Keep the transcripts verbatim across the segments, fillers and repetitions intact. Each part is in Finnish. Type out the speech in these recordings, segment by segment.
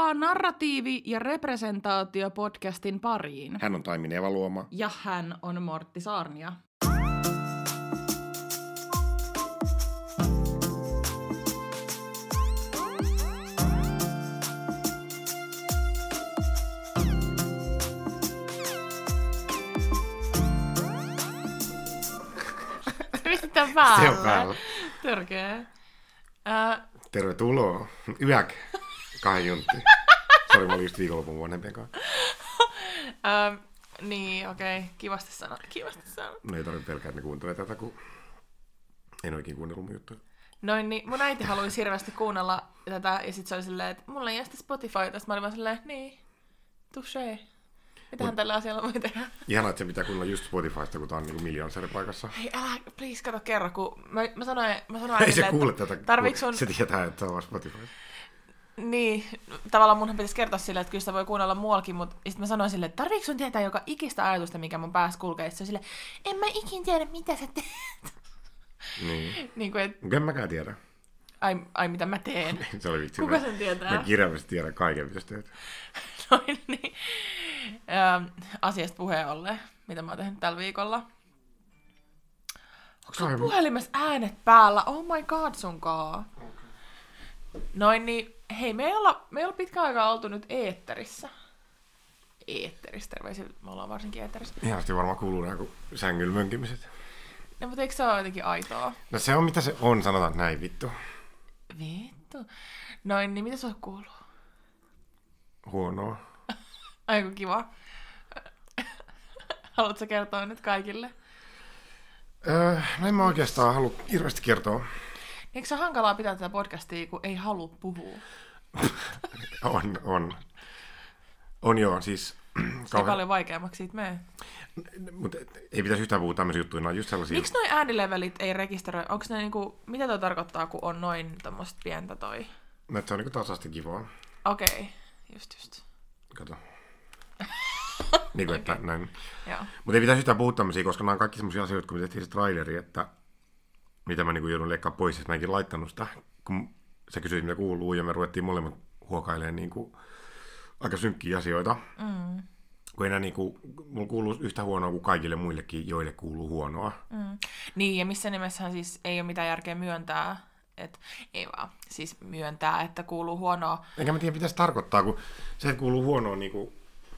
Tervetuloa narratiivi- ja representaatio-podcastin pariin. Hän on Taimi Nevaluoma. Ja hän on Mortti Saarnia. Mistä päällä? Se on päällä. Törkeä. Äh, Tervetuloa. Yäk. Kahden juntti. Sori, mä olin just viikonlopun vanhempien kanssa. äh, niin, okei. Okay. Kivasti sanoa. Kivasti sanoa. No ei tarvitse pelkää, että ne kuuntelee tätä, kun en oikein kuunnellut mun juttuja. Noin, niin mun äiti haluaisi hirveästi kuunnella tätä, ja sit se oli silleen, että mulla ei ole sitä Spotify, tästä mä olin vaan silleen, niin, touché. Mitähän Mut, tällä asialla voi tehdä? Ihanaa, että se pitää kuunnella just Spotifysta, kun tää on niinku miljoonassa eri paikassa. Hei, älä, please, kato kerro, kun mä, mä sanoin, mä sanoin Ei äidille, se kuule tätä, tarviiks sun... se tietää, että se on Spotify. Niin, tavallaan munhan pitäisi kertoa silleen, että kyllä sitä voi kuunnella muuallakin, mutta sitten mä sanoin silleen, että tarviiko sun tietää joka ikistä ajatusta, mikä mun päässä kulkee? Se on silleen, en mä ikin tiedä, mitä sä teet. Niin. niin kuin, et... En mäkään tiedä. Ai, ai mitä mä teen? Se oli vitsi. Kuka mä, sen tietää? Mä kirjaimellisesti tiedän kaiken, mitä sä teet. Noin, niin. Ähm, asiasta puheen ollen, mitä mä oon tehnyt tällä viikolla. Onko sun puhelimessa äänet päällä? Oh my god, sunkaan. Okay. Noin, niin hei, me ei olla, me ei olla pitkään aikaa oltu nyt eetterissä. Eetterissä, terveisiä, me ollaan varsinkin eetterissä. Ihanasti varmaan kuuluu nämä sängyllä mönkimiset. No, mutta eikö se ole jotenkin aitoa? No se on mitä se on, sanotaan näin vittu. Vittu. Noin, niin mitä sulle kuuluu? Huonoa. Aiku kiva. Haluatko kertoa nyt kaikille? Öö, no en mä oikeastaan halua hirveästi kertoa. Eikö se ole hankalaa pitää tätä podcastia, kun ei halua puhua? on, on. On joo, siis... Se kauhean... paljon vaikeammaksi siitä menee. Mutta ei pitäisi yhtään puhua tämmöisiä juttuja, on just sellaisia... Miksi noi äänilevelit ei rekisteröi? Onko ne niinku... Mitä toi tarkoittaa, kun on noin tommoista pientä toi? No, että se on niinku tasaisesti kivaa. Okei, okay. just just. Kato. niin kuin, että okay. Näin. Mutta ei pitäisi yhtään puhua tämmöisiä, koska nämä on kaikki semmoisia asioita, kun me tehtiin se traileri, että mitä mä niinku joudun leikkaa pois, että mä enkin laittanut sitä, kun sä kysyit, mitä kuuluu, ja me ruvettiin molemmat huokailemaan niinku aika synkkiä asioita. Mm. Kun enää niinku, mulla kuuluu yhtä huonoa kuin kaikille muillekin, joille kuuluu huonoa. Mm. Niin, ja missä nimessähän siis ei ole mitään järkeä myöntää, että ei vaan, siis myöntää, että kuuluu huonoa. Enkä mä tiedä, mitä se tarkoittaa, kun se, että kuuluu huonoa, niinku,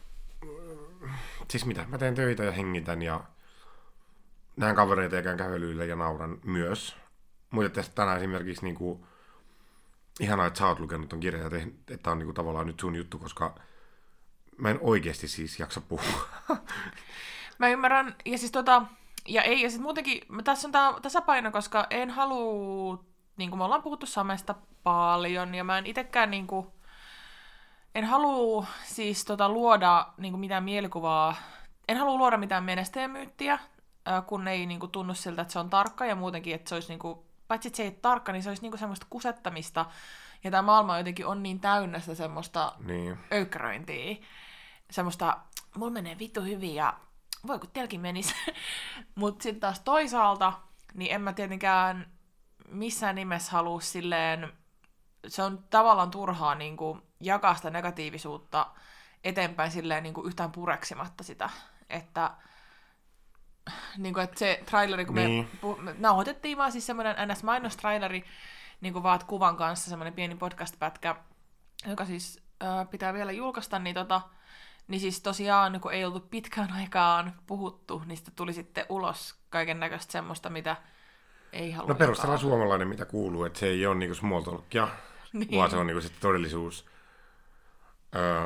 siis mitä, mä teen töitä ja hengitän ja näen kavereita ja käyn kävelyillä ja nauran myös. Mutta tästä tänään esimerkiksi niinku, ihanaa, että sä oot lukenut ton kirjan ja tehnyt, että on niinku tavallaan nyt sun juttu, koska mä en oikeasti siis jaksa puhua. Mä ymmärrän, ja siis tota, ja ei, ja sit muutenkin, tässä on tää tasapaino, koska en halua, niin kuin me ollaan puhuttu somesta paljon, ja mä en itekään niinku, en halua siis tota luoda niinku mitään mielikuvaa, en halua luoda mitään menestäjämyyttiä, kun ei niinku tunnu siltä, että se on tarkka, ja muutenkin, että se olisi niinku, paitsi että se ei ole tarkka, niin se olisi niinku semmoista kusettamista, ja tämä maailma jotenkin on niin täynnä sitä semmoista niin. öykkäröintiä, semmoista, mulla menee vittu hyvin, ja voi kun teilläkin menisi. Mutta sitten taas toisaalta, niin en mä tietenkään missään nimessä halua silleen, se on tavallaan turhaa niin kuin jakaa sitä negatiivisuutta eteenpäin silleen niin kuin yhtään pureksimatta sitä, että niin kuin, että se traileri, kun niin. me, puh- me nauhoitettiin vaan siis semmoinen N S-mainostraileri, niin kuin vaat kuvan kanssa, semmoinen pieni podcast-pätkä, joka siis äh, pitää vielä julkaista, niin tota, niin siis tosiaan, kun ei oltu pitkään aikaan puhuttu, niin sitten tuli sitten ulos kaiken näköistä semmoista, mitä ei halua. No perustellaan suomalainen, mitä kuuluu, että se ei ole niinku small talkia, niin. vaan se on niinku sitten todellisuus. Öö,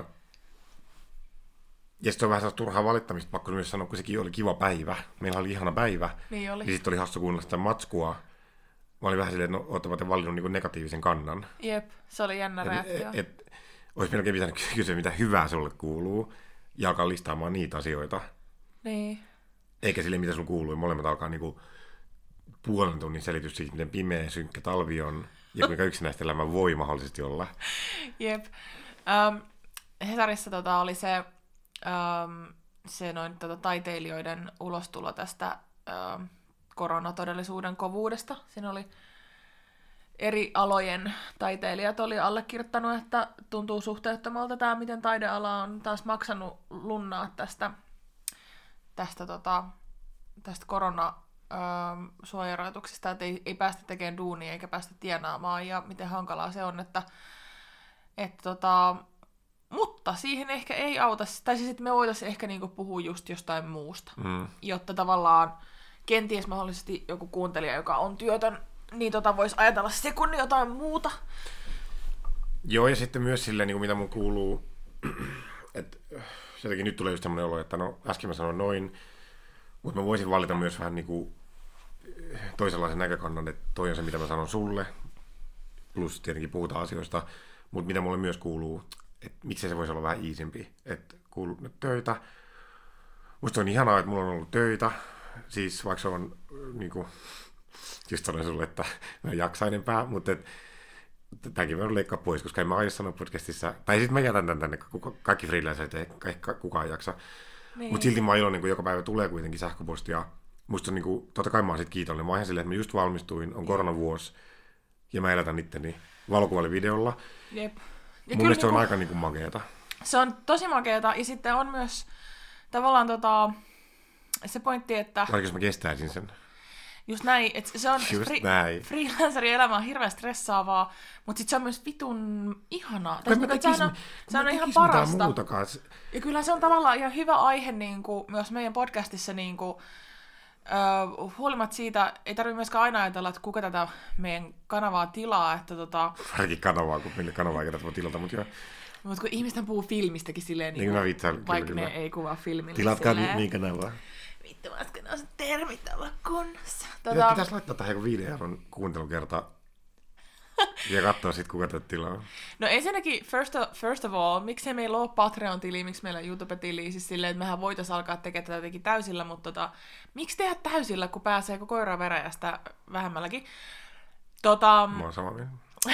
ja sitten on vähän sellaista turhaa valittamista, pakko myös sanoa, kun sekin oli kiva päivä. Meillä oli ihana päivä. Niin oli. Ja sitten oli hauska kuunnella sitä matskua. Mä olin vähän silleen, että no, ootte valinnut niinku negatiivisen kannan. Jep, se oli jännä et, reaktio. Et, et, olisi melkein pitänyt kysyä, mitä hyvää sulle kuuluu, ja alkaa listaamaan niitä asioita. Niin. Eikä sille, mitä sulle kuuluu. Molemmat alkaa niinku puolen tunnin selitys siitä, miten pimeä ja synkkä talvi on, ja kuinka yksinäistä elämä voi mahdollisesti olla. Jep. Um, Hesarissa tota, oli se, um, se noin, tota, taiteilijoiden ulostulo tästä um, koronatodellisuuden kovuudesta. Siinä oli eri alojen taiteilijat oli allekirjoittanut, että tuntuu suhteettomalta tämä, miten taideala on taas maksanut lunnaa tästä, tästä, tota, tästä koronasuojarajoituksista, että ei, ei päästä tekemään duunia eikä päästä tienaamaan, ja miten hankalaa se on, että, että tota, mutta siihen ehkä ei auta, tai siis että me voitaisiin ehkä niinku puhua just jostain muusta, mm. jotta tavallaan kenties mahdollisesti joku kuuntelija, joka on työtön, niin tota voisi ajatella sekunnin jotain muuta. Joo, ja sitten myös silleen, niin kuin mitä mun kuuluu, että jotenkin nyt tulee just semmoinen olo, että no äsken mä sanoin noin, mutta mä voisin valita myös vähän niin kuin toisenlaisen näkökannan, että toi on se, mitä mä sanon sulle, plus tietenkin puhutaan asioista, mutta mitä mulle myös kuuluu, että miksei se voisi olla vähän easempi, että kuuluu töitä. Musta on ihanaa, että mulla on ollut töitä, siis vaikka se on niin kuin, just sanoin sulle, että mä en jaksa enempää, mutta et, tämänkin mä leikkaa pois, koska en mä aio sanoa podcastissa, tai sitten mä jätän tän tänne, kaikki freelancerit ei kukaan jaksa. Niin. Mutta silti mä oon iloinen, kun joka päivä tulee kuitenkin sähköpostia. Musta on niin kuin, totta kai mä oon sit kiitollinen. Mä oon ihan silleen, että mä just valmistuin, on koronavuosi, ja mä elätän itteni valokuvalle-videolla. Jep. Ja mun mielestä se on niinku, aika niin kuin makeeta. Se on tosi makeeta, ja sitten on myös tavallaan tota, se pointti, että... Vaikka jos mä kestäisin sen. Just näin, että se on fri- freelancerin elämä on hirveän stressaavaa, mutta sitten se on myös vitun ihanaa. Tai mä tekis, se on, se on ihan parasta. Muutakaan. Ja kyllä se on tavallaan ihan hyvä aihe niin kuin, myös meidän podcastissa, niin kuin, uh, huolimatta siitä, ei tarvitse myöskään aina ajatella, että kuka tätä meidän kanavaa tilaa. Että, tota... Ainakin kanavaa, kun meille kanavaa ei voi tilata, mutta joo. Mutta kun ihmisten puhuu filmistäkin silleen, niin, niin kuin, viitsaan, vaikka kyllä, ne kyllä. ei kuvaa filmille. Tilatkaa niin kanavaa. Vittu, voisiko ne on termit olla kunnossa. Tota... Pitäisi laittaa tähän joku viiden euron kuuntelukerta ja katsoa sitten, kuka tätä tilaa. No ensinnäkin, first of, first of all, miksei meillä ole Patreon-tili, miksi meillä on YouTube-tili, siis silleen, että mehän voitaisiin alkaa tekemään tätä jotenkin täysillä, mutta tota, miksi tehdä täysillä, kun pääsee koko koiraa veräjästä vähemmälläkin? Tota, Mä oon sama mieltä.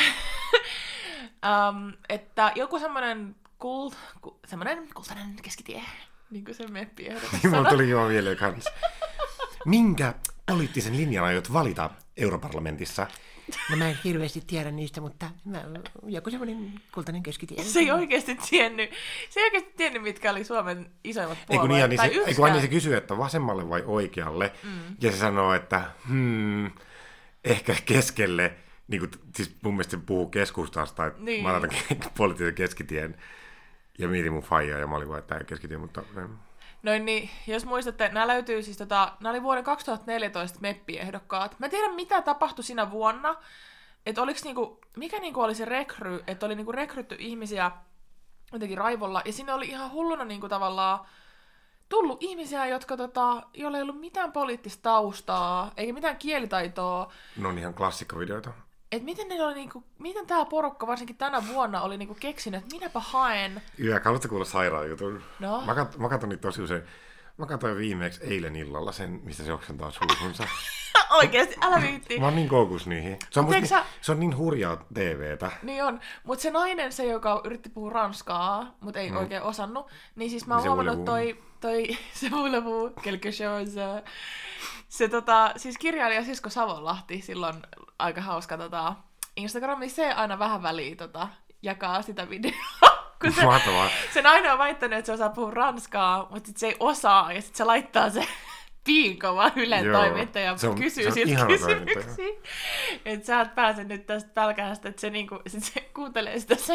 um, että joku semmoinen kult, ku, semmoinen kultainen keskitie. Niin kuin se meppi ehdokas sanoi. Mulla tuli joo mieleen kanssa. Minkä poliittisen linjan aiot valita europarlamentissa? No mä en hirveästi tiedä niistä, mutta mä, joku semmoinen kultainen keskitie. Se ei oikeasti tiennyt, se ei oikeasti tiennyt, mitkä oli Suomen isoimmat puolueet. Ei kun, niin, tai se, ei kun aina se kysyy, että vasemmalle vai oikealle, mm. ja se sanoo, että hmm, ehkä keskelle, niin kuin, siis mun mielestä se puhuu keskustasta, että niin. Mä laitan poliittisen keskitien. Ja mietin mun faijaa ja mä olin vaan, että tämä keskitie, mutta... Noin niin, jos muistatte, nämä löytyy siis tota, nämä oli vuoden kaksituhattaneljätoista meppiehdokkaat. Mä en tiedä, mitä tapahtui siinä vuonna, että oliks niinku, mikä niinku oli se rekry, että oli niinku rekrytty ihmisiä jotenkin raivolla, ja sinne oli ihan hulluna niinku tavallaan tullut ihmisiä, jotka tota, joilla ei ollut mitään poliittista taustaa, eikä mitään kielitaitoa. Ne on ihan klassikkovideoita. Et miten, ne oli niinku, miten tämä porukka varsinkin tänä vuonna oli niinku keksinyt, että minäpä haen. Yö, haluatko kuulla sairaan jutun? No. Mä, kat, mä katson niitä tosi usein. Mä katsoin viimeksi eilen illalla sen, mistä se oksentaa suuhunsa. Oikeesti, älä viitti. Mä oon niin koukus niihin. Se on, musta, sä... se on niin hurjaa T V:tä. Niin on, mutta se nainen, se joka yritti puhua ranskaa, mutta ei mm. oikein osannut, niin siis mä oon huomannut toi, toi se voulez-vous, quelque chose. Se tota, siis kirjailija Sisko Savonlahti silloin aika hauska tota, Instagramissa se aina vähän väliin tota, jakaa sitä videoa. Kun se, se nainen on väittänyt, että se osaa puhua ranskaa, mutta sit se ei osaa, ja sitten se laittaa se piinkova Ylen toimittaja ja kysyy siltä kysymyksiä. Että sä et pääse nyt tästä pälkähästä, että se, niinku, sit se kuuntelee sitä sen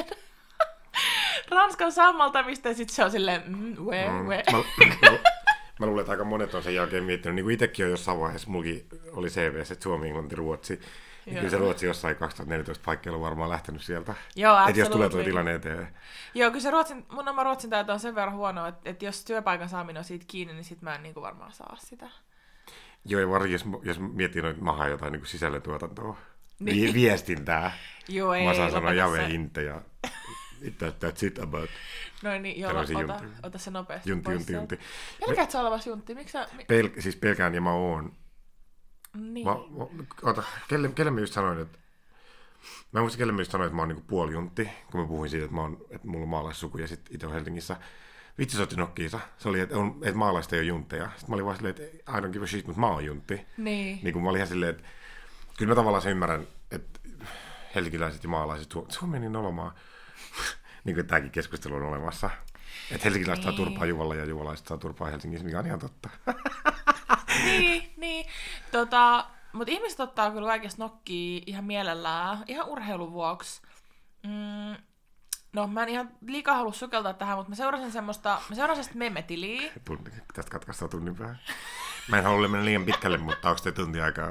ranskan sammaltamista, ja sitten se on silleen, mm, we, mm. we. Mä, mä, mä luulen, että aika monet on sen jälkeen miettinyt, niin kuin itsekin on jossain vaiheessa, mullakin oli C V:ssä, että Suomi, Englanti, Ruotsi. Ja kyllä se Ruotsi jossain kaksituhattaneljätoista paikkeilla on varmaan lähtenyt sieltä. Joo, että jos tulee tuo tilanne eteen. Joo, kyllä se Ruotsin, mun oma Ruotsin taito on sen verran huono, että, että jos työpaikan saaminen on siitä kiinni, niin sit mä en niin kuin varmaan saa sitä. Joo, ja varsinkin jos, jos miettii noin maha jotain niin sisällöntuotantoa, niin. viestintää. Joo, ei, mä saan sanoa jave inte ja that, that's it about. Noin niin, joo, ota, ota se nopeasti junti, pois. Junti, junti, Pelkäät sä olevasi juntti? Miksi sä... Pel- siis pelkään ja mä oon. Niin. Mä, mä, ota, kelle, kelle mä just sanoin, että mä en muista kelle mä just sanoin, että mä oon niinku puolijuntti, kun mä puhuin siitä, että, mä oon, että mulla on maalaissuku ja sit itse on Helsingissä. Vitsi se otti nokkiinsa. Se oli, että, on, että maalaiset ei ole juntteja. Sitten mä olin vaan silleen, että I don't give a shit, mutta mä oon juntti. Niin. Niin kun mä olin ihan silleen, että kyllä mä tavallaan sen ymmärrän, että helsinkiläiset ja maalaiset, Suomi on niin nolomaa. Niin kuin tämäkin keskustelu on olemassa. Että helsinkiläiset saa turpaa Juvalla ja juvalaiset saa turpaa Helsingissä, mikä on ihan totta. niin, niin. Tota, mutta ihmiset ottaa kyllä kaikesta nokkia ihan mielellään, ihan urheilun vuoksi. Mm, no, mä en ihan liikaa halua sukeltaa tähän, mutta mä seurasin semmoista, mä seurasin sitä memetiliä. Tunti, tästä katkaistaan tunnin päähän. Mä en halua mennä liian pitkälle, mutta onko te tunti aikaa?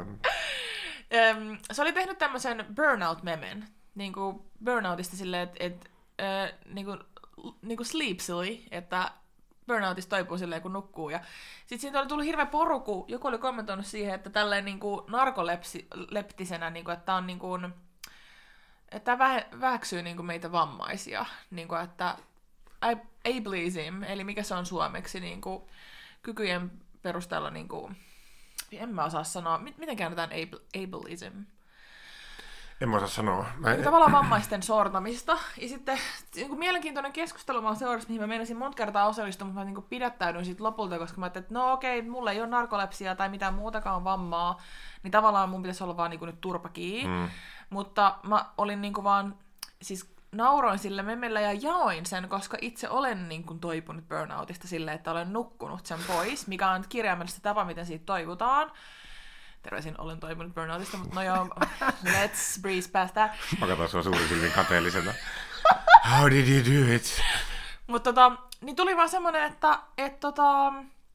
Öm, se oli tehnyt tämmöisen burnout-memen, niinku burnoutista silleen, että et, äh, niinku, niinku sleepsily, että burnoutista toipuu silleen, kun nukkuu. Ja sitten siitä oli tullut hirveä poru, kun joku oli kommentoinut siihen, että tälleen niinku narkoleptisenä, niinku, että on niinku, että väh- väheksyy niinku meitä vammaisia, niinku, että ableism, eli mikä se on suomeksi, niinku, kykyjen perusteella, niinku, en mä osaa sanoa, miten käännetään ableism? En mä osaa sanoa. Mä en... Tavallaan vammaisten sortamista. Ja sitten niin kuin mielenkiintoinen keskustelu mä oon seurassa, mihin mä menisin monta kertaa osallistua, mutta mä niin kuin pidättäydyin siitä lopulta, koska mä ajattelin, että no okei, mulla ei ole narkolepsiaa tai mitään muutakaan vammaa, niin tavallaan mun pitäisi olla vaan niin kuin nyt turpakii. Mm. Mutta mä olin niin kuin vaan, siis nauroin sille memellä ja jaoin sen, koska itse olen niin kuin toipunut burnoutista silleen, että olen nukkunut sen pois, mikä on kirjaimellisesti tapa, miten siitä toivutaan. Terveisin, olen toipunut burnoutista, mutta no joo, let's breeze past that. Mä katson sua suuri silmin kateellisena. How did you do it? Mutta tota, niin tuli vaan semmonen, että, että, tota,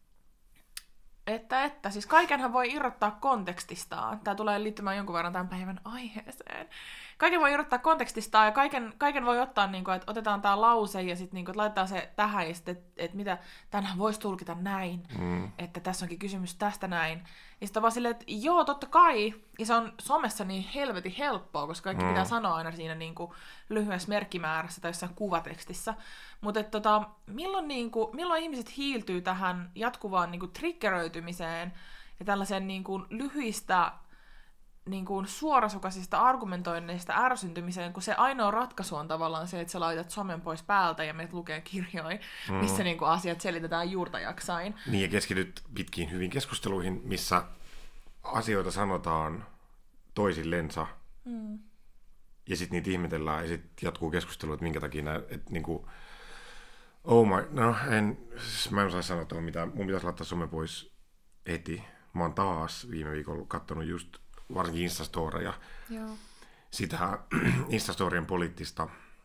että, että siis kaikenhan voi irrottaa kontekstistaan. Tää tulee liittymään jonkun verran tämän päivän aiheeseen. Kaiken voi irrottaa kontekstistaan ja kaiken, kaiken voi ottaa, niin kuin, että otetaan tää lause ja sitten niin laitetaan se tähän ja sitten, että, että mitä, tänhän voisi tulkita näin, mm. että tässä onkin kysymys tästä näin. Ja sitten vaan silleen, että joo, totta kai, ja se on somessa niin helvetin helppoa, koska kaikki mm. pitää sanoa aina siinä niin kuin lyhyessä merkkimäärässä tai jossain kuvatekstissä. Mutta tota, milloin, niin kuin, milloin ihmiset hiiltyy tähän jatkuvaan niin kuin triggeröitymiseen ja tällaisen niin kuin lyhyistä niin kuin suorasukaisista argumentoinneista ärsyntymiseen, kun se ainoa ratkaisu on tavallaan se, että sä laitat somen pois päältä ja menet lukee kirjoja, mm. missä niin kuin asiat selitetään juurta jaksain. Niin, ja keskityt pitkiin hyviin keskusteluihin, missä asioita sanotaan toisillensa, mm. ja sitten niitä ihmetellään, ja sitten jatkuu keskustelu, että minkä takia nää, että niinku, oh my, no en, mä en osaa sanoa tuohon mitään, mun pitäisi laittaa some pois heti. Mä oon taas viime viikolla katsonut just varsinkin Instastoreja, Joo. sitä Instastorien poliittista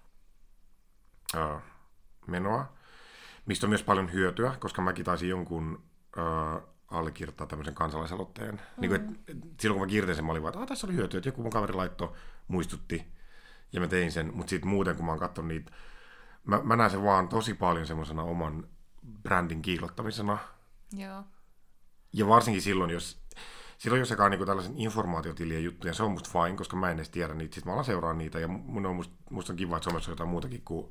ää, menoa, mistä on myös paljon hyötyä, koska mäkin taisin jonkun ää, allekirjoittaa tämmöisen kansalaisaloitteen. Mm. Niin kuin, et, et, silloin kun mä kirjoitin sen, mä olin vaan, että ah, tässä oli hyötyä, että joku mun kaveri laittoi, muistutti, ja mä tein sen, mutta sitten muuten, kun mä oon katsonut niitä, mä, mä näen sen vaan tosi paljon semmoisena oman brändin kiilottamisena. Joo. Ja varsinkin silloin, jos Silloin jos sekaan niinku tällaisen informaatiotilien juttuja, se on musta fine, koska mä en edes tiedä niitä. Sitten mä alan seuraa niitä ja mun on musta, musta on kiva, että somessa on jotain muutakin kuin,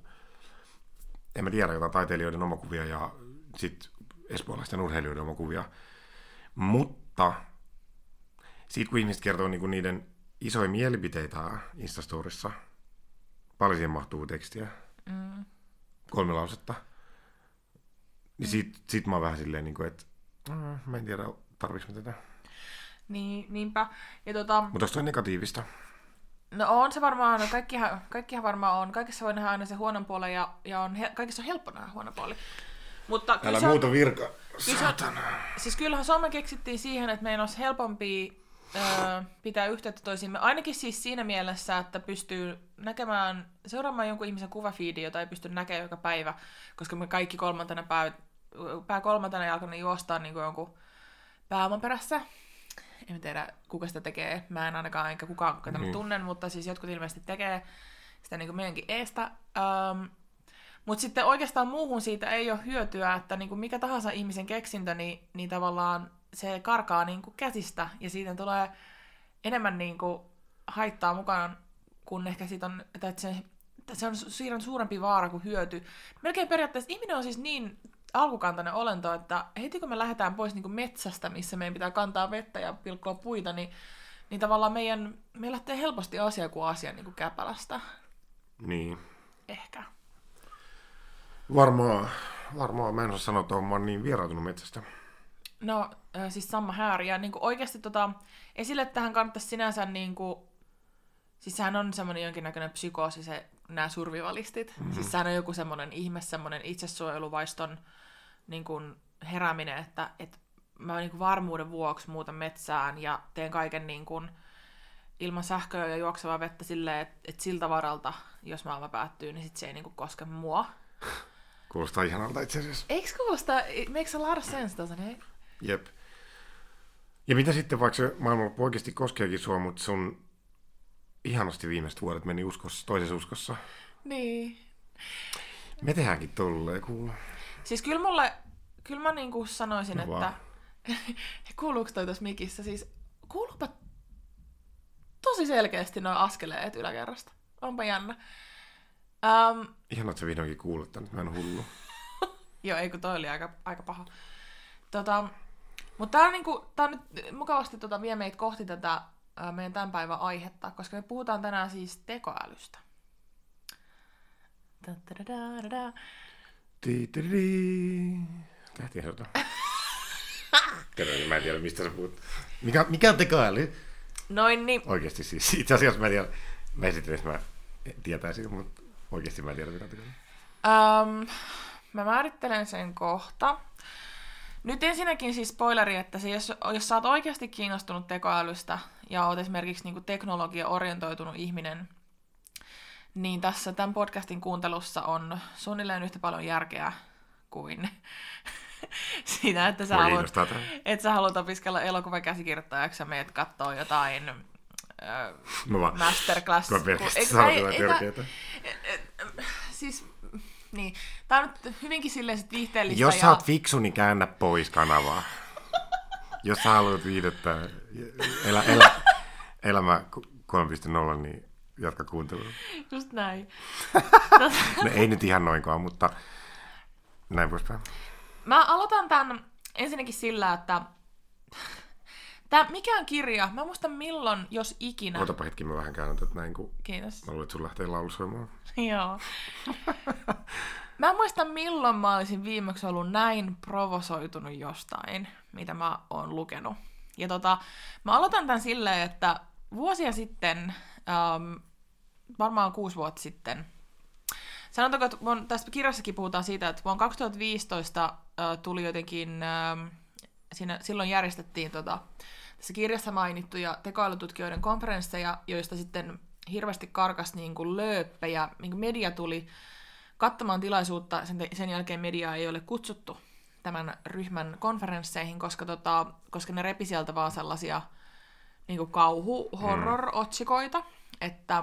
en mä tiedä, jotain taiteilijoiden omakuvia ja sitten espoolaisten urheilijoiden omakuvia. Mutta siitä kun ihmiset kertoo niinku niiden isoja mielipiteitä Instastorissa, paljon siihen mahtuu tekstiä, mm. kolme lausetta, niin mm. sit, sit mä oon vähän silleen, niinku, että mm, mä en tiedä, tarviks mä tätä. Niin, niinpä. Ja tota, mutta onko toi negatiivista? No on se varmaan, no kaikkihan, kaikkihan varmaan on. Kaikessa voi nähdä aina se huonon puolen ja, ja on he, kaikessa on helppo nähdä huono puoli. Mutta älä muuta virka, saatana. Siis kyllähän some keksittiin siihen, että meidän olisi helpompi öö, pitää yhteyttä toisiimme. Ainakin siis siinä mielessä, että pystyy näkemään, seuraamaan jonkun ihmisen kuvafiidi, jota ei pysty näkemään joka päivä, koska me kaikki kolmantena pää, pää kolmantena jalkana juostaan niin kuin jonkun pääoman perässä. En tiedä, kuka sitä tekee. Mä en ainakaan, enkä kukaan, ketä mä tunnen, mutta siis jotkut ilmeisesti tekee sitä niin kuin meidänkin eestä. Um, mutta sitten oikeastaan muuhun siitä ei ole hyötyä, että niin kuin mikä tahansa ihmisen keksintö, niin, niin tavallaan se karkaa niin kuin käsistä ja siitä tulee enemmän niin kuin haittaa mukaan, kun ehkä siitä on, että se, se on siirron suurempi vaara kuin hyöty. Melkein periaatteessa ihminen on siis niin alkukantainen olento, että heti kun me lähdetään pois niin kuin metsästä, missä meidän pitää kantaa vettä ja pilkkoa puita, niin, niin tavallaan meidän, me lähtee helposti asia kuin asia niin kuin käpälästä. Niin. Ehkä. Varmaan, varmaan. Mä en osaa sanoa, että mä oon niin vierautunut metsästä. No, äh, siis sama häär. Ja niin kuin oikeasti tota, esille tähän kannattaisi sinänsä niin kuin, Siis sehän on semmoinen jonkinnäköinen psykoosi, se, nämä survivalistit. Mm. Siis sehän on joku semmoinen ihme, semmoinen itsesuojeluvaiston niin kuin herääminen, että, että mä niin kuin varmuuden vuoksi muutan metsään ja teen kaiken niin kuin ilman sähköä ja juoksevaa vettä silleen, että, että siltä varalta, jos maailma päättyy, niin sit se ei niin kuin koske mua. Kuulostaa ihanalta itse asiassa. Eikö kuulosta, makes a lot of sense, doesn't it? Jep. Ja mitä sitten, vaikka se maailmanloppu oikeasti koskeekin sua, mutta sun ihanasti viimeiset vuodet meni uskossa, toisessa uskossa. Niin. Me tehdäänkin tolleen, kuule. Siis kyllä mulle, kyllä mä niinku sanoisin, No että vaan. kuuluuko toi tuossa mikissä, siis kuuluupa tosi selkeästi noin askeleet yläkerrasta. Onpa jännä. Um, Ihanaa, että sä vihdoinkin kuulet tän, mä en hullu. joo, ei kun toi oli aika, aika paha. Tota, mutta tää on, niinku, tää on nyt mukavasti tota, vie meitä kohti tätä ää, meidän tämän päivän aihetta, koska me puhutaan tänään siis tekoälystä. Ta-ta-da-da-da-da. Ti-ti-di. Lähtiin sota. Kerran, mä en tiedä, mistä sä puhut. Mikä, mikä on tekoäly? Noin niin. Oikeesti siis. Itse asiassa mä en tiedä. Mä esitin, että mä tietäisin, mutta oikeesti mä en tiedä, mitä tekoäly. Um, mä määrittelen sen kohta. Nyt ensinnäkin siis spoileri, että se, jos, jos sä oot oikeasti kiinnostunut tekoälystä ja oot esimerkiksi niinku teknologia-orientoitunut ihminen, niin tässä tämän podcastin kuuntelussa on suunnilleen yhtä paljon järkeä kuin siinä, että sä, Mua haluat, kiinnostaa tää. että sä haluat opiskella elokuvakäsikirjoittajaksi ja meet kattoo jotain äh, Mä vaan, masterclass. kun mä pelkästään Eikö- sanon ei- jotain ei tää- törkeetä. Siis, niin. Tää on nyt hyvinkin silleen sit viihteellistä. Jos ja... sä oot fiksu, niin käännä pois kanavaa. Jos sä haluat viihdyttää elä, elä, elämä kolme piste nolla, niin jatka kuuntelua. Just näin. No ei nyt ihan noinkaan, mutta näin poispäin. Mä aloitan tämän ensinnäkin sillä, että tää mikään kirja, mä muistan milloin, jos ikinä... Otapa hetki, mä vähän käännän tätä näin, kun Kiitos. mä luulen, että sun lähtee laulu soimaan. Joo. Mä en muista milloin mä olisin viimeksi ollut näin provosoitunut jostain, mitä mä oon lukenut. Ja tota, mä aloitan tämän silleen, että vuosia sitten, ähm, varmaan kuusi vuotta sitten, sanotaanko, että vuonna, tässä kirjassakin puhutaan siitä, että vuonna kaksituhattaviisitoista äh, tuli jotenkin, äh, siinä, silloin järjestettiin tota, tässä kirjassa mainittuja tekoälytutkijoiden konferensseja, joista sitten hirveästi karkas niin kuin lööppejä, niin kuin media tuli katsomaan tilaisuutta, sen, sen jälkeen mediaa ei ole kutsuttu tämän ryhmän konferensseihin, koska, tota, koska ne repi sieltä vaan sellaisia niin kuin kauhu-horror-otsikoita, että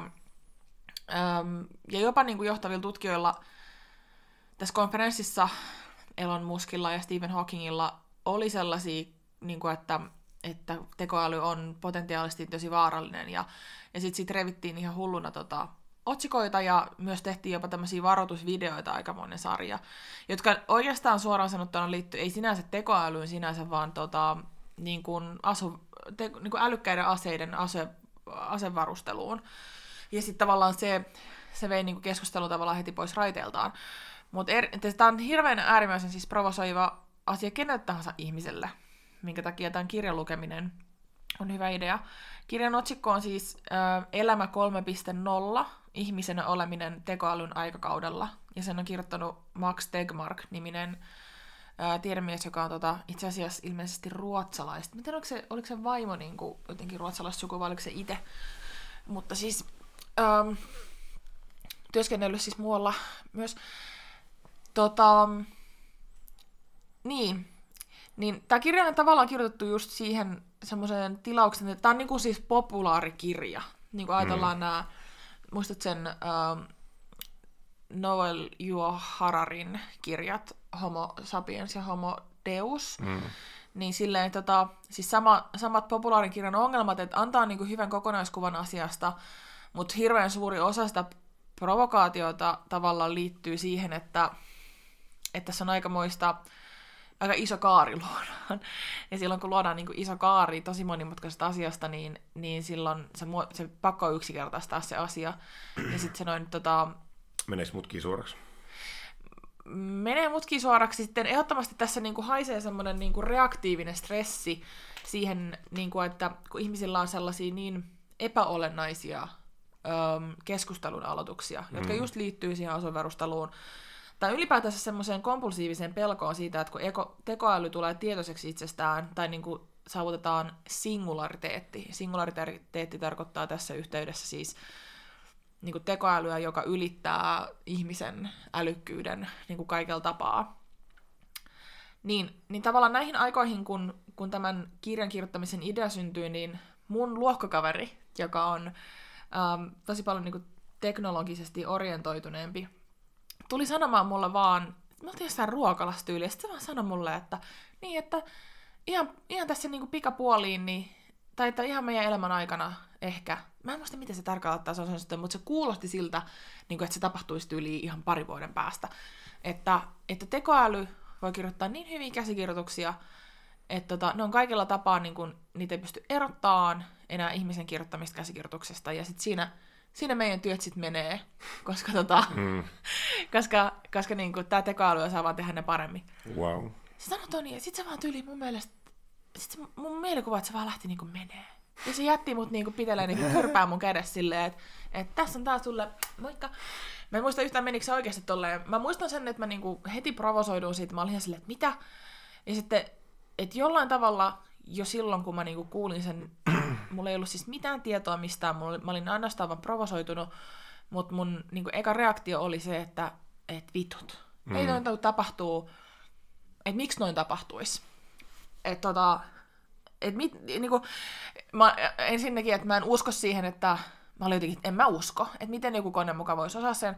äm, ja jopa niin kuin johtavilla tutkijoilla tässä konferenssissa Elon Muskilla ja Stephen Hawkingilla oli sellaisia, niin kuin, että, että tekoäly on potentiaalisesti tosi vaarallinen, ja, ja sitten sit revittiin ihan hulluna tota, otsikoita, ja myös tehtiin jopa tämmöisiä varoitusvideoita aikamoinen sarja, jotka oikeastaan suoraan sanottuna liittyy, ei sinänsä tekoälyyn sinänsä, vaan tota, niin kuin asu, te, niin kuin älykkäiden aseiden ase, asevarusteluun. Ja sitten tavallaan se, se vei niin kuin keskustelun tavallaan heti pois raiteeltaan. Mutta er, tämä on hirveän äärimmäisen siis provosoiva asia kenelle tahansa ihmiselle, minkä takia tämän kirjan lukeminen on hyvä idea. Kirjan otsikko on siis äh, Elämä kolme piste nolla, ihmisenä oleminen tekoälyn aikakaudella. Ja sen on kirjoittanut Max Tegmark-niminen äh, tiedemies, joka on tota, itse asiassa ilmeisesti ruotsalaista. Miten oliko se, oliko se vaimo niin kuin, jotenkin ruotsalaista sukua, vai oliko se itse? Mutta siis ähm, työskennellyt siis muualla myös. Tota, niin, niin tämä kirja on tavallaan kirjoitettu just siihen semmoiseen tilaukseen, että tämä on niinku siis populaarikirja. Niin kuin ajatellaan mm. nämä, muistat sen ähm, Noel Juho Hararin kirjat, Homo sapiens ja Homo deus, mm. niin silleen, tota, siis sama, samat populaarikirjan ongelmat, että antaa niinku hyvän kokonaiskuvan asiasta, mutta hirveän suuri osa sitä provokaatiota tavallaan liittyy siihen, että, että tässä on aikamoista, aika iso kaari luodaan. Ja silloin kun luodaan niin kuin iso kaari tosi monimutkaisesta asiasta, niin, niin silloin se, se pakko on yksinkertaistaa se asia. Ja sitten se noin tota... Meneekö mutkiin suoraksi? Menee mutkiin suoraksi. Sitten ehdottomasti tässä niin kuin haisee semmoinen niin kuin reaktiivinen stressi siihen, niin kuin, että kun ihmisillä on sellaisia niin epäolennaisia öm, keskustelun aloituksia, mm. jotka just liittyy siihen asuinvarusteluun. Tai ylipäätänsä semmoiseen kompulsiiviseen pelkoon siitä, että kun eko, tekoäly tulee tietoiseksi itsestään, tai niin kuin saavutetaan singulariteetti. Singulariteetti tarkoittaa tässä yhteydessä siis niin kuin tekoälyä, joka ylittää ihmisen älykkyyden niin kuin kaikella tapaa. Niin, niin tavallaan näihin aikoihin, kun, kun tämän kirjan kirjoittamisen idea syntyi, niin mun luokkakaveri, joka on ähm, tosi paljon niin kuin teknologisesti orientoituneempi, tuli sanomaan mulle vaan, me oltiin jossain ruokalastyyliä, ja sitten se vaan sanoi mulle, että niin, että ihan, ihan tässä niin kuin pikapuoliin, niin, tai että ihan meidän elämän aikana ehkä, mä en muista miten se tarkalleen se on, mutta se kuulosti siltä, niin kuin, että se tapahtuisi tyyliin ihan pari vuoden päästä, että, että tekoäly voi kirjoittaa niin hyviä käsikirjoituksia, että tota, ne on kaikilla tapaa, niin kun, niitä ei pysty erottamaan enää ihmisen kirjoittamista käsikirjoituksesta, ja sitten siinä, siinä meidän työt sitten menee, koska, tota, mm. koska, koska niin tämä tekoäly osaa vaan tehdä ne paremmin. Wow. Se sanoi Toni, ja sitten se vaan tyyli mun mielestä, sit se, mun mielikuva, että se vaan lähti niin menee. Ja se jätti mut niinku pitelee niinku kyrpää mun kädessä silleen, että et tässä on taas sulle, moikka. Mä en muista yhtään menikö se oikeasti tolleen. Mä muistan sen, että mä niinku heti provosoiduin siitä. Mä olin ihan silleen, että mitä? Ja sitten, että jollain tavalla jo silloin, kun mä niinku kuulin sen, mulla ei ollut siis mitään tietoa mistään. Mulla, mä olin ainoastaan vaan provosoitunut, mutta mun niinku eka reaktio oli se, että et vitut. Mm. Ei noin tapahtuu, että miksi noin tapahtuisi. Että tota... Et mit, niinku, mä, ensinnäkin, että mä en usko siihen, että mä olin jotenkin, en mä usko, että miten joku kone mukaan voisi osaa sen.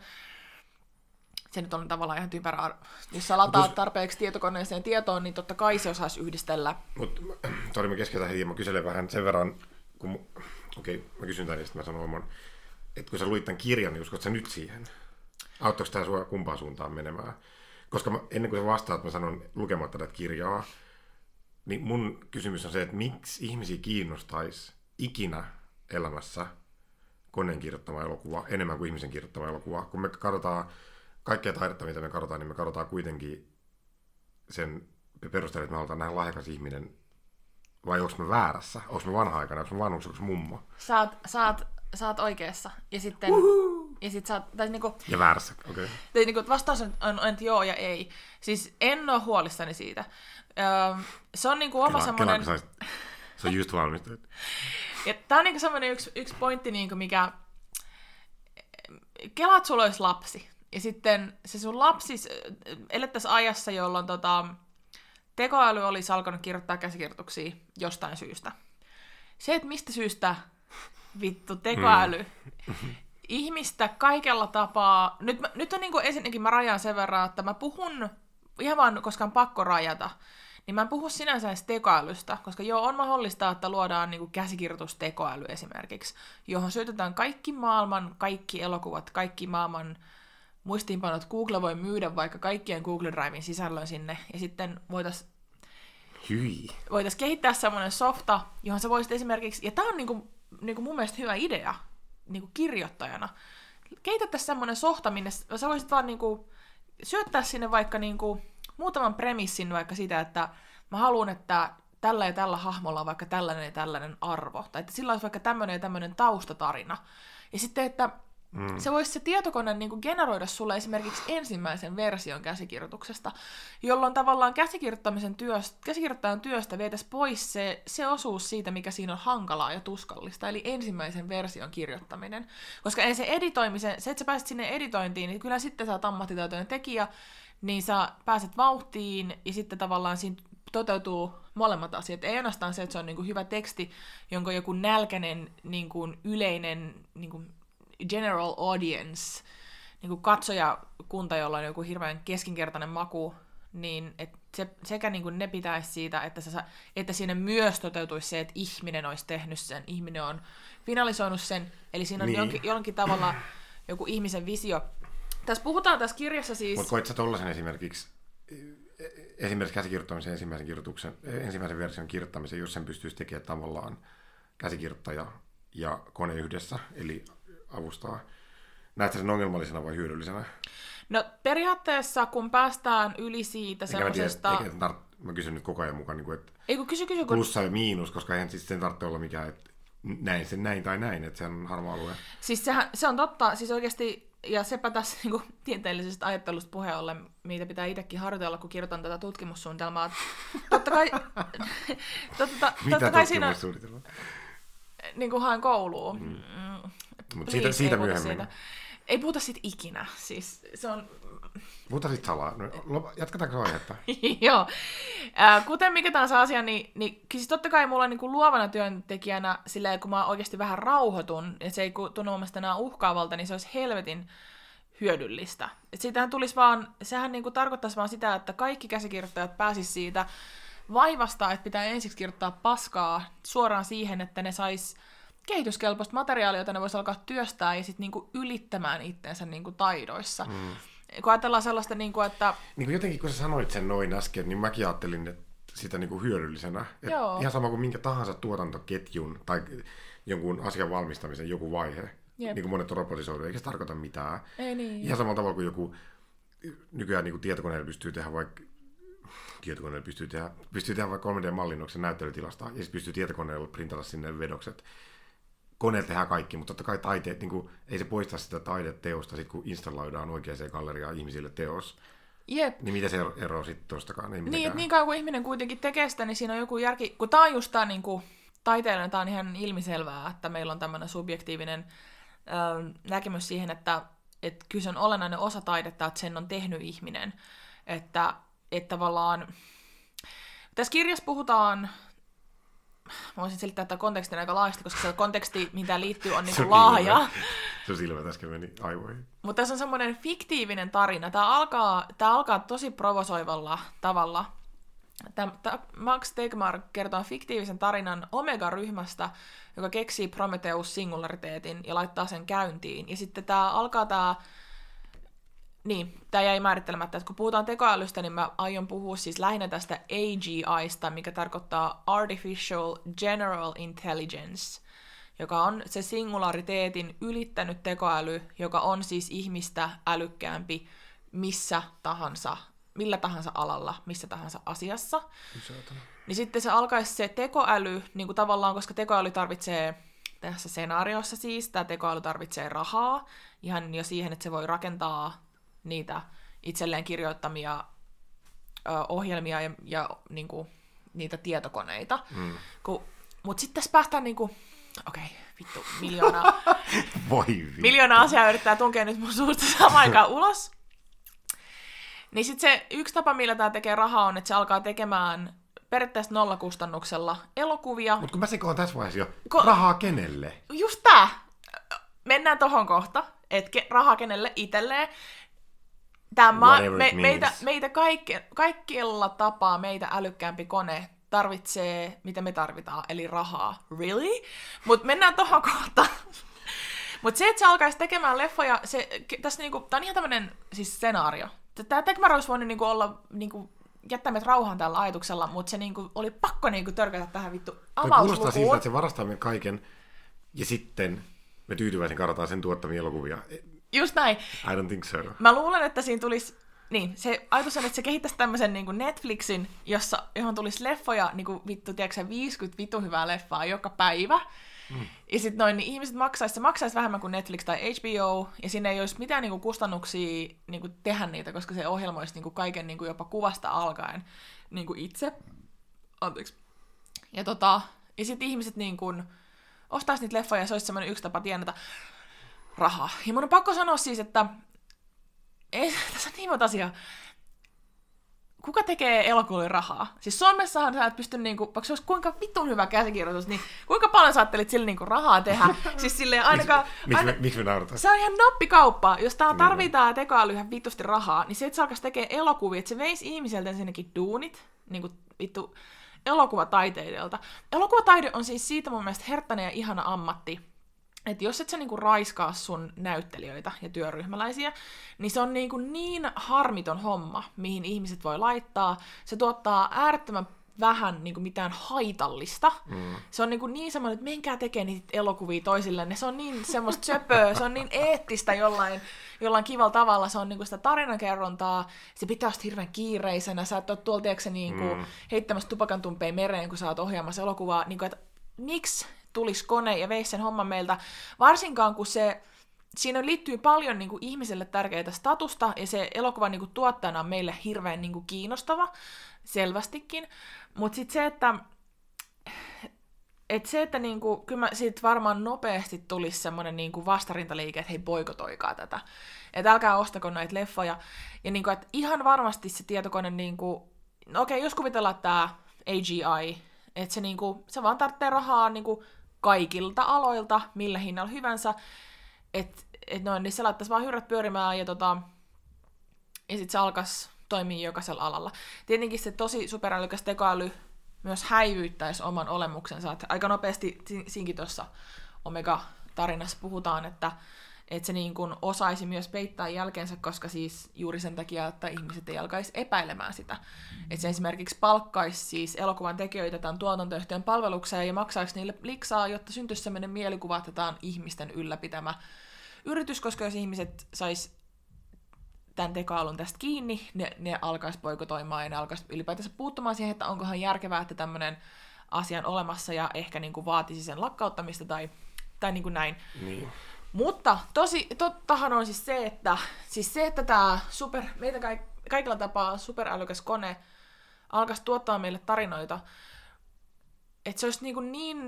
Se nyt on tavallaan ihan typerää. Jos sä lataat Mut, tarpeeksi tietokoneeseen tietoon, niin totta kai se osaisi yhdistellä. Mutta tori, mä keskeytän heti, mä kyselen vähän sen verran, kun okei, okay, mä kysyn tän, ja sitten mä sanon oman, että kun sä luit tämän kirjan, niin uskot sä nyt siihen? Auttaako tää sua kumpaan suuntaan menemään? Koska mä, ennen kuin sä vastaat, mä sanon lukematta tätä kirjaa, niin mun kysymys on se, että miksi ihmisiä kiinnostaisi ikinä elämässä koneen kirjoittama elokuva enemmän kuin ihmisen kirjoittama elokuva. Kun me katsotaan kaikkea taidetta, mitä me katsotaan, niin me katsotaan kuitenkin sen perusteella, että me halutaan nähdä lahjakas ihminen. Vai onko me väärässä? Onko me vanha-aikana? Onko me vanhuksi? Onko mummo? Sä oot, sä oot, sä oot oikeassa. Ja sitten... Ja sit sä oot, tai niinku... Ja väärässä, okei. Okay. Niinku, vastaus on, on, että joo ja ei. Siis en oo huolissani siitä. Öö, se on niinku oma semmoinen... Kela, se on just valmistunut. Ja tää on niinku semmoinen yksi, yksi pointti, niinku, mikä... Kelaat sulla olisi lapsi. Ja sitten se sun lapsi elettäisiin ajassa, jolloin tota, tekoäly olisi alkanut kirjoittaa käsikirjoituksia jostain syystä. Se, että mistä syystä vittu tekoäly... Mm. Ihmistä kaikella tapaa, nyt, nyt on niin kuin ensinnäkin mä rajaan sen verran, että mä puhun, ihan vaan koska on pakko rajata, niin mä en puhu sinänsä edes tekoälystä, koska joo, on mahdollista, että luodaan niin kuin käsikirjoitustekoäly esimerkiksi, johon syötetään kaikki maailman, kaikki elokuvat, kaikki maailman muistiinpanot. Google voi myydä vaikka kaikkien Google Driven sisällön sinne, ja sitten voitaisiin voitais kehittää semmoinen softa, johon sä voisit esimerkiksi, ja tää on niin kuin, niin kuin mun mielestä hyvä idea, niinku kirjoittajana. Kehitettäisiin semmoinen softa, minne sä voisit vaan niinku syöttää sinne vaikka niinku muutaman premissin vaikka sitä, että mä haluan, että tällä ja tällä hahmolla on vaikka tällainen ja tällainen arvo. Tai että sillä olisi vaikka tämmöinen ja tämmöinen taustatarina. Ja sitten, että mm. se voisi se tietokone niinku generoida sulle esimerkiksi ensimmäisen version käsikirjoituksesta, jolloin tavallaan käsikirjoittamisen työstä, käsikirjoittajan työstä vietäisiin pois se, se osuus siitä, mikä siinä on hankalaa ja tuskallista, eli ensimmäisen version kirjoittaminen. Koska ei se editoimisen, se, että sä pääset sinne editointiin, niin kyllä sitten sä oot ammattitaitoinen tekijä, niin sä pääset vauhtiin, ja sitten tavallaan siinä toteutuu molemmat asiat. Ei ainoastaan se, että se on niinku hyvä teksti, jonka joku nälkäinen niinku yleinen niinku general audience, niin kuin katsojakunta, jolla on joku hirveän keskinkertainen maku, niin et se, sekä niin kuin ne pitäisi siitä, että, se, että siinä myös toteutuisi se, että ihminen olisi tehnyt sen, ihminen on finalisoinut sen, eli siinä on niin. jonkin, jonkin tavalla joku ihmisen visio. Tässä puhutaan tässä kirjassa siis... Mutta koit sä tollaisen esimerkiksi, esimerkiksi käsikirjoittamisen ensimmäisen, kirjoituksen, ensimmäisen version kirjoittamisen, jos sen pystyisi tekemään tavallaan käsikirjoittaja ja kone yhdessä, eli avustaa. Näetkö sen ongelmallisena vai hyödyllisenä? No periaatteessa, kun päästään yli siitä semmoisesta... Mä, tar- mä kysyn nyt koko ajan mukaan, niin kuin, että Ei, kun kysy, kysy, kun... plussa ja miinus, koska eihän siis sen tarvitse olla mikään, että näin sen näin tai näin, että se on harmaa alue. Siis sehän, se on totta, siis oikeasti, ja sepä tässä niin kuin, tieteellisestä ajattelusta puheen ollen, mitä pitää itsekin harjoitella, kun kirjoitan tätä tutkimussuunnitelmaa. Totta kai, totta, mitä totta kai siinä tutkimussuunnitelmaa? Niin kuin haen kouluun. Mm. Mm. Mutta Please, siitä, siitä ei puhuta myöhemmin. Siitä. Ei puhuta siitä ikinä. Siis, se on... Puhutaan sitten salaa. No, jatketaanko aihetta? Joo. Äh, kuten mikä tahansa asia, niin, niin siis totta kai mulla niin kuin luovana työntekijänä, silleen, kun mä oikeasti vähän rauhoitun, ja se ei tunnu omasta enää uhkaavalta, niin se olisi helvetin hyödyllistä. Et siitähän tulisi vaan, sehän niin kuin tarkoittaisi vaan sitä, että kaikki käsikirjoittajat pääsis siitä vaivasta, että pitää ensiksi kirjoittaa paskaa suoraan siihen, että ne sais kehityskelpoista materiaalia, jota ne vois alkaa työstää ja sitten niinku ylittämään itteensä niinku taidoissa. Mm. Kun ajatellaan sellaista, niinku, että... Niin kuin jotenkin kun sä sanoit sen noin äsken, niin mäkin ajattelin että sitä niinku hyödyllisenä. Et ihan sama kuin minkä tahansa tuotantoketjun tai jonkun asian valmistamisen joku vaihe. Jep. Niin kuin monet on robotisoitu, eikä se tarkoita mitään. Ei niin. Ihan samalla tavalla kuin joku nykyään niin tietokoneella pystyy tehdä vaikka tietokoneella pystyy tehdä, pystyy tehdä vaikka kolme D-mallinnoksen näyttelytilasta, ja sitten pystyy tietokoneella printata sinne vedokset. Koneella tehdään kaikki, mutta totta kai taiteet, niin kuin, ei se poista sitä taideteosta, sit kun installoidaan oikeaan galleriaan ihmisille teos. Jep. Niin mitä se eroaa sitten tostakaan? Ei niin, että niin kauan kuin ihminen kuitenkin tekee sitä, niin siinä on joku järki, kun tää on just tää niin kuin, taiteilijan, tää on ihan ilmiselvää, että meillä on tämmöinen subjektiivinen ö, näkemys siihen, että et kyllä se on olennainen osa taidetta, että sen on tehnyt ihminen. Että että tavallaan... Tässä kirjassa puhutaan... Mä voisin selittää tämän kontekstin aika laajasti, koska se konteksti, mitä liittyy, on niinku laaja. Se silmät äsken meni aivoihin. Mutta tässä on semmoinen fiktiivinen tarina. Tämä alkaa, tämä alkaa tosi provosoivalla tavalla. Tämä, tämä Max Tegmark kertoo fiktiivisen tarinan Omega-ryhmästä, joka keksii Prometheus-singulariteetin ja laittaa sen käyntiin. Ja sitten tämä alkaa tämä... Niin, tämä jäi määrittelemättä, että kun puhutaan tekoälystä, niin mä aion puhua siis lähinnä tästä A G I:sta, mikä tarkoittaa Artificial General Intelligence, joka on se singulariteetin ylittänyt tekoäly, joka on siis ihmistä älykkäämpi missä tahansa, millä tahansa alalla, missä tahansa asiassa. Isätänä. Niin sitten se alkaisi se tekoäly, niin kuin tavallaan, koska tekoäly tarvitsee, tässä senaariossa siis, tämä tekoäly tarvitsee rahaa, ihan jo siihen, että se voi rakentaa niitä itselleen kirjoittamia ö, ohjelmia ja, ja niinku, niitä tietokoneita. Mm. Mutta sitten tässä päästään niinku, okei, okay, vittu, miljoonaa, Voi vittu. miljoonaa asiaa yrittää tunkea nyt mun suusta samaan aikaan ulos. Niin sitten se yksi tapa, millä tämä tekee rahaa, on, että se alkaa tekemään periaatteessa nollakustannuksella elokuvia. Mutta kun mä sekoan tässä vaiheessa jo, Ko- rahaa kenelle? Just tää! Mennään tohon kohta, että ke- rahaa kenelle itselleen. Tämä ma- me, meitä, meitä kaikke, kaikilla tapaa meitä älykkäämpi kone tarvitsee, mitä me tarvitaan, eli rahaa. Really? Mutta mennään tohon kohtaan. Mutta se, että se alkaisi tekemään leffoja, se, tässä niinku, tää on ihan tämmönen siis skenaario. Tämä Tegmark olisi voinut niinku olla, niinku, jättää meidät rauhaan tällä ajatuksella, mutta se niinku, oli pakko niinku, törkätä tähän vittu avauslukuun. Kuulostaa siltä, että se varastaa meidän kaiken, ja sitten me tyytyväisen karataan sen tuottamia elokuvia. Just näin. I don't think so. Mä luulen, että siinä tulisi, niin, se ajatus on, että se kehittäisi tämmöisen niin kuin Netflixin, jossa, johon tulisi leffoja, niin kuin vittu, tiedätkö viisikymmentä vitu hyvää leffaa joka päivä. Mm. Ja sitten noin, niin ihmiset maksaisi, se maksaisi vähemmän kuin Netflix tai H B O, ja siinä ei olisi mitään niin kuin kustannuksia niin kuin tehdä niitä, koska se ohjelmoisi niin kuin kaiken niin kuin jopa kuvasta alkaen niin kuin itse. Anteeksi. Ja, tota, ja sitten ihmiset niin kuin ostaisi niitä leffoja, ja se olisi semmoinen yksi tapa tienata rahaa. Ja mun on pakko sanoa siis, että ei, tässä on niin monta asiaa. Kuka tekee elokuville rahaa? Siis Suomessahan sä et pysty, niinku, vaikka se olisi kuinka vitun hyvä käsikirjoitus, niin kuinka paljon sä ajattelit sille niinku rahaa tehdä? Siis silleen ainakaan... Miksi aina, me, miksi me naurataan? Se on ihan noppikauppa. Jos tää tarvitaan tekoäly ihan vitusti rahaa, niin se, että se alkaisi tekee elokuvia, että se veisi ihmiseltä ensinnäkin duunit, niinku vittu elokuvataiteilijalta. Elokuvataide on siis siitä mun mielestä herttäinen ja ihana ammatti, että jos et sä niinku raiskaa sun näyttelijöitä ja työryhmäläisiä, niin se on niinku niin harmiton homma, mihin ihmiset voi laittaa. Se tuottaa äärettömän vähän niinku mitään haitallista. Mm. Se on niinku niin semmoinen, että menkää tekee niitä elokuvia toisilleen. Se on niin semmoista söpöä, se on niin eettistä jollain, jollain kivalla tavalla. Se on niinku sitä tarinankerrontaa, se pitää olla hirveän kiireisenä. Sä et ole tuolla tiedätkö, niinku mm. heittämässä tupakantumpeja mereen, kun sä oot ohjaamassa elokuvaa. Niinku, että miksi tulisi kone ja veisi sen homman meiltä, varsinkaan kun se, siinä liittyy paljon niin kuin ihmiselle tärkeitä statusta, ja se elokuva niin kuin tuottajana on meille hirveän niin kuin kiinnostava, selvästikin, mutta sitten se, että et se, että niinku, kyllä mä siitä varmaan nopeasti tulisi semmoinen niinku vastarintaliike, että hei, boikotoikaa tätä. Että älkää ostako näitä leffoja. Ja niinku, että ihan varmasti se tietokone, niinku, no okei, jos kuvitellaan tämä A G I, että se, niinku, se vaan tarvitsee rahaa niinku kaikilta aloilta, millä hinnalla hyvänsä, että et noin, niin se laittaisi vaan hyrrät pyörimään ja, tota, ja sitten se alkaisi toimia jokaisella alalla. Tietenkin se tosi superälykäs tekoäly myös häivyyttäisi oman olemuksensa. Että aika nopeasti siinkin tuossa Omega-tarinassa puhutaan, että, että se niin kuin osaisi myös peittää jälkeensä, koska siis juuri sen takia, että ihmiset ei alkaisi epäilemään sitä. Että se esimerkiksi palkkaisi siis elokuvan tekijöitä tämän tuotantoyhtiön palvelukseen ja maksaisi niille liksaa, jotta syntyisi sellainen mielikuva, että tämä on ihmisten ylläpitämä yritys, koska jos ihmiset sais tämän tekoälyn tästä kiinni, ne, ne alkaisi boikotoimaan ja ne alkaisi ylipäätänsä puuttumaan siihen, että onkohan järkevää, että tämmöinen asia on olemassa ja ehkä niin kuin vaatisi sen lakkauttamista tai, tai niin kuin näin. Niin. Mutta tosi, tottahan on siis se, että, siis se, että tämä super, meitä kaik, kaikilla tapaa superälykäs kone alkaisi tuottaa meille tarinoita, että se olisi niin, kuin niin,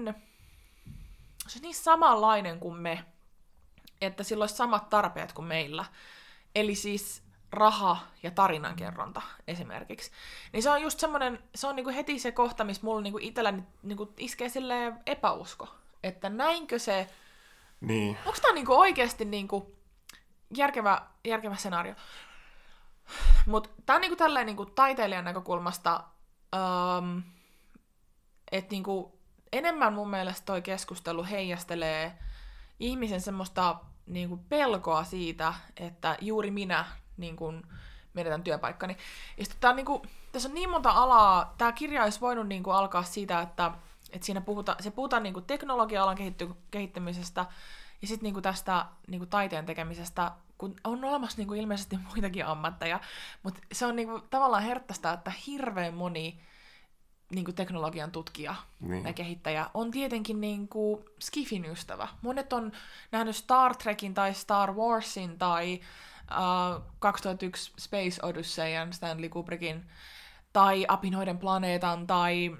se olisi niin samanlainen kuin me, että sillä olisi samat tarpeet kuin meillä. Eli siis raha ja tarinankerronta esimerkiksi. Niin se on just semmoinen, se on niinku heti se kohta, missä mulla niinku itselläni niinku iskee silleen epäusko. Että näinkö se, Niin. onko tämä niinku oikeasti niinku järkevä, järkevä skenaario? Mutta tämä on niinku tälleen niinku taiteilijan näkökulmasta, um, että niinku enemmän mun mielestä toi keskustelu heijastelee ihmisen semmoista niin kuin pelkoa siitä, että juuri minä niin kuin menetän työpaikkani. Ja tää on, niin kuin, tässä on niin monta alaa, tämä kirja olisi voinut niin kuin alkaa siitä, että, että siinä puhuta, se puhutaan niin kuin teknologia-alan kehitty, kehittämisestä ja sitten niin tästä niin kuin taiteen tekemisestä, kun on olemassa niin kuin ilmeisesti muitakin ammatteja, mutta se on niin kuin, tavallaan herttäistä, että hirveän moni niin kuin teknologian tutkija Niin. ja kehittäjä on tietenkin niin kuin Skifin ystävä. Monet on nähnyt Star Trekin tai Star Warsin tai uh, kaksituhattayksi Space Odysseyan, Stanley Kubrickin, tai Apinoiden planeetan, tai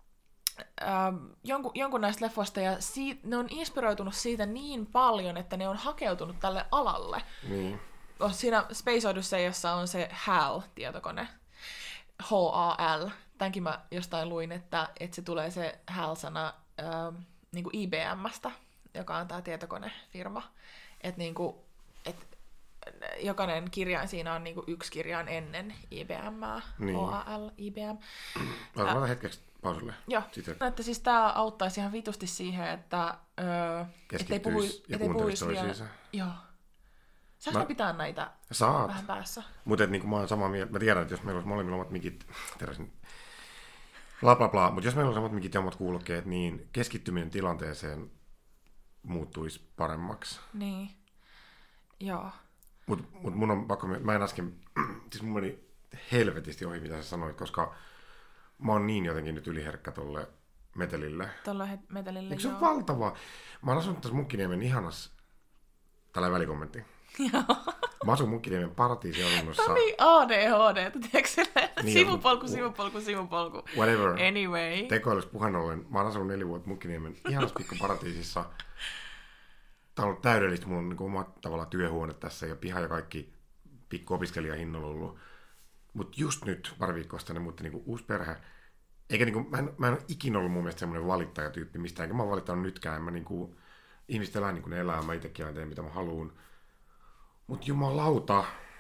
uh, jonkun, jonkun näistä leffoista, ja siitä, ne on inspiroitunut siitä niin paljon, että ne on hakeutunut tälle alalle. Niin. Siinä Space Odysseyassa on se H A L-tietokone, H A L. Tämänkin mä jostain luin, että, että se tulee se H A L-sana äh, niin kuin I B M:stä, joka on tämä tietokonefirma. Että niin kuin, et jokainen kirjain siinä on niin kuin yksi kirjain ennen I B M:ää, Niin. H A L, I B M. Otetaan äh, hetkeksi pausille. Joo, Sitten että siis tämä auttaisi ihan vitusti siihen, että öö, ettei puhui, ja ettei puhuisi vielä. toisiinsa. Joo. Saanko Mä- mä pitää näitä Saat. vähän päässä? Mutta niin mä oon samaa mieltä. Mä tiedän, että jos meillä olisi molemmilla omat mikit, teräsin, bla bla bla, mutta jos meillä on samat mikit ja omat kuulokkeet, niin keskittyminen tilanteeseen muuttuisi paremmaksi. Niin. Joo. Mutta mut mun on pakko, mä en äsken, siis mun meni helvetisti ohi, mitä sä sanoit, koska mä oon niin jotenkin nyt yliherkkä tolle metelille. Tuolla metelillä, Eikö se joo. ole valtava? Mä oon asunut tässä Munkkiniemen ihanas, tällä välikommentti. Mä asun Munkkiniemen paratiisiasunnossa. Tämä on niin A D H D, tiedätkö silleen? Niin, Sivupolku, mut- sivupolku, sivupolku. Whatever. Anyway. Tekoälys puheen ollen, mä oon asunut neljä vuotta Munkkiniemen ihanas pikku paratiisissa. Tää on ollut täydellistä, mulla on niin oma tavallaan työhuone tässä ja piha ja kaikki pikku opiskelijahinnolla ollut. Mut just nyt, pari viikkoa sitten, ne muutti niinku uusi perhe. Eikä niinku, mä en, mä en ole ikinä ollut mun mielestä semmoinen valittajatyyppi mistään, enkä mä oon valittanut nytkään. Mä niinku, ihmiset elää niin kuin ne elää, mä itekin aina teen mitä mä haluun. Mut jumalauta,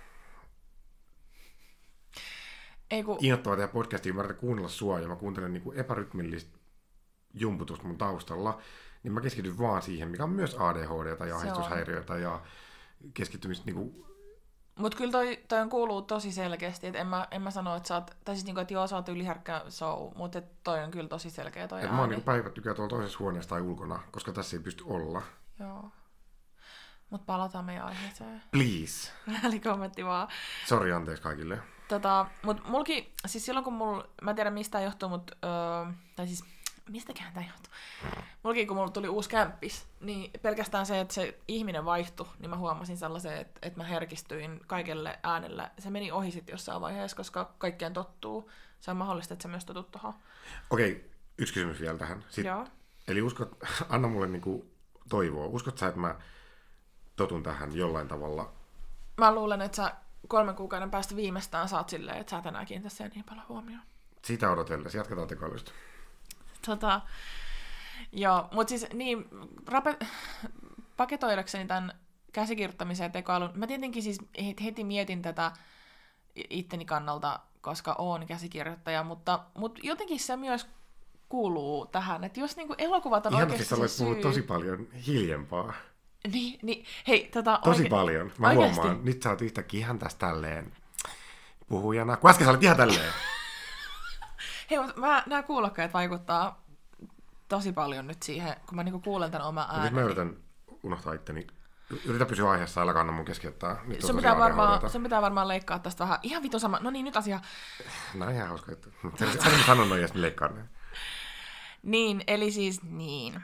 Ei kun, innoittavaa tehdä podcastia, mä yritän kuunnella sua ja mä kuuntelen niinku epärytmillistä jumputusta mun taustalla, niin mä keskityn vaan siihen, mikä on myös A D H D tai Se on. ahdistushäiriöitä ja keskittymistä niinku, mut kyllä toi, toi on kuuluu tosi selkeästi, että en mä, en mä sano, että sä oot, tai siis niinku, että joo, sä oot yliherkkä show, mutta toi on kyllä tosi selkeä toi että mä oon ääni. niinku päivät tykkää tuolla toisessa huoneessa tai ulkona, koska tässä ei pysty olla. Joo. Mut palataan meidän aiheeseen. Please. Välikommentti vaan. Sori, anteeksi kaikille. Tota, mut mulki, siis silloin kun mul, mä en tiedä mistä johtuu, mut, öö, tai siis mistäköhän tämä johtuu? Mullakin kun mulla tuli uusi kämppis, niin pelkästään se, että se ihminen vaihtui, niin mä huomasin sellaisen, että, että mä herkistyin kaikelle äänelle. Se meni ohi sitten jossain vaiheessa, koska kaikkeen tottuu. Se on mahdollista, että sä myös totut tuohon. Okei, yksi kysymys vielä tähän. Sitten, Joo. eli uskot, anna mulle niinku toivoa. Uskot sä, että mä totun tähän jollain tavalla? Mä luulen, että sä kolmen kuukauden päästä viimeistään saat silleen, että sä et enää kiinnitä siihen niin paljon huomioon. Sitä odotellessa. Jatketaan tekoälystä. Tota, joo, mutta siis niin, rape, paketoidakseni tämän käsikirjoittamisen ja tekoälyn, mä tietenkin siis heti mietin tätä itteni kannalta, koska oon käsikirjoittaja, mutta, mutta jotenkin se myös kuuluu tähän, että jos niinku elokuvat on ihan oikeasti siis se olet syy... tosi paljon hiljempaa. Niin, niin, hei, tota... Tosi oike... paljon. Mä oikeasti. huomaan, nyt sä oot yhtäkkiä ihan tässä tälleen puhujana. Kun äsken sä olit ihan tälleen. Hei, mutta mä, nämä kuulokkeet vaikuttaa tosi paljon nyt siihen, kun mä niinku kuulen tämän oman äänen. Nyt mä yritän unohtaa itteni. Yritä pysyä aiheessa, älä kanna mun keskeyttää. Nyt Sun pitää, varmaan, sun pitää varmaan leikkaa tästä vähän. Ihan vitu sama. No niin, nyt asia. No ihan hauska juttu. Aina mä sanon noin, jos mä leikkaan ne. Niin, eli siis niin.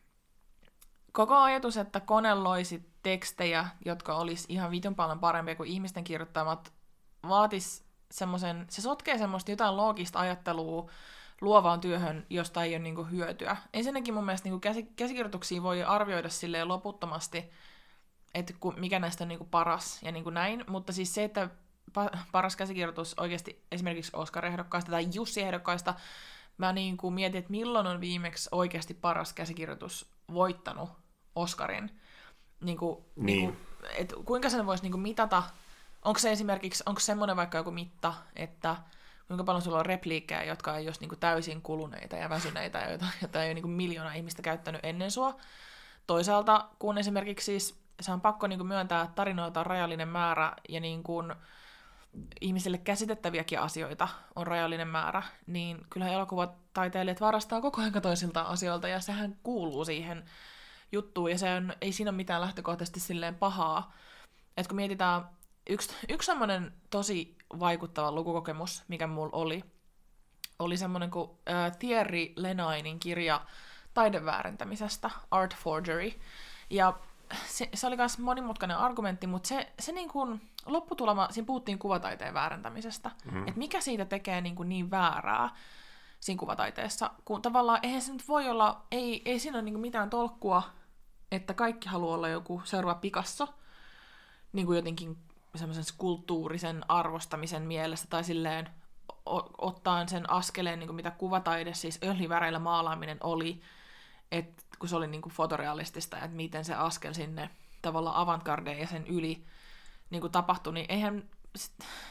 Koko ajatus, että kone loisi tekstejä, jotka olisi ihan vitun paljon parempia kuin ihmisten kirjoittamat, vaatis semmoisen, se sotkee semmoista jotain loogista ajattelua luovaan työhön, josta ei ole niinku hyötyä. Ensinnäkin mun mielestä niinku käsi, käsikirjoituksia voi arvioida silleen loputtomasti, että mikä näistä on niinku paras ja niinku näin, mutta siis se, että pa- paras käsikirjoitus oikeasti esimerkiksi Oscar-ehdokkaista tai Jussi-ehdokkaista, mä niinku mietin, että milloin on viimeksi oikeasti paras käsikirjoitus voittanut Oscarin. Niinku, niin. niinku, et kuinka sen voisi niinku mitata? Onko se esimerkiksi, onko semmoinen vaikka joku mitta, että kuinka paljon sulla on repliikkejä, jotka ei ole niinku täysin kuluneita ja väsyneitä, ja joita, joita ei ole niinku miljoona ihmistä käyttänyt ennen sua. Toisaalta, kun esimerkiksi siis, se on pakko niinku myöntää, että tarinoita on rajallinen määrä, ja niinku ihmisille käsitettäviäkin asioita on rajallinen määrä, niin kyllähän elokuvataiteilijat varastaa koko ajan toisilta asioilta, ja sehän kuuluu siihen juttuun, ja se on, ei siinä ole mitään lähtökohtaisesti silleen pahaa. Et kun mietitään, yksi, yksi semmoinen tosi vaikuttava lukukokemus, mikä mulla oli, oli semmoinen kuin äh, Thierry Lenainin kirja taideväärentämisestä, Art Forgery, ja se, se oli myös monimutkainen argumentti, mutta se, se niin kuin lopputulema, siinä puhuttiin kuvataiteen väärentämisestä, mm-hmm. että mikä siitä tekee niin, kuin niin väärää siinä kuvataiteessa, kun tavallaan eihän se nyt voi olla, ei, ei siinä ole niin kuin mitään tolkkua, että kaikki haluaa olla joku seuraava Picasso, niin kuin jotenkin semmoisen kulttuurisen arvostamisen mielestä, tai silleen o- ottaen sen askeleen, niin kuin mitä kuvataide, siis öljyväreillä maalaaminen oli, että kun se oli niin kuin fotorealistista, että miten se askel sinne tavallaan avantgardeen ja sen yli niin kuin tapahtui, niin eihän, sit,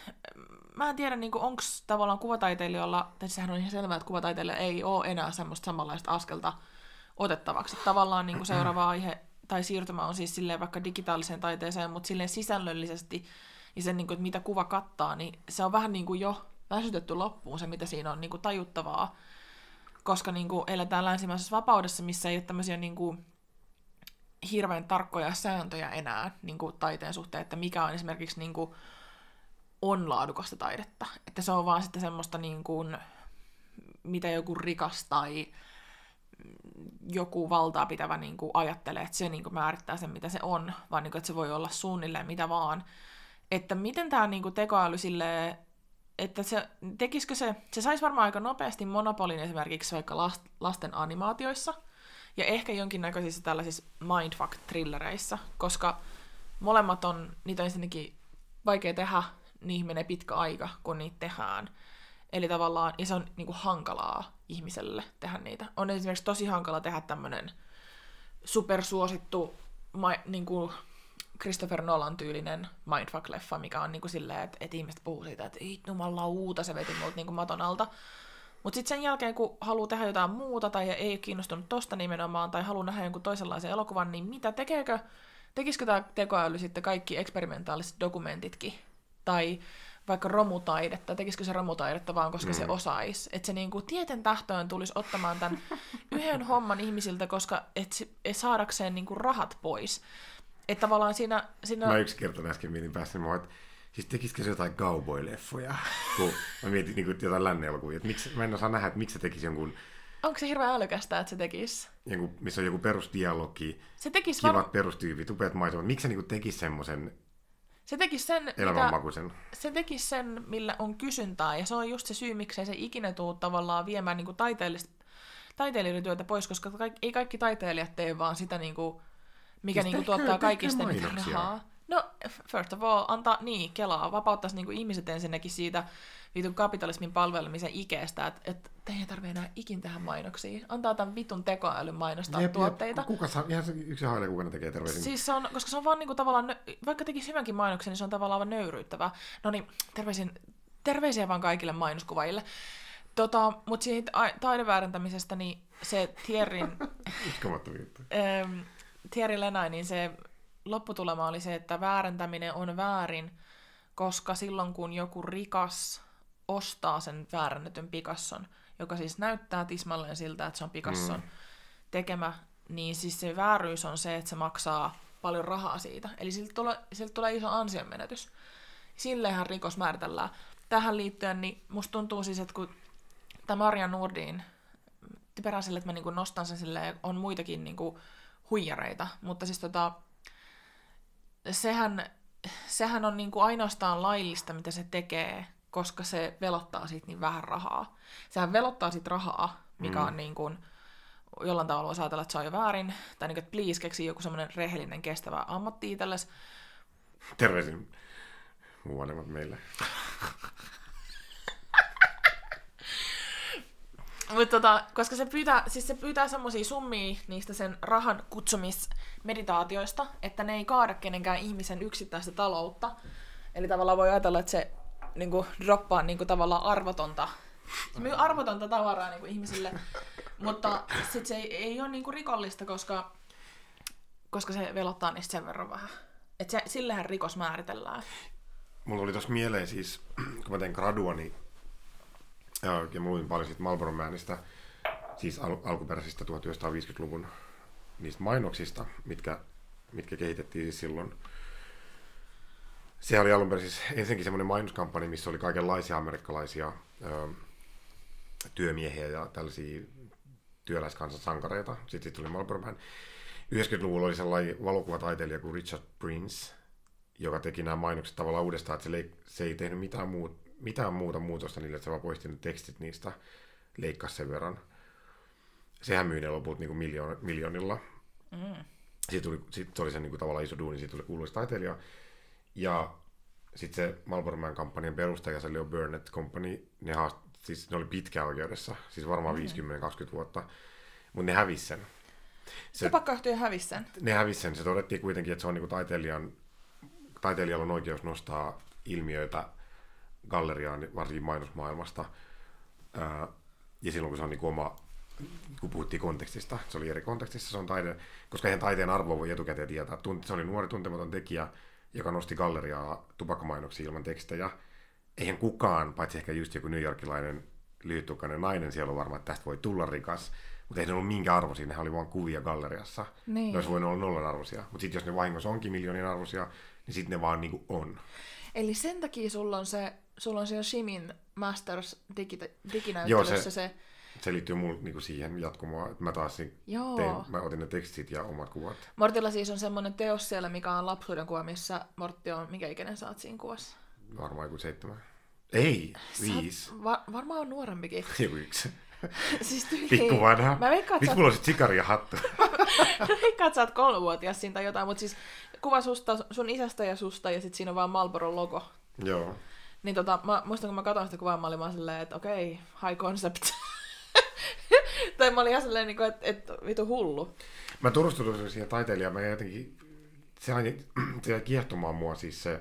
mä en tiedä, niin onko tavallaan kuvataiteilijoilla, tai sehän on ihan selvää, että kuvataiteilijoilla ei ole enää semmoista samanlaista askelta otettavaksi. Tavallaan niin kuin seuraava aihe tai siirtymä on siis silleen vaikka digitaaliseen taiteeseen, mutta silleen sisällöllisesti ja sen, niin kuin, että mitä kuva kattaa, niin se on vähän niin kuin jo väsytetty loppuun se, mitä siinä on niin kuin tajuttavaa. Koska niin kuin eletään länsimaisessa vapaudessa, missä ei ole tämmöisiä niin kuin hirveän tarkkoja sääntöjä enää niin kuin taiteen suhteen, että mikä on esimerkiksi niin kuin on laadukasta taidetta. Että se on vaan sitten semmoista, niin kuin, mitä joku rikas tai joku valtaa pitävä niin kuin ajattelee, että se niin kuin määrittää sen, mitä se on, vaan niin kuin, että se voi olla suunnilleen mitä vaan. Että miten tämä niin kuin tekoäly silleen, että se, tekisikö se, se saisi varmaan aika nopeasti monopolin esimerkiksi vaikka last, lasten animaatioissa ja ehkä jonkinnäköisissä tällaisissa mindfuck-trillereissä, koska molemmat on, niitä on ensinnäkin vaikea tehdä, niihin menee pitkä aika, kun niitä tehdään. Eli tavallaan, ja se on niin kuin hankalaa ihmiselle tehdä niitä. On esimerkiksi tosi hankala tehdä tämmöinen supersuosittu ma, niin kuin Christopher Nolan-tyylinen mindfuck-leffa, mikä on niin kuin silleen, että, että ihmiset puhuu siitä, että ei jumalauta, se veti multa niin kuin maton alta. Mutta sitten sen jälkeen, kun haluaa tehdä jotain muuta, tai ei ole kiinnostunut tosta nimenomaan, tai haluaa nähdä jonkun toisenlaisen elokuvan, niin mitä tekeekö? Tekisikö tämä tekoäly sitten kaikki eksperimentaaliset dokumentitkin? Tai vaikka romutaidetta, tekisikö se romutaidetta vaan, koska mm. se osaisi. Että se niinku tieten tahtoon tulisi ottamaan tämän yhden homman ihmisiltä, koska et, et saadakseen niinku rahat pois. Että tavallaan siinä... siinä... Mä yksi kerta äsken mietin päästä, niin mä että siis tekisikö se jotain cowboy-leffoja, kun mä mietin niinku jotain lännen elokuvia. Mä en osaa nähdä, että miksi se tekisi jonkun onko se hirveän älykästä, että se tekisi? Joku, missä on joku perusdialogi, Se tekisi kivat var... perustyypit, upeat maisemat. Miksi se niinku tekisi semmoisen Se tekisi sen, elämänmakuisen? mitä, se tekisi sen, millä on kysyntää, ja se on just se syy, miksei se ikinä tuu tavallaan viemään niin kuin taiteilijoiden työtä pois, koska kaikki, ei kaikki taiteilijat tee vaan sitä, niin kuin, mikä Siis niin kuin, tehkää- tuottaa tehkää kaikista eniten mainoksia. rahaa. No, first of all, antaa, niin, kelaa, vapauttaisi niin kuin ihmiset ensinnäkin siitä vitun kapitalismin palvelemisen ikeestä, että et, ei tarvitse enää ikin tehdä mainoksia. Antaa tämän vitun tekoälyn mainostaa Jep, jep. tuotteita. Kuka saa, ihan se yksi hailee, kuka ne tekee terveisin. Siis se on, koska se on vaan niinku tavallaan, nö- vaikka tekisi hyvänkin mainoksen, niin se on tavallaan vaan nöyryyttävää. No niin, terveisin, terveisiä vaan kaikille mainoskuvaajille. Tota, mutta siitä a- taideväärentämisestä, niin se Thierryn, Uskomattomia juttu. ähm, Thierry Lenai, niin se lopputulema oli se, että väärentäminen on väärin, koska silloin kun joku rikas ostaa sen väärännetyn Picasson, joka siis näyttää tismalleen siltä, että se on Picasson mm. tekemä, niin siis se vääryys on se, että se maksaa paljon rahaa siitä. Eli siltä tulee, siltä tulee iso ansionmenetys. Silleenhän rikos määritellään. Tähän liittyen, niin musta tuntuu siis, että kun tämä Maria Nordin, typerää sille, että mä niinku nostan sen silleen, on muitakin niinku huijareita, mutta siis tota, sehän, sehän on niinku ainoastaan laillista, mitä se tekee, koska se velottaa siitä niin vähän rahaa. Sehän velottaa siitä rahaa, mikä mm. on niin kuin, jollain tavalla voisi ajatella, että se on jo väärin, tai niin kuin, että please keksi joku semmoinen rehellinen, kestävä ammatti itsellesi. Terveisin mun vanhemmat meille. Mutta tota, koska se pyytää, siis se pyytää semmoisia summia niistä sen rahan kutsumismeditaatioista, että ne ei kaada kenenkään ihmisen yksittäistä taloutta. Eli tavallaan voi ajatella, että se niinku droppaa niinku tavallaan arvotonta, se myy arvotonta tavaraa niinku ihmisille, mutta sit se ei, ei ole niinku rikollista, koska, koska se velottaa niistä sen verran vähän. Et se, sillehän rikos määritellään. Mulla oli tossa mieleen siis, kun mä tein graduani, ja, ja mä luin paljon siitä Marlboro Manista, siis al- alkuperäisistä tuhatyhdeksänsataaviisikymmentäluvun niistä mainoksista, mitkä, mitkä kehitettiin siis silloin. Se oli alun perin siis ensinnäkin semmoinen mainoskampanja, missä oli kaikenlaisia amerikkalaisia ö, työmiehiä ja tällaisia työläiskansan sankareita. Sitten sit tuli Marlboro Man. yhdeksänkymmentäluvulla oli sellainen valokuvataiteilija kuin Richard Prince, joka teki nämä mainokset tavallaan uudestaan, että se, leik- se ei tehnyt mitään, muut, mitään muuta muutosta niille, että se vaan poisti ne tekstit niistä, leikkasi sen verran. Sehän myi ne lopulta niin kuin miljoon, miljoonilla. Mm. Sitten tuli, sit oli se niin kuin tavallaan iso duuni, siitä tuli kuuluisa taiteilija. Ja sitten se Marlboro Man-kampanjan perustaja, se Leo Burnett Company, ne, haast, siis ne oli pitkään oikeudessa, siis varmaan mm. viisikymmentä kaksikymmentä vuotta, mutta ne hävisi sen. Se, Tupakkayhtiö hävisi sen. Ne hävisi sen. Se todettiin kuitenkin, että se on niinku taiteilijan, taiteilijalla on oikeus nostaa ilmiöitä galleriaan, varsinkin mainosmaailmasta. Ää, ja silloin, kun se on niinku oma, kun puhuttiin kontekstista, se oli eri kontekstissa, se on taide, koska eihän taiteen arvoa voi etukäteen tietää. Se oli nuori tuntematon tekijä, joka nosti galleriaa tupakkamainoksia ilman tekstejä. Eihän kukaan, paitsi ehkä just joku newyorkilainen lyhyttukkainen nainen, siellä on varma, että tästä voi tulla rikas. Mutta ei ne ollut minkä arvoisia, nehän oli vaan kuvia galleriassa. Niin. Ne olisi voinut olla nollan arvoisia. Mutta sitten jos ne vahingossa onkin miljoonin arvoisia, niin sitten ne vaan niinku on. Eli sen takia sulla on se, sulla on siellä Shimin Masters digita- diginäyttelyssä Joo, se, se... se liittyy mulle niinku siihen jatkumoon, että mä taas tein, mä otin ne tekstit ja omat kuvat. Mortilla siis on semmoinen teos siellä, mikä on lapsuuden kuva, missä Mortti on, mikä ikäinen sä oot siinä kuvassa? Varmaan joku seitsemän. Ei, viisi. Va- varmaan on nuorempikin. Joku yksi. Siis tyyli. Pikku vanha. Mä veikkaan, Miksi mulla on sit sikari ja hattu? Mä veikkaan, että sä oot kolmevuotias siinä tai jotain, mutta siis kuva susta, sun isästä ja susta ja sit siinä on vaan Marlboron logo. Joo. Niin tota, mä muistan, kun mä katsoin sitä kuvaa, mä olin vaan silleen, että okei, okay, high concept. Tai mä olin ihan silleen, että et, vitu hullu. Mä turustuin siihen taiteilijaan, mä jotenkin, se jäi kiehtomaan mua siis se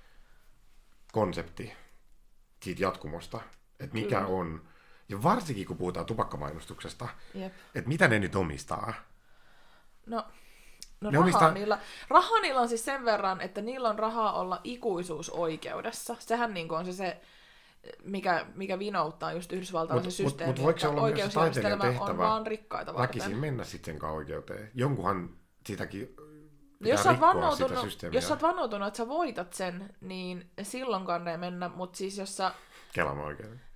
konsepti siitä jatkumosta, että mikä Kyllä. on, ja varsinkin kun puhutaan tupakkamainostuksesta, Jep. että mitä ne nyt omistaa? No, no ne rahaa, omistaa... niillä, rahaa niillä on siis sen verran, että niillä on rahaa olla ikuisuusoikeudessa. Sehän niin on se, se mikä, mikä vinouttaa just yhdysvaltalaisen systeemiä, mut, mut että oikeusjärjestelmä on vaan rikkaita varten. Väkisin mennä sitten sen oikeuteen. Jonkunhan sitäkin no, jos, sä jos sä oot vannoutunut, että sä voitat sen, niin silloin kannattaa mennä, mutta siis jos sä... Kelan oikeuden.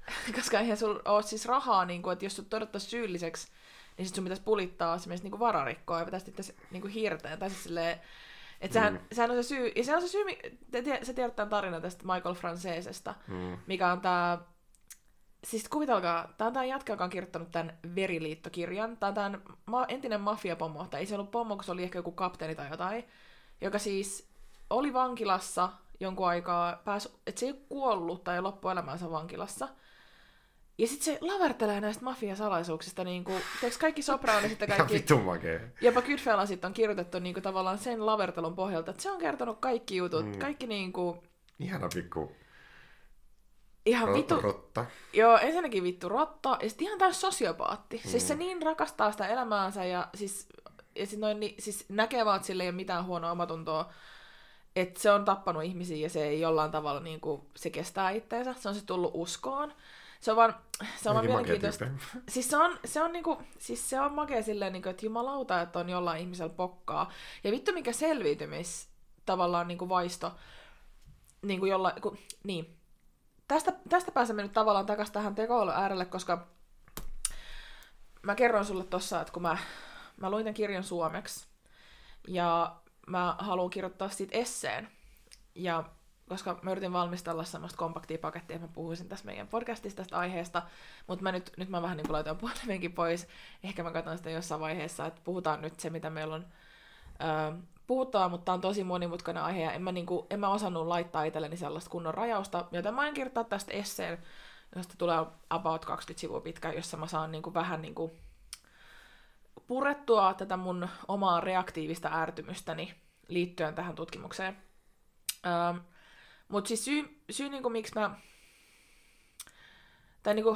koska eihän sulla ole siis rahaa, niin kuin, että jos sut todettaisiin syylliseksi, niin sit sun pitäisi pulittaa esimerkiksi niin kuin vararikkoa ja pitäisi sitten niin kuin hirteen. Tai siis silleen, että sehän, mm. sehän on se syy, ja se on se syy, sä tiedät tämän tarinan tästä Michael Francesesta, mm. mikä on tää, siis kuvitelkaa, tää on tää jätkä, joka on kirjoittanut tämän Veriliitto-kirjan. Tää on tämän ma- entinen mafiapomo, tai ei se ollut pomo, kun se oli ehkä joku kapteeni tai jotain, joka siis oli vankilassa jonkun aikaa, pääsi, että se ei ole kuollut tai loppuelämänsä vankilassa. Ja sitten se lavertelee näistä mafiasalaisuuksista, niinku, teekö kaikki Sopranos ja kaikki, vitun makee. Jopa Goodfellasit on kirjoitettu niinku, tavallaan sen lavertelun pohjalta, että se on kertonut kaikki jutut, mm. kaikki niinku... Ihana pikku ihan Rot- vittu... rotta. Joo, ensinnäkin vittu rotta, ja sitten ihan täys sosiopaatti. Mm. Siis se niin rakastaa sitä elämäänsä, ja siis, ja sit noin, niin, siis näkee vaan, että sillä ei ole mitään huonoa omatuntoa, että se on tappanut ihmisiä, ja se ei jollain tavalla niinku, se kestää itteensä, se on se tullut uskoon. Se on vaan, se on vaan mielenkiintoista. Siis se on, se on niinku, siis se on makea silleen, niinku, että jumalauta, että on jollain ihmisellä pokkaa. Ja vittu mikä selviytymis tavallaan niinku vaisto, niinku jollain, ku, niin. Tästä, tästä pääsemme nyt tavallaan takaisin tähän tekoälyn äärelle, koska mä kerron sulle tossa, että kun mä, mä luin tämän kirjan suomeksi, ja mä haluan kirjoittaa siitä esseen, ja koska mä yritin valmistella semmoista kompaktia pakettia, että mä puhuisin tässä meidän podcastissa tästä aiheesta, mutta mä nyt, nyt mä vähän niin kuin laitoin puhelimenkin pois. Ehkä mä katson sitä jossain vaiheessa, että puhutaan nyt se, mitä meillä on öö, puhutaan, mutta tää on tosi monimutkainen aihe, ja en mä, niin kuin, en mä osannut laittaa itselleni sellaista kunnon rajausta, joten mä en kirjoittaa tästä esseen, josta tulee about kaksikymmentä sivua pitkä, jossa mä saan niin kuin vähän niin kuin purettua tätä mun omaa reaktiivista ärtymystäni liittyen tähän tutkimukseen. Öö, Mutta siis syy, syy niinku, miksi mä... Tai niinku...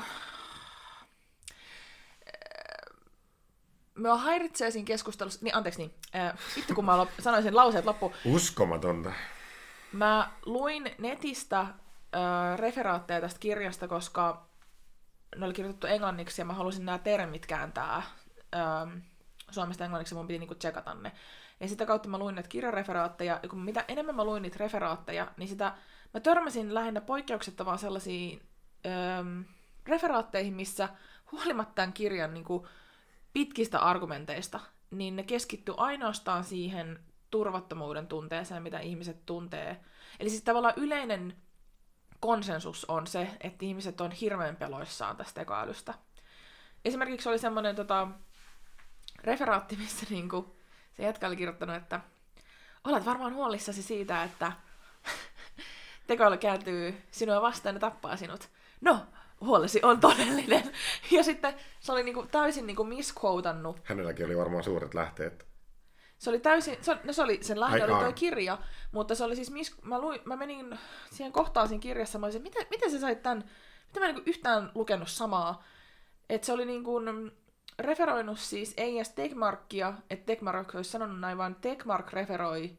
Mä häiritsee siinä keskustelussa... Niin, anteeksi niin. Äh, vittu kun mä lop, sanoin sen lauseet loppuun. Uskomatonta. Mä luin netistä äh, referaatteja tästä kirjasta, koska ne oli kirjoitettu englanniksi ja mä halusin nämä termit kääntää äh, suomesta englanniksi ja mun piti niinku tsekata ne. Ja sitä kautta mä luin näitä kirjareferaatteja, ja kun mitä enemmän mä luin niitä referaatteja, niin sitä mä törmäsin lähinnä poikkeuksetta vaan sellaisiin öö, referaatteihin, missä huolimatta tämän kirjan niin kuin pitkistä argumenteista, niin ne keskittyy ainoastaan siihen turvattomuuden tunteeseen, mitä ihmiset tuntee. Eli siis tavallaan yleinen konsensus on se, että ihmiset on hirveän peloissaan tästä tekoälystä. Esimerkiksi oli semmoinen tota, referaatti, missä niinku se jätkä oli kirjoittanut, että olet varmaan huolissasi siitä, että tekoäly kääntyy sinua vastaan ja tappaa sinut. No, huolesi on todellinen. Ja sitten se oli niinku täysin niinku misquotannut. Hänelläkin oli varmaan suuret lähteet. Se oli täysin, se, no se oli, sen lähde oli toi kirja, mutta se oli siis, mis, mä, luin, mä menin siihen kohtaan siinä kirjassa, mä olisin, miten, miten sä sait tän, miten mä niinku yhtään lukenut samaa. Että se oli niinku referoinut siis ei edes Tegmarkia, että Tegmark olisi sanonut näin, vaan Tegmark referoi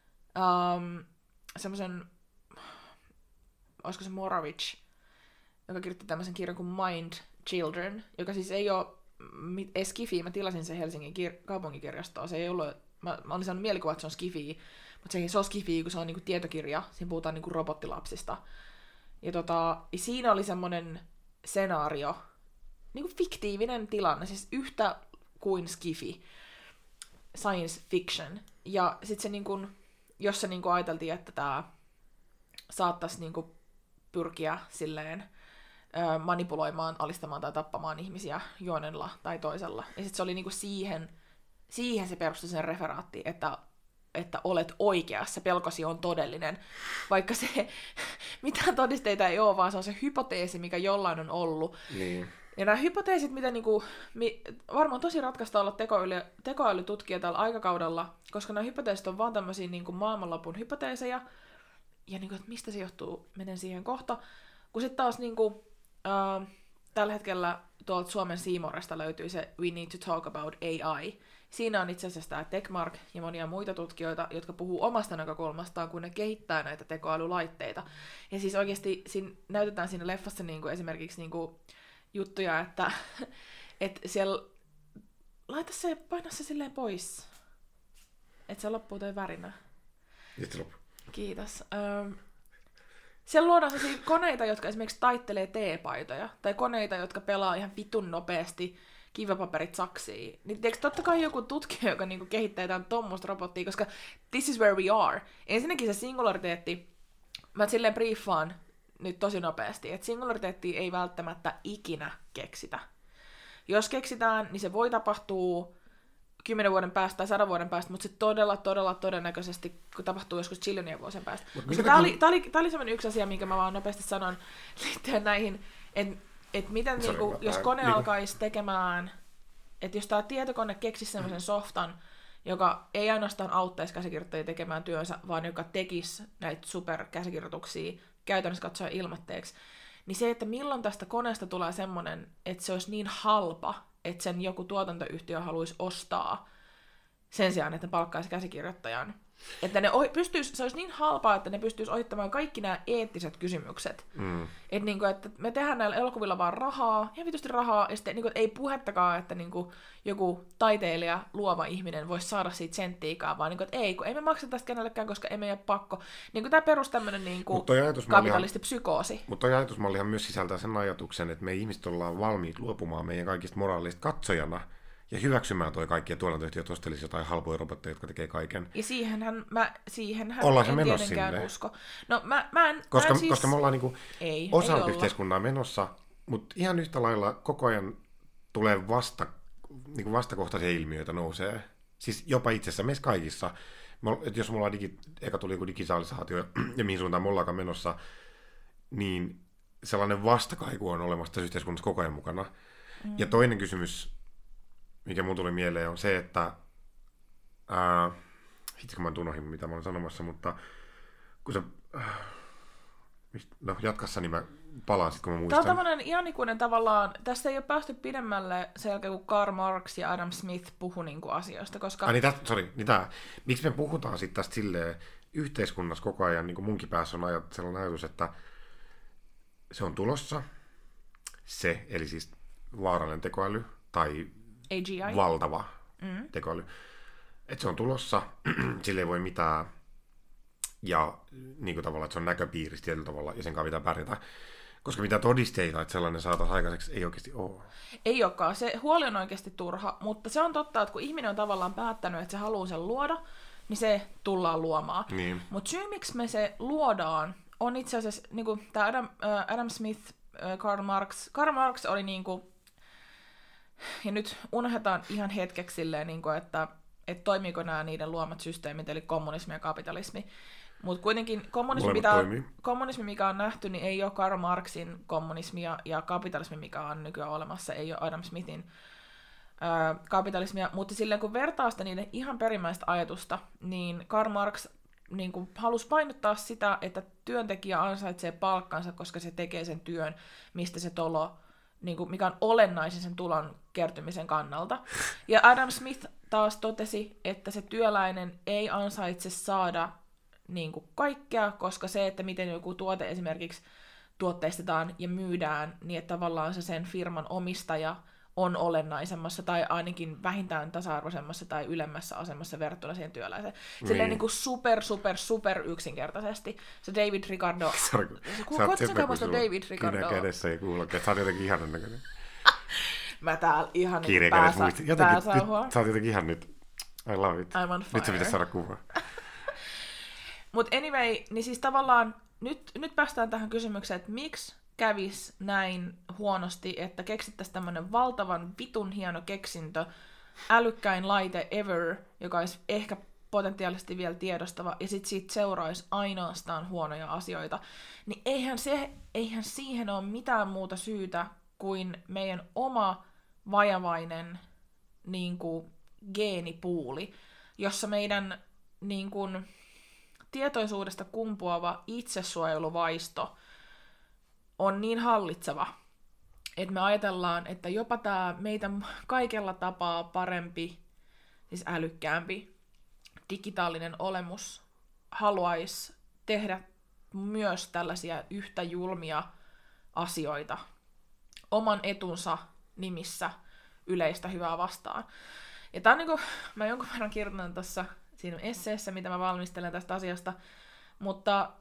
um, semmoisen, olisiko se Moravich, joka kirjoitti tämmöisen kirjan kuin Mind Children, joka siis ei ole edes skifi, mä tilasin sen Helsingin kir- kaupunkikirjastoon, se ei ollut, mä, mä olin saanut mielikuva, että se on skifi, mutta se ei se ole skifi, kun se on niinku tietokirja, siinä puhutaan niinku robottilapsista. Ja tota, siinä oli semmoinen skenaario, niinku fiktiivinen tilanne, siis yhtä kuin skifi, science fiction. Ja sitten se niinku, jos se niinku ajateltiin, että tämä saattaisi niinku pyrkiä silleen ö, manipuloimaan, alistamaan tai tappamaan ihmisiä juonella tai toisella. Ja sitten se oli niinku siihen, siihen se perustui sen referaatti, että, että olet oikeassa, pelkosi on todellinen. Vaikka se, mitään todisteita ei ole, vaan se on se hypoteesi, mikä jollain on ollut. Niin. Ja nämä hypoteesit, mitä niinku, mi, varmaan tosi ratkaista olla tekoäly, tekoälytutkija tällä aikakaudella, koska nämä hypoteesit on vaan tämmöisiä niinku maailmanlopun hypoteeseja, ja niinku, että mistä se johtuu, menen siihen kohta. Kun sitten taas niinku, äh, tällä hetkellä tuolta Suomen Seamoresta löytyy se We Need to Talk About A I. Siinä on itse asiassa tämä Tegmark ja monia muita tutkijoita, jotka puhuu omasta näkökulmastaan, kun ne kehittää näitä tekoälylaitteita. Ja siis oikeasti siinä, näytetään siinä leffassa niinku esimerkiksi niinku juttuja, että et siellä laita se, paina se silleen pois, että se loppuu toi värinä. Nyt loppu. Kiitos. Um, Siellä luodaan sellaisia koneita, jotka esimerkiksi taittelee teepaitoja, tai koneita, jotka pelaa ihan vitun nopeasti kivipaperit saksiin. Niin tiedätkö, totta kai joku tutkija, joka niinku kehittää jotain tommoista robottia, koska this is where we are. Ensinnäkin se singulariteetti, mä silleen briefaan nyt tosi nopeasti, että singulariteettia ei välttämättä ikinä keksitä. Jos keksitään, niin se voi tapahtua kymmenen vuoden päästä tai sadan vuoden päästä, mutta se todella, todella todennäköisesti kun tapahtuu joskus chillionien vuosien päästä. Koska tämä oli, tää oli, tää oli sellainen yksi asia, minkä mä vaan nopeasti sanon liittyen näihin, että et miten Sorry, niinku, jos kone niinku... alkaisi tekemään, että jos tämä tietokone keksisi sellaisen softan, joka ei ainoastaan auttaisi käsikirjoittajia tekemään työnsä, vaan joka tekisi näitä superkäsikirjoituksia käytännössä katsoen ilmatteeksi, niin se, että milloin tästä koneesta tulee semmoinen, että se olisi niin halpa, että sen joku tuotantoyhtiö haluaisi ostaa sen sijaan, että ne palkkaisi käsikirjoittajan. Että ne pystyis, se olisi niin halpaa, että ne pystyisi ohittamaan kaikki nämä eettiset kysymykset. Mm. Että niinku, että me tehdään näillä elokuvilla vaan rahaa, ihan vitusti rahaa, ja sitten niinku, ei puhettakaan, että niinku, joku taiteilija, luova ihminen voisi saada siitä senttiikaan, vaan niinku, että ei, kun ei me makseta tästä kenellekään, koska ei meidän pakko. Niinku, tämä perus tämmöinen niinku, kapitalistipsykoosi. Mutta toi ajatusmallihan myös sisältää sen ajatuksen, että me ihmiset ollaan valmiit luopumaan meidän kaikista moraalista katsojana, ja hyväksymään toi kaikki, ja tuotantoyhtiöt ostelisi jotain halpoja robotteja, jotka tekee kaiken. Ja siihenhän mä siihenhän ollaan en menossa tietenkään sinne. Usko. No mä, mä en, koska, mä en siis... koska me ollaan niinku ei, osa ei yhteiskuntaa menossa, mutta ihan yhtä lailla koko ajan tulee vasta, niinku vastakohtaisia ilmiöitä nousee. Siis jopa itse asiassa meissä kaikissa. Et jos mulla on digi, eka tuli joku digitalisaatio ja mihin suuntaan me ollaankaan menossa, niin sellainen vastakaiku on olemassa tässä yhteiskunnassa koko ajan mukana. Mm. Ja toinen kysymys, mikä mun tuli mieleen, on se, että ää, hitsi kun mä en tunnohin, mitä mä olen sanomassa, mutta kun se, äh, no jatkassa, niin mä palaan sitten, kun mä muistan. Tämä on tämmöinen ihan ikuinen tavallaan, tästä ei ole päästy pidemmälle sen jälkeen, kun Karl Marx ja Adam Smith puhu niinku asioista, koska... Ai niin, tästä, sorry, niin tää, miksi me puhutaan sitten tästä silleen yhteiskunnassa koko ajan, niin kuin munkin päässä on ajat, sellainen ajatus, että se on tulossa, se, eli siis vaarallinen tekoäly, tai A G I. valtava mm. tekoäly. Että se on tulossa, sille ei voi mitään, ja niin kuin tavallaan, että se on näköpiirissä tietyllä tavalla, ja sen kanssa pitää pärjätä. Koska mitä todisteita, että sellainen saataisiin aikaiseksi, ei oikeasti ole. Ei olekaan. Se huoli on oikeasti turha, mutta se on totta, että kun ihminen on tavallaan päättänyt, että se haluaa sen luoda, niin se tullaan luomaan. Niin. Mutta syy, miksi me se luodaan, on itse asiassa, niin kuin tämä Adam, äh, Adam Smith, äh, Karl Marx. Karl Marx oli niin kuin, ja nyt unohdetaan ihan hetkeksi silleen, niin kuin, että, että toimiiko nämä niiden luomat systeemit, eli kommunismi ja kapitalismi. Mutta kuitenkin kommunismi, mitä on, kommunismi, mikä on nähty, niin ei ole Karl Marxin kommunismia, ja kapitalismi, mikä on nykyään olemassa, ei ole Adam Smithin ää, kapitalismia. Mutta silleen, kun vertaa sitä niiden ihan perimmäistä ajatusta, niin Karl Marx niin kuin halusi painottaa sitä, että työntekijä ansaitsee palkkansa, koska se tekee sen työn, mistä se tolo, niin kuin, mikä on olennaisin sen tulon kertymisen kannalta. Ja Adam Smith taas totesi, että se työläinen ei ansaitse saada niin kuin kaikkea, koska se, että miten joku tuote esimerkiksi tuotteistetaan ja myydään, niin että tavallaan se sen firman omistaja on olennaisemmassa tai ainakin vähintään tasa-arvoisemmassa tai ylemmässä asemassa verrattuna siihen työläiseen. Silleen niin. niin kuin super, super, super yksinkertaisesti. Se David Ricardo... Koetko sä kaupasta David Ricardo? Kynä kädessä ei kuulla, että sä oot jotenkin ihanan näköinen. Mä täällä ihan niin pääsä, pääsauhua. Sä oot jotenkin ihan nyt... I love it. I'm on fire. Nyt sä pitäisi saada kuvaa. Mutta anyway, niin siis tavallaan nyt, nyt päästään tähän kysymykseen, että miksi kävis näin huonosti, että keksittäisiin tämmöinen valtavan vitun hieno keksintö, älykkäin laite ever, joka olisi ehkä potentiaalisesti vielä tiedostava, ja sitten siitä seuraisi ainoastaan huonoja asioita, niin eihän, se, eihän siihen ole mitään muuta syytä kuin meidän oma vajavainen niin kuin, geenipuuli, jossa meidän niin kuin, tietoisuudesta kumpuava itsesuojeluvaisto on niin hallitseva, että me ajatellaan, että jopa tämä meitä kaikella tapaa parempi, siis älykkäämpi, digitaalinen olemus haluaisi tehdä myös tällaisia yhtä julmia asioita oman etunsa nimissä yleistä hyvää vastaan. Ja tämä on niin kuin, mä jonkun verran kirjoitan tuossa siinä esseessä, mitä mä valmistelen tästä asiasta, mutta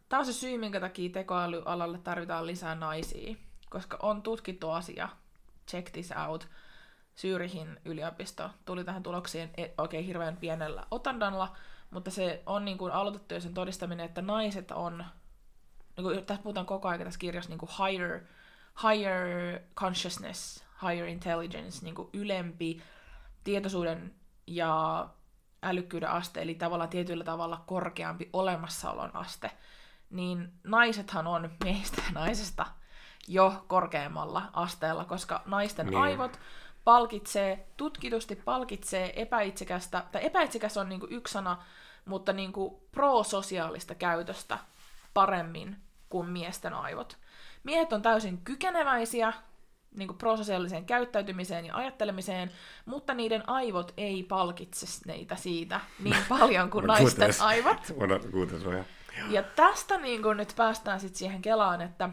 tämä on se syy, minkä takia tekoälyalalle tarvitaan lisää naisia, koska on tutkittu asia, check this out, Zürihin yliopisto tuli tähän tulokseen oikein okay, hirveän pienellä otandalla, mutta se on niin kuin aloitettu jo sen todistaminen, että naiset on, niin kuin tässä puhutaan koko ajan tässä kirjassa, niin kuin higher, higher consciousness, higher intelligence, niin kuin ylempi tietoisuuden ja älykkyyden aste, eli tavallaan tietyllä tavalla korkeampi olemassaolon aste, niin naisethan on miehistä ja naisesta jo korkeammalla asteella, koska naisten niin. aivot palkitsee, tutkitusti palkitsee epäitsekästä, tai epäitsekäs on niinku yksi sana, mutta niinku prososiaalista käytöstä paremmin kuin miesten aivot. Miehet on täysin kykeneväisiä niinku prososiaaliseen käyttäytymiseen ja ajattelemiseen, mutta niiden aivot ei palkitse neitä siitä niin paljon kuin naisten kuutes. aivot. Kuutes, ja tästä niinku nyt päästään sit siihen kelaan, että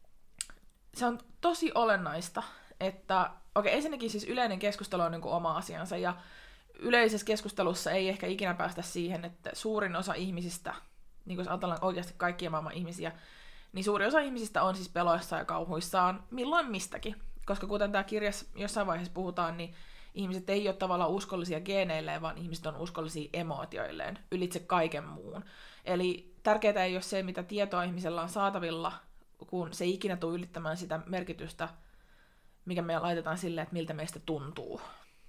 se on tosi olennaista, että okei, ensinnäkin siis yleinen keskustelu on niin kuin oma asiansa, ja yleisessä keskustelussa ei ehkä ikinä päästä siihen, että suurin osa ihmisistä, niin kuin jos ajatellaan oikeasti kaikkia maailman ihmisiä, niin suuri osa ihmisistä on siis peloissaan ja kauhuissaan milloin mistäkin. Koska kuten tämä kirjassa jossain vaiheessa puhutaan, niin ihmiset ei ole tavallaan uskollisia geeneilleen, vaan ihmiset on uskollisia emootioilleen, ylitse kaiken muun. Eli tärkeää ei ole se, mitä tietoa ihmisellä on saatavilla, kun se ei ikinä tule ylittämään sitä merkitystä, mikä me laitetaan silleen, että miltä meistä tuntuu.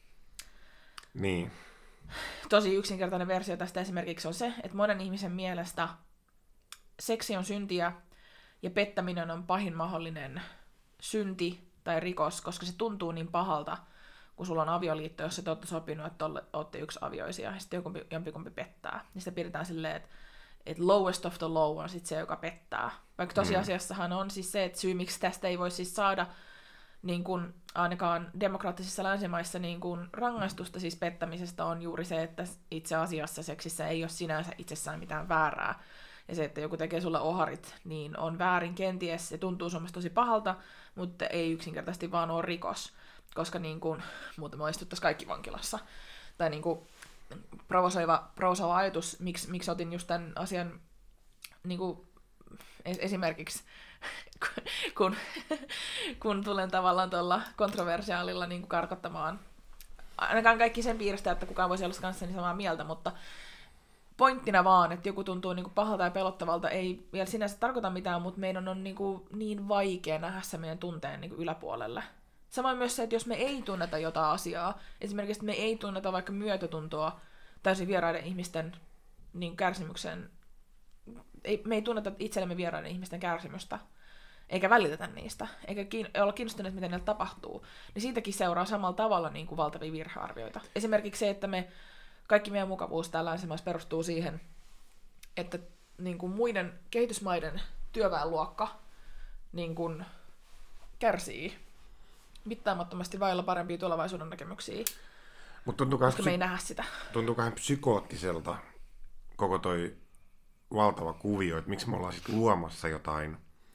Niin. Tosi yksinkertainen versio tästä esimerkiksi on se, että monen ihmisen mielestä seksi on syntiä ja pettäminen on pahin mahdollinen synti tai rikos, koska se tuntuu niin pahalta, kun sulla on avioliitto, jossa te olette sopinut, että olette yksi avioisia, ja sitten jompikumpi pettää. Ja sitä pidetään silleen, että, että lowest of the low on sitten se, joka pettää. Vaikka tosiasiassahan on siis se, että syy, miksi tästä ei voi siis saada niin kuin ainakaan demokraattisissa länsimaissa niin kuin rangaistusta siis pettämisestä on juuri se, että itse asiassa seksissä ei ole sinänsä itsessään mitään väärää. Ja se, että joku tekee sulle oharit, niin on väärin kenties, se tuntuu Suomessa tosi pahalta, mutta ei yksinkertaisesti vaan ole rikos, koska niin kuin, muuten me istuttaisiin kaikki vankilassa. Tai niin kuin provosoiva, provosoiva ajatus, miksi, miksi otin just tämän asian niin kuin esimerkiksi, kun, kun tulen tavallaan tuolla kontroversiaalilla niin kuin karkottamaan, ainakaan kaikki sen piiristä, että kukaan voisi olla kanssani samaa mieltä, mutta pointtina vaan, että joku tuntuu niin kuin pahalta ja pelottavalta, ei vielä sinänsä tarkoita mitään, mutta meidän on niin, kuin niin vaikea nähdä se meidän tunteen niin kuin yläpuolelle. Samoin myös se, että jos me ei tunneta jotain asiaa, esimerkiksi että me ei tunneta vaikka myötätuntoa täysin vieraiden ihmisten niin kärsimyksen, ei, me ei tunneta itsellemme vieraiden ihmisten kärsimystä, eikä välitetä niistä, eikä kiin- olla kiinnostuneet, mitä niillä tapahtuu, niin siitäkin seuraa samalla tavalla niin kuin valtavia virhearvioita. Esimerkiksi se, että me kaikki meidän mukavuus täällä länsimaissa perustuu siihen, että niin kuin muiden kehitysmaiden työväenluokka niin kuin kärsii mittaamattomasti vailla parempia tulevaisuuden näkemyksiä, Mut koska psy- me ei nähdä sitä. Tuntuukohan psykoottiselta koko toi valtava kuvio, että miksi me ollaan sitten luomassa jotain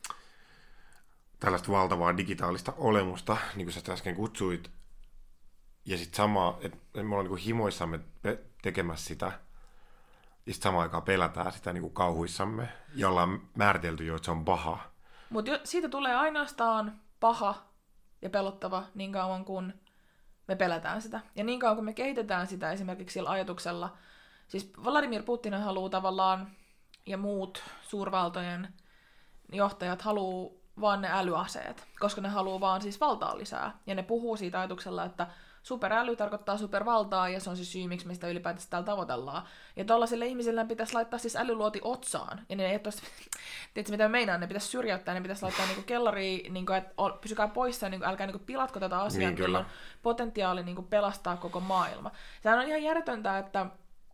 tällaista valtavaa digitaalista olemusta, niin kuin sä äsken kutsuit, ja sitten sama, että me ollaan niin himoissamme tekemässä sitä, ja sitten samaan aikaan pelätään sitä niin kuin kauhuissamme, ja ollaan määritelty jo, että se on paha. Mutta siitä tulee ainoastaan paha ja pelottava niin kauan, kun me pelätään sitä. Ja niin kauan, kun me kehitetään sitä esimerkiksi sillä ajatuksella, siis Vladimir Putin haluaa tavallaan, ja muut suurvaltojen johtajat haluaa vaan ne älyaseet, koska ne haluaa vaan siis valtaa lisää. Ja ne puhuu siitä ajatuksella, että superäly tarkoittaa supervaltaa, ja se on se syy, miksi me sitä ylipäätänsä täällä tavoitellaan. Ja tuollaisille ihmisille pitäisi laittaa siis älyluoti otsaan. Ja ne ei tosta, tiedätkö mitä meinaan, ne pitäisi syrjäyttää, ne pitäisi laittaa niinku kellariin, niinku, että pysykää poissa, niinku, älkää niinku pilatko tätä asiaa, niin, kyllä on potentiaali niinku pelastaa koko maailma. Sehän on ihan järjetöntä, että,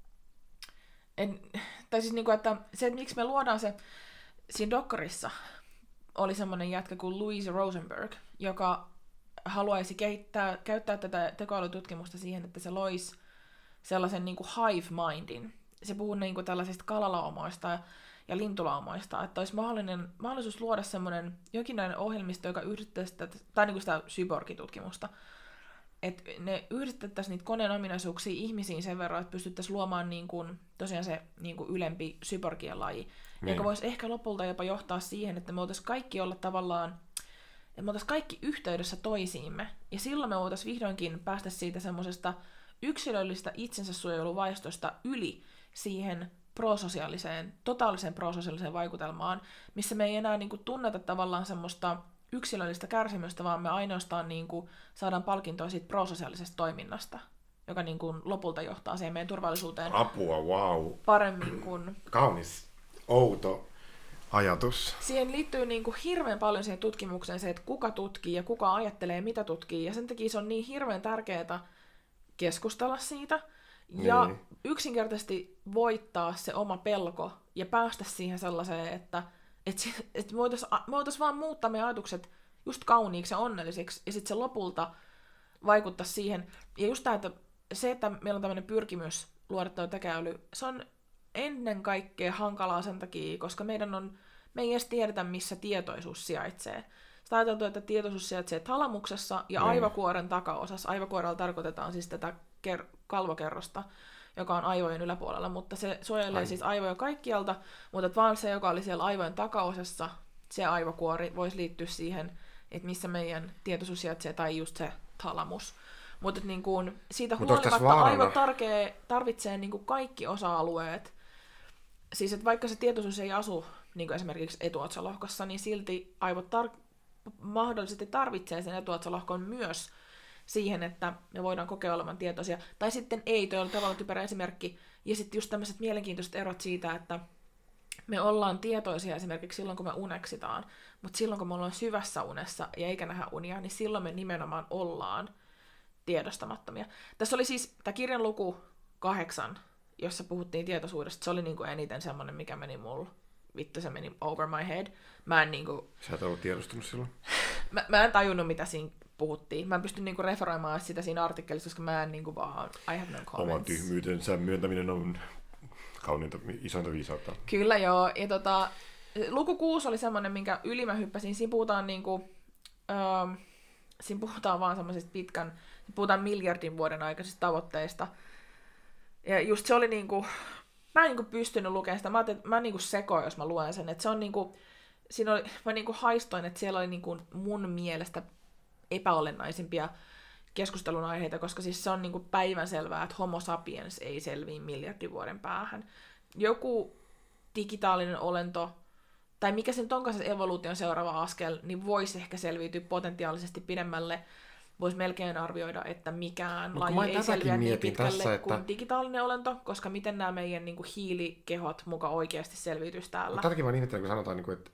en, tai siis niinku, että se, että miksi me luodaan se, siinä dokkarissa oli semmoinen jätkä kuin Louise Rosenberg, joka haluaisi kehittää, käyttää tätä tekoälytutkimusta siihen, että se loisi sellaisen niin kuin hive-mindin. Se puhuu niin kuin tällaisista kalalaumoista ja lintulaumoista, että olisi mahdollinen, mahdollisuus luoda semmoinen jokinlainen ohjelmisto, joka yhdistäisi sitä, tai niin kuin sitä cyborg-tutkimusta, että ne yhdistettäisiin niitä koneen ominaisuuksia ihmisiin sen verran, että pystyttäisiin luomaan niin kuin, tosiaan se niin kuin ylempi syborgien laji, niin. joka voisi ehkä lopulta jopa johtaa siihen, että me voitaisiin kaikki olla tavallaan, että me voitaisiin kaikki yhteydessä toisiimme, ja silloin me voitaisiin vihdoinkin päästä siitä semmoisesta yksilöllistä itsensä suojeluvaistosta yli siihen prososiaaliseen, totaaliseen prososiaaliseen vaikutelmaan, missä me ei enää niin kuin tunneta tavallaan semmoista yksilöllistä kärsimystä, vaan me ainoastaan niin kuin saadaan palkintoa siitä prososiaalisesta toiminnasta, joka niin kuin lopulta johtaa siihen meidän turvallisuuteen. Apua, wow. Paremmin kuin... Kaunis, outo ajatus. Siihen liittyy niin kuin hirveän paljon siihen tutkimukseen se, että kuka tutkii ja kuka ajattelee, mitä tutkii, ja sen takia se on niin hirveän tärkeää keskustella siitä, ja niin. yksinkertaisesti voittaa se oma pelko ja päästä siihen sellaiseen, että Että et me voitaisiin voitais vaan muuttaa meidän ajatukset just kauniiksi ja onnellisiksi, ja sitten se lopulta vaikuttaa siihen. Ja just tämä, että se, että meillä on tämmöinen pyrkimys luoda tuo tekoäly, se on ennen kaikkea hankalaa sen takia, koska meidän on, me ei edes tiedetä, missä tietoisuus sijaitsee. Sitä ajateltu, että tietoisuus sijaitsee thalamuksessa ja aivokuoren takaosassa. Aivokuorella tarkoitetaan siis tätä ker- kalvokerrosta, joka on aivojen yläpuolella, mutta se suojelee Ai. siis aivoja kaikkialta, mutta vaan se, joka oli siellä aivojen takaosassa, se aivokuori voisi liittyä siihen, että missä meidän tietoisuus sijaitsee, tai just se thalamus. Mutta niin kuin, siitä Mut huolimatta aivo tarkee, tarvitsee niin kuin kaikki osa-alueet. Siis että vaikka se tietoisuus ei asu niin kuin esimerkiksi etuotsalohkossa, niin silti aivot tar- mahdollisesti tarvitsee sen etuotsalohkon myös siihen, että me voidaan kokea olevan tietoisia. Tai sitten ei, toi on tavallaan typerä esimerkki. Ja sitten just tämmöiset mielenkiintoiset erot siitä, että me ollaan tietoisia esimerkiksi silloin, kun me uneksitaan. Mutta silloin, kun me ollaan syvässä unessa ja eikä nähdä unia, niin silloin me nimenomaan ollaan tiedostamattomia. Tässä oli siis tämä kirjan luku kahdeksan, jossa puhuttiin tietoisuudesta. Se oli niinku eniten semmoinen, mikä meni mulla. Vittu, se meni over my head. Mä en niinku... Sä et ollut tiedostunut silloin? mä, mä en tajunnut, mitä siinä puhuttiin. Mä en pysty niinku referoimaan sitä siinä artikkelissa, koska mä en niinku vaan... I have no comments. Oman tyhmyytensä myöntäminen on kauniinta, isointa viisautta. Kyllä joo. Ja tota, luku kuusi oli semmoinen, minkä yli mä hyppäsin. Siinä puhutaan niinku... Öö, siinä puhutaan vaan semmoisesta pitkän... Puhutaan miljardin vuoden aikaisista tavoitteista. Ja just se oli niinku... Mä en niinku pystynyt lukemaan sitä. Mä ajattelin, että mä niinku sekoin, jos mä luen sen. Että se on niinku... Siinä oli... Mä niinku haistoin, että siellä oli niinku mun mielestä epäolennaisimpia keskustelun aiheita, koska siis se on niinku päivänselvää, että homo sapiens ei selviä miljardin vuoden päähän. Joku digitaalinen olento, tai mikä sen onkaan se evoluution seuraava askel, niin voisi ehkä selviytyä potentiaalisesti pidemmälle. Voisi melkein arvioida, että mikään Mut laji ei selviä niin pitkälle tässä, että... kuin digitaalinen olento, koska miten nämä meidän niinku hiilikehot muka oikeasti selviytyisi täällä. Tätäkin mä ihmettelen, kun sanotaan, että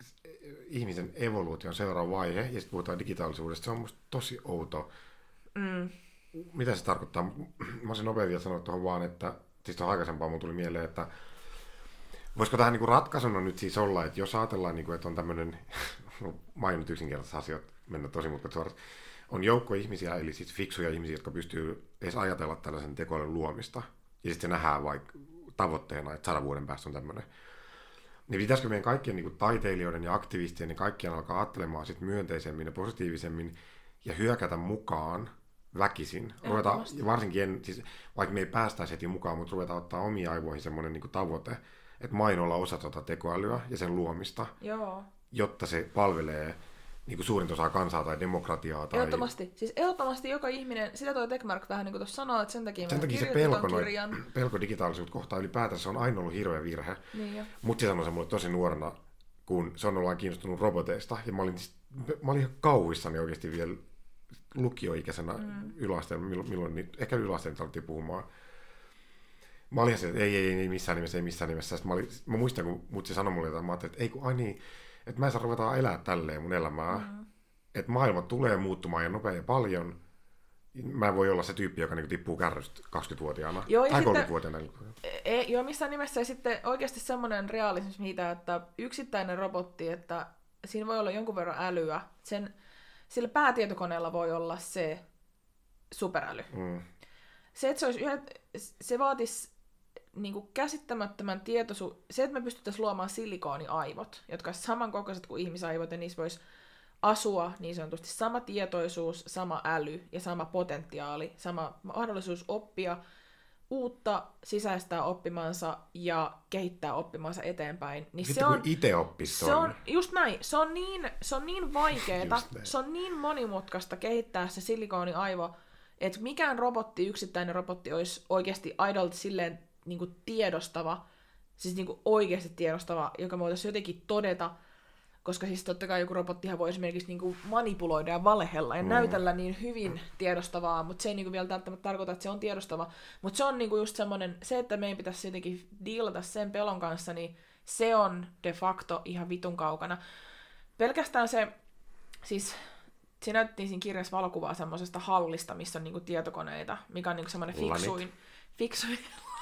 ihmisen evoluution seuraava vaihe, ja sitten puhutaan digitaalisuudesta, se on musta tosi outo. Mm. Mitä se tarkoittaa? Mä olisin nopeasti vielä sanoa tuohon vaan, että siis tuohon aikaisempaan mun tuli mieleen, että voisiko tähän niinku ratkaisuna nyt siis olla, että jos ajatellaan, niinku, että on tämmöinen, mä aion nyt yksinkertaiset asiat mennä tosi mutkat suoraan, on joukko ihmisiä, eli siis fiksuja ihmisiä, jotka pystyy edes ajatella tällaisen tekoälyn luomista, ja sitten se nähdään vaikka tavoitteena, että sadan vuoden päästä on tämmöinen. Niin pitäisikö meidän kaikkien niin kuin taiteilijoiden ja aktivistien, niin kaikkien alkaa ajattelemaan sit myönteisemmin ja positiivisemmin ja hyökätä mukaan väkisin. Ruveta, varsinkin, en, siis, vaikka me ei päästäisi heti mukaan, mutta ruvetaan ottaa omiin aivoihin semmoinen niin kuin tavoite, että main olla osa tuota tekoälyä ja sen luomista, Joo. jotta se palvelee niin kuin suurinta osaa kansaa tai demokratiaa. Tai... Ehdottomasti. Siis ehdottomasti joka ihminen, sitä toi Tekmark vähän niin kuin tuossa sanoo, että sen takia sen mä takia se pelko, noin, pelko digitaalisuutta kohtaan ylipäätänsä se on aina ollut hirveä virhe. Niin mutta se sanoi se mulle tosi nuorena, kun se on ollut kiinnostunut roboteista. Ja mä olin, mä olin ihan kauhuissani oikeasti vielä lukioikäisenä mm. yläasteella, milloin, milloin ehkä yläasteella alettiin puhumaan. Mä olin se, että ei, ei, ei missään nimessä, ei missään nimessä. Mä, olin, mä muistan, kun mutsi sanoi mulle, että mä ajattelin, että ei kun, ai niin, että mä en saa ruveta elää tälleen mun elämää. Mm. Että maailma tulee muuttumaan ja nopea ja paljon. Mä en voi olla se tyyppi, joka niinku tippuu kärrystä kaksikymmentävuotiaana joo, tai kolmekymmentävuotiaana. E, joo, missään nimessä. Ja sitten oikeasti semmoinen realismi siitä, että yksittäinen robotti, että siinä voi olla jonkun verran älyä. Sen, sillä päätietokoneella voi olla se superäly. Mm. Se, että se, olisi yhdet, se vaatisi niin kuin käsittämättömän tietoisuuden. Se, että me pystyttäisiin luomaan silikooniaivot, jotka olisivat samankokoiset kuin ihmisaivot, ja niissä voisi asua niin sanotusti sama tietoisuus, sama äly ja sama potentiaali, sama mahdollisuus oppia uutta, sisäistää oppimansa ja kehittää oppimansa eteenpäin. Niin Sitten se on, kun itse oppisi se on, just näin, se on niin, se on niin vaikeeta, se on niin monimutkaista kehittää se silikooniaivo, että mikään robotti, yksittäinen robotti olisi oikeasti aidolta silleen niin kuin tiedostava, siis niin kuin oikeasti tiedostava, joka me voitaisiin jotenkin todeta, koska siis totta kai joku robottihan voi esimerkiksi niin kuin manipuloida ja valehella ja mm. näytellä niin hyvin tiedostavaa, mutta se ei niin kuin vielä välttämättä tarkoita, että se on tiedostava. Mutta se on niin kuin just semmoinen, se, että meidän pitäisi jotenkin dealata sen pelon kanssa, niin se on de facto ihan vitun kaukana. Pelkästään se, siis siinä näytettiin siinä kirjassa valokuvaa semmoisesta hallista, missä on niin kuin tietokoneita, mikä on niin kuin semmoinen fiksuin, fiksuin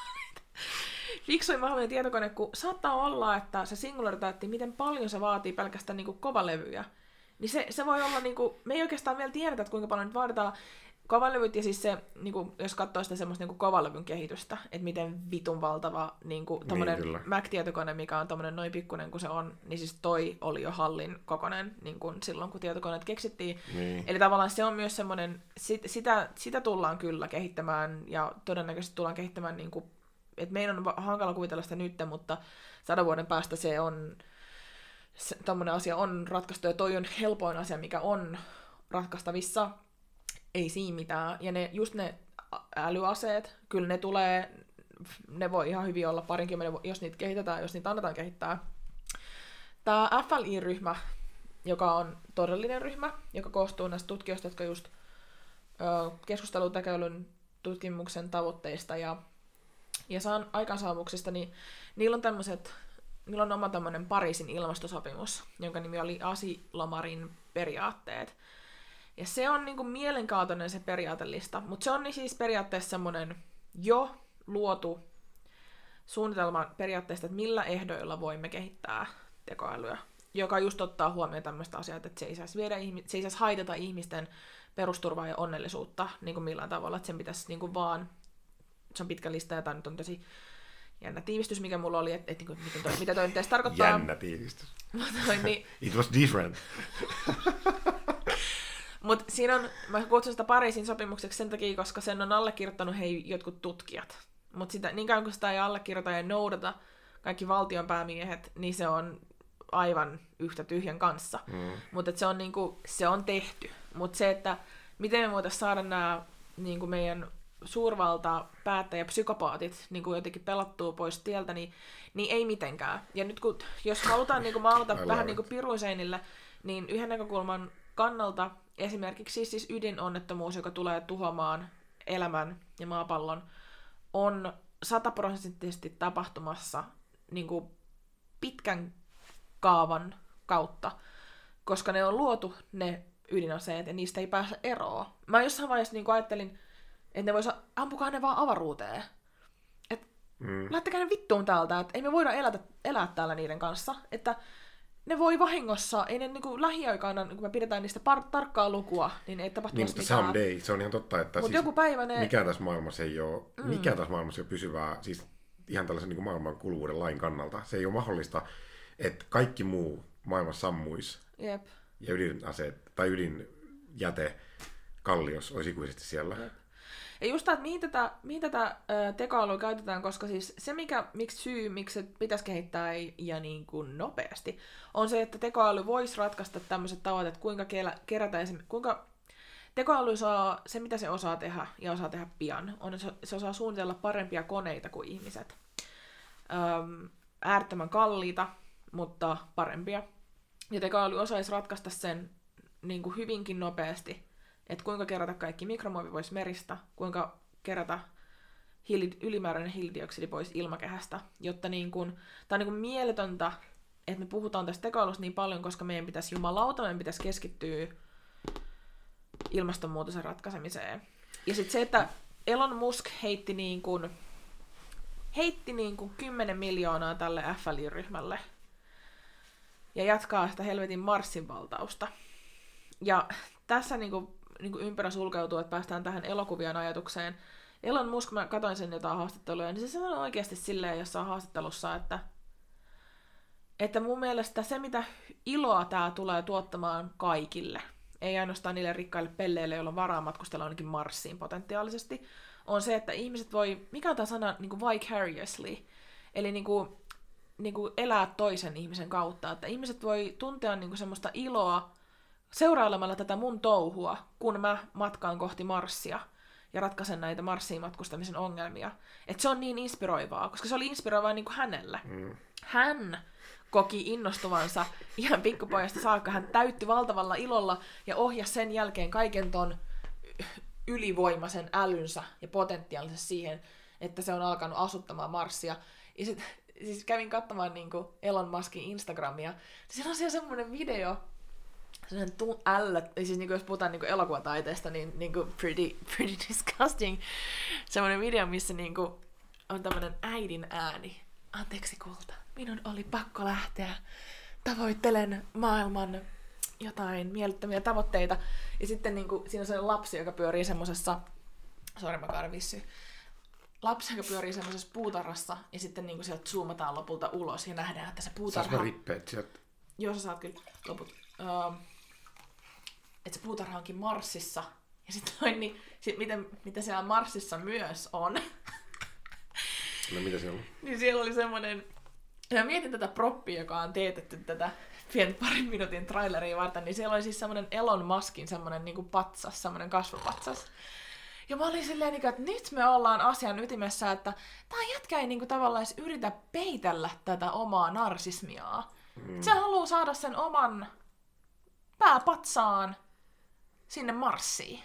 fiksuin mahdollinen tietokone, kun saattaa olla, että se singulariteetti, miten paljon se vaatii pelkästään niin kuin kovalevyjä, niin se, se voi olla, niin kuin, me ei oikeastaan vielä tiedetä, että kuinka paljon nyt vaaditaan kovalevyt, ja siis se, niin kuin, jos katsoo sitä semmoista niin kuin kovalevyn kehitystä, että miten vitun valtava niin kuin, tommonen niin, Mac-tietokone, mikä on tommonen noin pikkunen kuin se on, niin siis toi oli jo hallin kokonen niin kuin silloin, kun tietokoneet keksittiin. Niin. Eli tavallaan se on myös semmoinen, sit, sitä, sitä tullaan kyllä kehittämään, ja todennäköisesti tullaan kehittämään niin kuin, että meidän on hankala kuvitella sitä nyt, mutta sadan vuoden päästä se on, tommoinen asia on ratkaistu, ja toi on helpoin asia, mikä on ratkaistavissa, ei siinä mitään. Ja ne, just ne älyaseet, kyllä ne tulee, ne voi ihan hyvin olla parinkymmenen, jos niitä kehitetään, jos niitä annetaan kehittää. Tämä F L I-ryhmä, joka on todellinen ryhmä, joka koostuu näistä tutkijoista, jotka just keskustelutekoälyn tutkimuksen tavoitteista ja ja saan aikaansaavuuksista, niin niillä on tämmöiset, niillä on oma tämmöinen Pariisin ilmastosopimus, jonka nimi oli Asilamarin periaatteet. Ja se on niinku mielenkaatoinen se periaatelista, mutta se on niin siis periaatteessa semmoinen jo luotu suunnitelma periaatteesta, että millä ehdoilla voimme kehittää tekoälyä, joka just ottaa huomioon tämmöistä asiaa, että se ei saisi, viedä, se ei saisi haitata ihmisten perusturvaa ja onnellisuutta niin kuin millään tavalla, että sen pitäisi niin kuin vaan, se on pitkä lista ja tämä nyt on tosi jännä tiivistys, mikä mulla oli, että, että, että miten toi, mitä toi nyt edes tarkoittaa. Jännä tiivistys. niin, It was different. Mutta siinä on, mä kutsun sitä Pariisin sopimukseksi sen takia, koska sen on allekirjoittanut hei jotkut tutkijat. Mutta niin kauan kuin sitä ei allekirjoita ja noudata kaikki valtionpäämiehet, niin se on aivan yhtä tyhjän kanssa. Mm. Mutta se on, niinku, se on tehty. Mutta se, että miten me voitaisiin saada nämä niinku meidän suurvalta päättäjä psykopaatit niinku jotenkin pelattua pois tieltä, niin, niin ei mitenkään. Ja nyt kun, jos halutaan niinku maalata vähän niinku piruiseinille, niin yhden näkökulman kannalta esimerkiksi siis ydinonnettomuus, joka tulee tuhoamaan elämän ja maapallon, on sataprosenttisesti tapahtumassa niin kuin pitkän kaavan kautta, koska ne on luotu ne ydinaseet ja niistä ei pääse eroon. Mä jossain vaiheessa niin kuin ajattelin, että ne vois ampukaa ne vaan avaruuteen. Että mm. lähtekää ne vittuun täältä, että ei me voida elätä, elää täällä niiden kanssa. Että ne voi vahingossa, ei ne niin kuin lähiaikana, kun me pidetään niistä par- tarkkaa lukua, niin ei tapahtu niin, mitään. Someday, se on ihan totta, että siis joku päivä ne... mikään tässä maailmassa ei ole, mm. mikään tässä maailmassa ei ole pysyvää, siis ihan tällaisen niin kuin maailman kuluvuuden lain kannalta. Se ei ole mahdollista, että kaikki muu maailmassa sammuisi. Jep. Ja ydinaseet tai ydinjäte kallios olisi ikuisesti siellä. Jep. Ja just tämä, että mihin tätä, mihin tätä ö, tekoälyä käytetään, koska siis se, mikä, miksi syy, miksi se pitäisi kehittää ja niin kuin nopeasti, on se, että tekoäly voisi ratkaista tämmöiset tavat, että kuinka kerätä esimerkiksi, kuinka tekoäly saa, se mitä se osaa tehdä ja osaa tehdä pian, on, että se osaa suunnitella parempia koneita kuin ihmiset. Öm, äärettömän kalliita, mutta parempia. Ja tekoäly osaisi ratkaista sen niin kuin hyvinkin nopeasti, että kuinka kerätä kaikki mikromuovi pois meristä, kuinka kerätä hiili, ylimääräinen hiilidioksidi pois ilmakehästä, jotta niin kun, tämä on niin kun mieletöntä, että me puhutaan tästä tekoälystä niin paljon, koska meidän pitäisi jumalauta, meidän pitäisi keskittyä ilmastonmuutoksen ratkaisemiseen. Ja sitten se, että Elon Musk heitti niin kun, heitti niin kun kymmenen miljoonaa tälle F L I-ryhmälle ja jatkaa sitä helvetin Marsin valtausta. Ja tässä niin kun, niin kuin ympärä sulkeutuu, että päästään tähän elokuvien ajatukseen. Elon Musk, mä katsoin sen jotain haastatteluja, niin se sanoi oikeasti silleen jossain haastattelussa, että että mun mielestä se, mitä iloa tää tulee tuottamaan kaikille, ei ainoastaan niille rikkaille pelleille, joilla on varaa matkustella ainakin Marsiin potentiaalisesti, on se, että ihmiset voi, mikä on tämä sana, niin kuin vicariously, eli niin kuin, niin kuin elää toisen ihmisen kautta, että ihmiset voi tuntea niin kuin semmoista iloa seurailemalla tätä mun touhua, kun mä matkaan kohti Marsia ja ratkaisen näitä Marsiin matkustamisen ongelmia. Että se on niin inspiroivaa, koska se oli inspiroivaa niin kuin hänelle. Mm. Hän koki innostuvansa ihan pikkupojasta saakka. Hän täytti valtavalla ilolla ja ohjasi sen jälkeen kaiken ton ylivoimaisen älynsä ja potentiaalisesti siihen, että se on alkanut asuttamaan Marsia. Ja sit, siis kävin katsomaan niin kuin Elon Muskin Instagramia. Siellä on siellä semmoinen video, sellainen tu- ällöt, siis niin kuin jos puhutaan niin kuin elokuvataiteesta, niin, niin kuin pretty, pretty disgusting. Semmoinen video, missä niin kuin on tämmöinen äidin ääni. Anteeksi kulta, minun oli pakko lähteä. Tavoittelen maailman jotain mielettömiä tavoitteita. Ja sitten niin kuin, siinä on sellainen lapsi, joka pyörii semmosessa, sori mä kaadin vissy, lapsi, joka pyörii semmosessa puutarhassa, ja sitten niin kuin sieltä zoomataan lopulta ulos, ja nähdään, että se puutarha... Saas mä rippeet sieltä? Joo, sä saat kyllä loput. Uh, että se puutarha onkin Marsissa. Ja sitten noin, niin, sit, mitä, mitä siellä Marsissa myös on. No mitä siellä on? Niin siellä oli semmoinen... Ja mä mietin tätä proppia, joka on teetetty tätä pientä parin minuutin traileria varten, niin siellä oli siis semmoinen Elon Muskin semmoinen niin kuin patsas, semmoinen kasvupatsas. Ja mä olin silleen, että nyt me ollaan asian ytimessä, että tää jätkä ei niin kuin tavallaan edes yritä peitellä tätä omaa narsismiaa. Mm. Se haluaa saada sen oman pääpatsaan sinne Marsiin.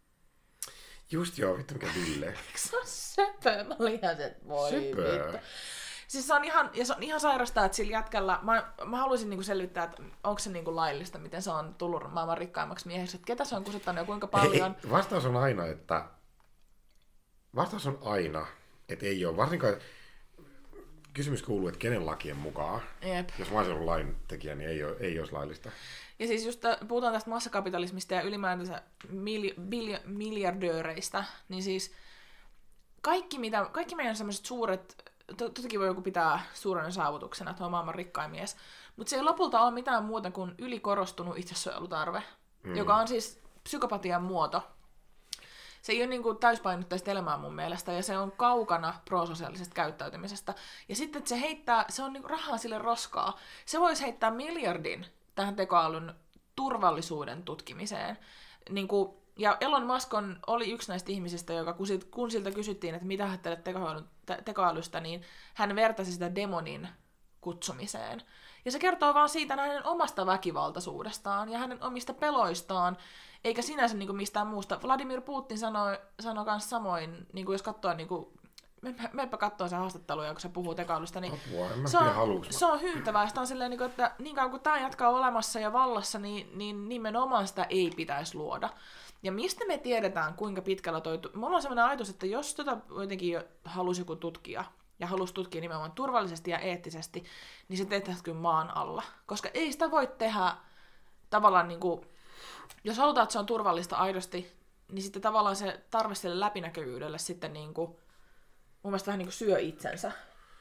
Just joo, vittu mikä Ville. Se on söpö. Mä olin ihan se, että voi Söpö. vittu. Siis se on ihan, ja se on ihan sairasta, että sillä jätkällä, mä, mä haluaisin niinku selvittää, että onko se niinku laillista, miten se on tullut maailman rikkaimmaksi mieheksi, että ketä se on kusuttanut ja kuinka paljon. Ei, vastaus on aina, että vastaus on aina, että ei ole. Varsinkaan kysymys kuuluu, että kenen lakien mukaan. Jep. Jos mä olisin ollut laintekijä, niin ei, ole, ei olisi laillista. Ja siis just puhutaan tästä massakapitalismista ja ylimääränsä mili, biljo, miljardööreistä, niin siis kaikki, mitä, kaikki meidän semmoiset suuret, totakin voi joku pitää suurena saavutuksena, että on maailman rikkain mies, mutta se ei lopulta ole mitään muuta kuin ylikorostunut itsesuojelutarve, mm. joka on siis psykopatian muoto. Se ei ole niin kuin täyspainotteista elämää mun mielestä, ja se on kaukana prososiaalisesta käyttäytymisestä. Ja sitten, että se heittää, se on niin kuin rahaa sille roskaa. Se voisi heittää miljardin tähän tekoälyn turvallisuuden tutkimiseen. Niin kuin, ja Elon Musk on, oli yksi näistä ihmisistä, joka kun, sit, kun siltä kysyttiin, että mitä ajattelet tekoälyn, te, tekoälystä, niin hän vertasi sitä demonin kutsumiseen. Ja se kertoo vaan siitä hänen omasta väkivaltaisuudestaan ja hänen omista peloistaan, eikä sinänsä niin kuin mistään muusta. Vladimir Putin sanoi, sanoi myös samoin, niin kuin jos katsoo, niin kuin, meppä katsoo sen haastatteluja, kun se puhuu tekoälystä, niin Apua, en mä se, tiedä, on, se on hyytävää. Sitä on silleen, niin kuin, että niin kauan kuin tämä jatkaa olemassa ja vallassa, niin, niin nimenomaan sitä ei pitäisi luoda. Ja mistä me tiedetään, kuinka pitkällä toi... Mulla on sellainen ajatus, että jos tota jotenkin halusi joku tutkia, ja halusi tutkia nimenomaan turvallisesti ja eettisesti, niin se tehtäisiin kyllä maan alla. Koska ei sitä voi tehdä tavallaan niin kuin... Jos halutaan, että se on turvallista aidosti, niin sitten tavallaan se tarve sille läpinäkyvyydelle sitten niin kuin... Mun mielestä vähän niin kuin syö itsensä.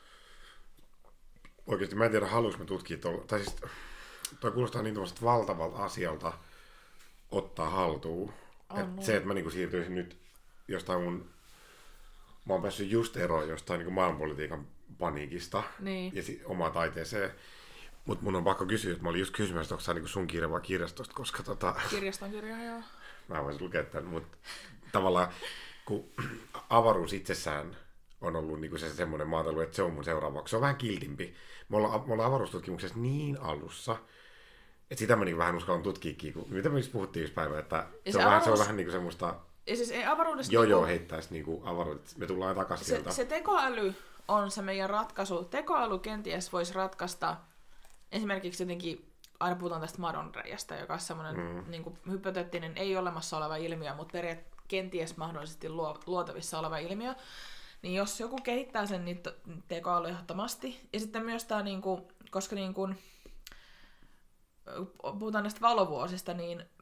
Oikeasti mä en tiedä, haluaisin mä tutkia tuolla. Tai siis toi kuulostaa niin tuollaiselta valtavalta asialta ottaa haltuun. Et se, että mä niinku siirtyisin nyt jostain mun... Mä oon päässyt just eroon jostain niinku maailmanpolitiikan paniikista niin. ja si- omaan taiteeseen. Mut mun on pakko kysyä, että mä olin just kysymässä, että onko sä niinku sun kirja vai kirjastosta, koska tota... Kirjaston kirja, joo. Mä voisin lukea tämän, mutta tavallaan kun avaruus itsessään on ollut niinku se semmoinen maatelu, että se on mun seuraava. Se on vähän kiltimpi. Me ollaan, me ollaan avaruustutkimuksessa niin alussa, että sitä mä niinku vähän uskallan tutkiikin. Kun, mitä me just puhuttiin yksi päivä, että se, se, on avaruus... vähän, se on vähän niinku semmoista... Ja siis ei avaruudesta... Joo, niinku... joo, heittäisi niinku avaruudet. Me tullaan takaisin se, sieltä. Se tekoäly on se meidän ratkaisu. Tekoäly kenties voisi ratkaista esimerkiksi jotenkin... Aina puhutaan tästä madonreiästä, joka on semmoinen mm. niin kuin hypoteettinen, ei olemassa oleva ilmiö, mutta periaatteessa kenties mahdollisesti luotavissa oleva ilmiö. Niin jos joku kehittää sen, niin tekoäly ehdottomasti. Ja sitten myös tämä, niin kuin, koska niin kuin, puhutaan näistä valovuosista, niin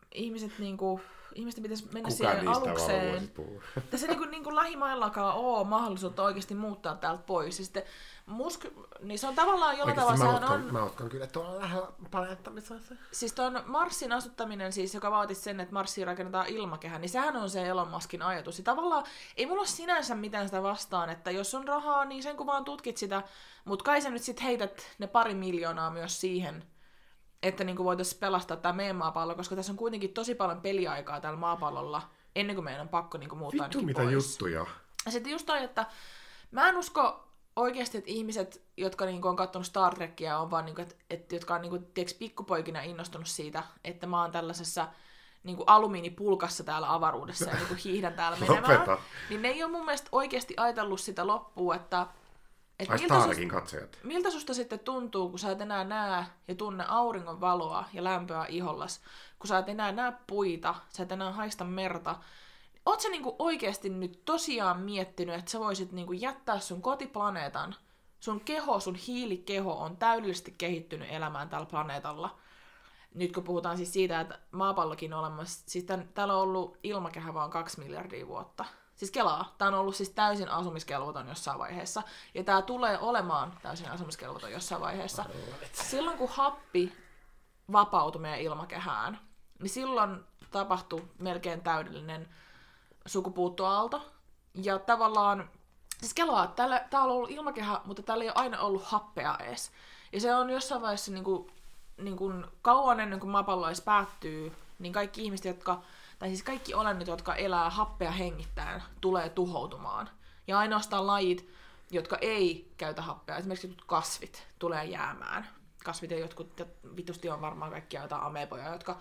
ihmiset niinku, ihmisten pitäisi mennä Kuka siihen niistä alukseen. valovuosista puhuu? Tässä niinku, niinku lähimaillakaan ole mahdollisuutta oikeasti muuttaa täältä pois. Ja sitten musk, niin se on tavallaan jollain tavalla, Oikeasti mä sehän uskon, on... mä uskon kyllä, että tuolla on lähellä planeettamisessa. Siis tuon Marsin asuttaminen, siis, joka vaatisi sen, että Marsiin rakennetaan ilmakehä, niin sehän on se Elon Muskin ajatus. Ja tavallaan ei mulla ole sinänsä mitään sitä vastaan, että jos on rahaa, niin sen kun vaan tutkit sitä, mutta kai sä nyt sit heität ne pari miljoonaa myös siihen, että niin voitaisiin pelastaa tämä meidän maapallo, koska tässä on kuitenkin tosi paljon peliaikaa tällä maapallolla, ennen kuin meidän on pakko niin muuttaa Vittu ainakin mitä pois. juttuja. Ja sitten just toi, että mä en usko oikeasti, että ihmiset, jotka niinku on katsonut Star Trekia, on vaan niinku, et, et, jotka on niinku, tiiäks, pikkupoikina innostunut siitä, että mä oon tällaisessa niinku alumiinipulkassa täällä avaruudessa ja niinku hiihdän täällä menemään. Lopeta. Niin ne ei ole mun mielestä oikeasti ajatellut sitä loppuun, että et Ai miltä, Starkin susta, katsojat. miltä susta sitten tuntuu, kun sä et enää näe ja tunne auringon valoa ja lämpöä ihollas, kun sä et enää näe puita, sä et enää haista merta. Oot sä niinku oikeasti nyt tosiaan miettinyt, että sä voisit niinku jättää sun kotiplaneetan, sun keho, sun hiilikeho on täydellisesti kehittynyt elämään tällä planeetalla. Nyt kun puhutaan siis siitä, että maapallokin on olemassa, siis tän, täällä on ollut ilmakehä vaan kaksi miljardia vuotta. Siis kelaa, tää on ollut siis täysin asumiskelvoton jossain vaiheessa, ja tää tulee olemaan täysin asumiskelvoton jossain vaiheessa. Silloin kun happi vapautui meidän ilmakehään, niin silloin tapahtui melkein täydellinen sukupuuttoaalto. Ja tavallaan, siis kelaa, täällä, täällä on ollut ilmakehä, mutta täällä ei ole aina ollut happea edes. Ja se on jossain vaiheessa niin kuin, niin kuin kauan ennen kuin maapallo edes päättyy, niin kaikki ihmiset, jotka, tai siis kaikki olennot, jotka elää happea hengittäen, tulee tuhoutumaan. Ja ainoastaan lajit, jotka ei käytä happea, esimerkiksi jotkut kasvit, tulee jäämään. Kasvit ja jotkut, ja vitusti on varmaan kaikkia jotain ameboja, jotka,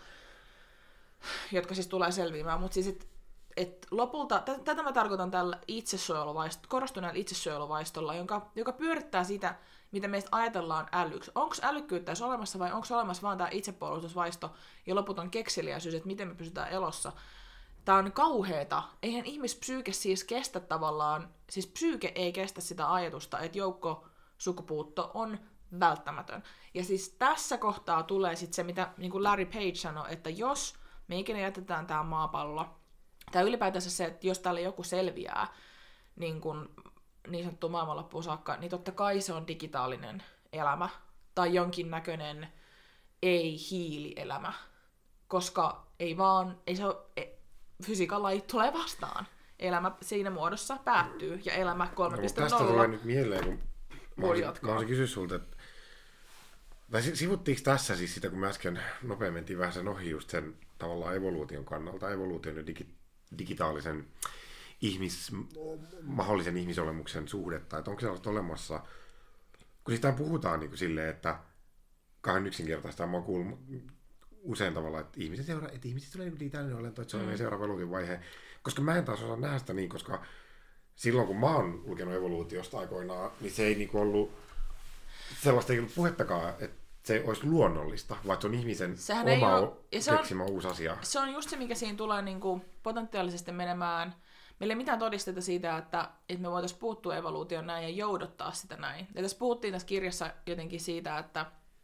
jotka siis tulee selviämään, mutta siis et, et lopulta, t- tätä mä tarkoitan tällä itsesuojeluvaistolla, korostuneella itsesuojeluvaistolla, jonka, joka pyörittää sitä, mitä meistä ajatellaan älyksi. Onko älykkyyttä edes olemassa vai onko olemassa vaan tämä itsepuolustusvaisto ja loputon kekseliäisyys, että miten me pysytään elossa. Tämä on kauheeta. Eihän ihmispsyyke siis kestä tavallaan, siis psyyke ei kestä sitä ajatusta, että joukko sukupuutto on välttämätön. Ja siis tässä kohtaa tulee sitten se, mitä niin kuin Larry Page sanoi, että jos me ikinä jätetään tämä maapallo, tai ylipäätänsä se, että jos täällä joku selviää niin, kuin, niin sanottu maailmanloppuun saakka, niin totta kai se on digitaalinen elämä tai jonkinnäköinen ei-hiilielämä, koska ei vaan, ei se ole, fysiikan lait tulee vastaan. Elämä siinä muodossa päättyy ja elämä kolme piste nolla. No, tästä tulee nyt mieleen, kun mä Voi olisin, jatkaa. mä olisin kysyä sulta, että vai sivuttiinko tässä siis sitä, kun mä äsken nopein mentiin vähän sen ohi just sen tavallaan evoluution kannalta, evoluution ja digi, digitaalisen ihmis, mahdollisen ihmisolemuksen suhdetta, että onko sellaista olemassa, kun siitä puhutaan niin kuin silleen, että kahden yksinkertaista, mä oon kuullut usein tavalla, että ihmiset, seura- että ihmiset tulee niin digitaalinen olento, että se on mm. seuraava evoluution vaihe, koska mä en taas osaa nähdä sitä niin, koska silloin kun mä oon lukenut evoluutiosta aikoinaan, niin se ei niin kuin ollut sellaista ei ollut puhettakaan, että se olisi luonnollista, vaan se on ihmisen Sehän oma ei ole, ja se keksimä on, uusi asia. Se on just se, mikä siinä tulee niin kuin potentiaalisesti menemään. Meillä ei mitään todisteita siitä, että, että me voitaisiin puuttua evoluutioon näin ja joudottaa sitä näin. Ja tässä puhuttiin tässä kirjassa jotenkin siitä, että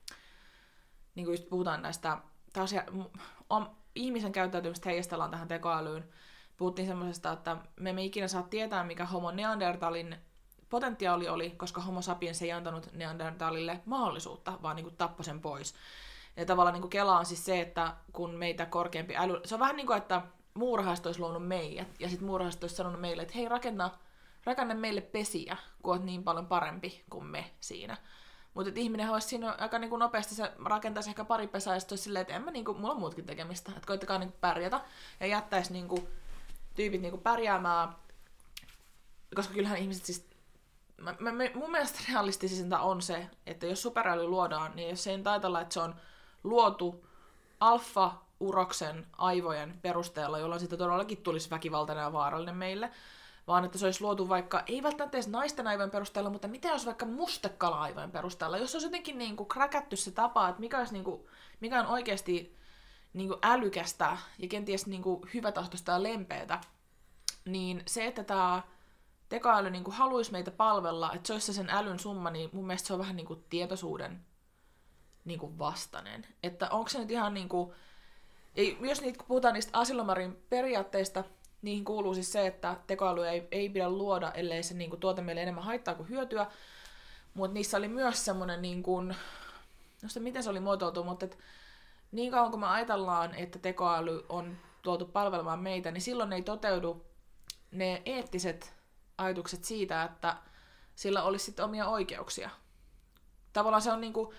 niin kuin just puhutaan näistä, taas on, ihmisen käyttäytymistä heijastellaan tähän tekoälyyn. Puhuttiin semmoisesta, että me emme ikinä saa tietää, mikä homo neandertalin potentiaali oli, koska homo sapiens ei antanut neandertalille mahdollisuutta, vaan niin kuin tappoi sen pois. Ja tavallaan niin kuin Kela on siis se, että kun meitä korkeampi äly... Se on vähän niin kuin, että muurahaiset olisi luonut meidät, ja sitten muurahaiset olisi sanonut meille, että hei, rakenna, rakenna meille pesiä, kun olet niin paljon parempi kuin me siinä. Mutta ihminen olisi siinä aika niin kuin nopeasti, se rakentaisi ehkä pari pesää, ja sitten olisi silleen, että en mä, niin kuin, mulla on muutkin tekemistä, että koittakaa niin kuin pärjätä, ja jättäisi niin kuin, tyypit niin kuin pärjäämään, koska kyllähän ihmiset siis... Mä, mä, mun mielestä realistisinta on se, että jos superäly luodaan, niin jos ei nyt ajatella, että se on luotu alfa-uroksen aivojen perusteella, jolloin siitä todellakin tulisi väkivaltainen ja vaarallinen meille, vaan että se olisi luotu vaikka, ei välttämättä edes naisten aivojen perusteella, mutta mitä jos vaikka mustekala-aivojen perusteella, jos olisi jotenkin niin kuin kräkätty se tapa, että mikä, olisi niin kuin, mikä on oikeasti niin kuin älykästä ja kenties niin kuin hyvätahtoista ja lempeätä, niin se, että tämä tekoäly niin kuin haluaisi meitä palvella, että se olisi se sen älyn summa, niin mun mielestä se on vähän niin kuin tietoisuuden niin kuin vastainen. Että onko se nyt ihan niin kuin, Ja myös niitä, kun puhutaan niistä Asilomar periaatteista, niihin kuuluu siis se, että tekoälyä ei, ei pidä luoda, ellei se niin kuin, tuota meille enemmän haittaa kuin hyötyä. Mutta niissä oli myös semmoinen, niin kuin, no se miten se oli muotoiltu, mutta et, niin kauan kun me ajatellaan, että tekoäly on tuotu palvelemaan meitä, niin silloin ei toteudu ne eettiset ajatukset siitä, että sillä olisi sitten omia oikeuksia. Tavallaan se on niinku,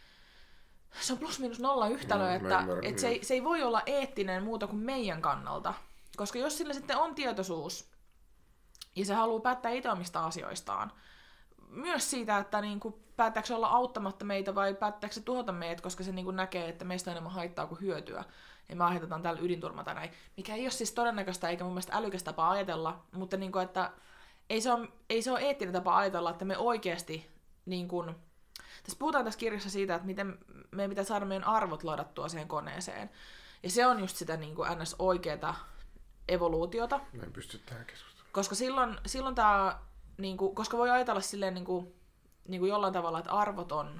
se on plus minus nolla yhtälö, mm, että et se, ei, se ei voi olla eettinen muuta kuin meidän kannalta. Koska jos sillä sitten on tietoisuus ja se haluaa päättää itse omista asioistaan, myös siitä, että niinku, päättääkö se olla auttamatta meitä vai päättääkö se tuhota meitä, koska se niinku näkee, että meistä on enemmän haittaa kuin hyötyä. Ja me aiheutetaan täällä ydinturma tai näin. Mikä ei ole siis todennäköistä eikä mun mielestä älykäs tapa ajatella, mutta niinku, että ei se, ole, ei se ole eettinen tapa ajatella, että me oikeasti... Niinku, tässä puhutaan tässä kirjassa siitä, että miten meidän pitää saada meidän arvot ladattua siihen koneeseen. Ja se on just sitä niinku ns. Oikeata evoluutiota. Mä en pysty tähän keskustelemaan. Koska silloin, silloin tää... Niinku, koska voi ajatella silleen niinku, niinku jollain tavalla, että arvot on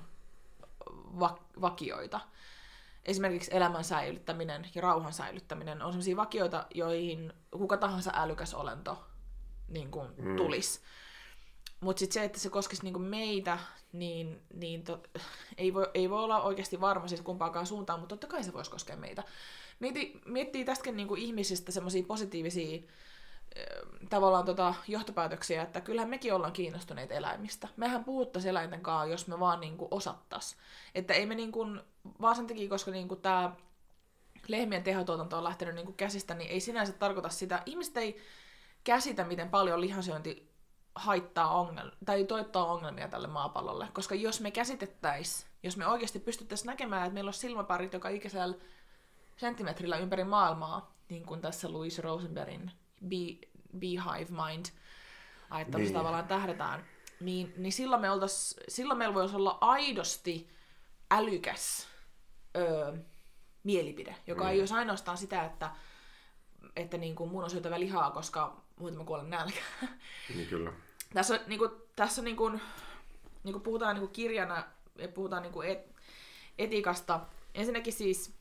va- vakioita. Esimerkiksi elämän säilyttäminen ja rauhan säilyttäminen on sellaisia vakioita, joihin kuka tahansa älykäs olento niinku, mm. tulisi. Mutta sitten se, että se koskisi niinku meitä, niin, niin to, ei, voi, ei voi olla oikeasti varma siis kumpaakaan suuntaan, mutta totta kai se voisi koskea meitä. Mieti, miettii tästäkin niinku ihmisistä semmoisia positiivisia tavallaan tota johtopäätöksiä, että kyllähän mekin ollaan kiinnostuneita eläimistä. Mehän puhuttaisiin eläinten kanssa, jos me vaan niinku osattais. Että ei me niinku, vaan sen takia, koska niinku tää lehmien tehotuotanto on lähtenyt niinku käsistä, niin ei sinänsä tarkoita sitä. Ihmiset ei käsitä, miten paljon lihansyönti haittaa ongelmia, tai toittaa ongelmia tälle maapallolle. Koska jos me käsitettäisiin, jos me oikeasti pystyttäisiin näkemään, että meillä on silmäparit joka ikäisellä senttimetrillä ympäri maailmaa, niin kuin tässä Louise Rosenbergin Bee, Beehive Mind ajattelussa niin. Tavallaan tähdetään, niin, niin silloin, me oltais, silloin meillä voisi olla aidosti älykäs öö, mielipide, joka mm. ei olisi ainoastaan sitä, että, että niin kuin mun on syötävä lihaa, koska muuten mä kuolen nälkään. Niin kyllä. Tässä on, niin kuin, tässä on niin kuin, niin kuin puhutaan niin kuin kirjana ja puhutaan niin kuin et, etiikasta. Ensinnäkin siis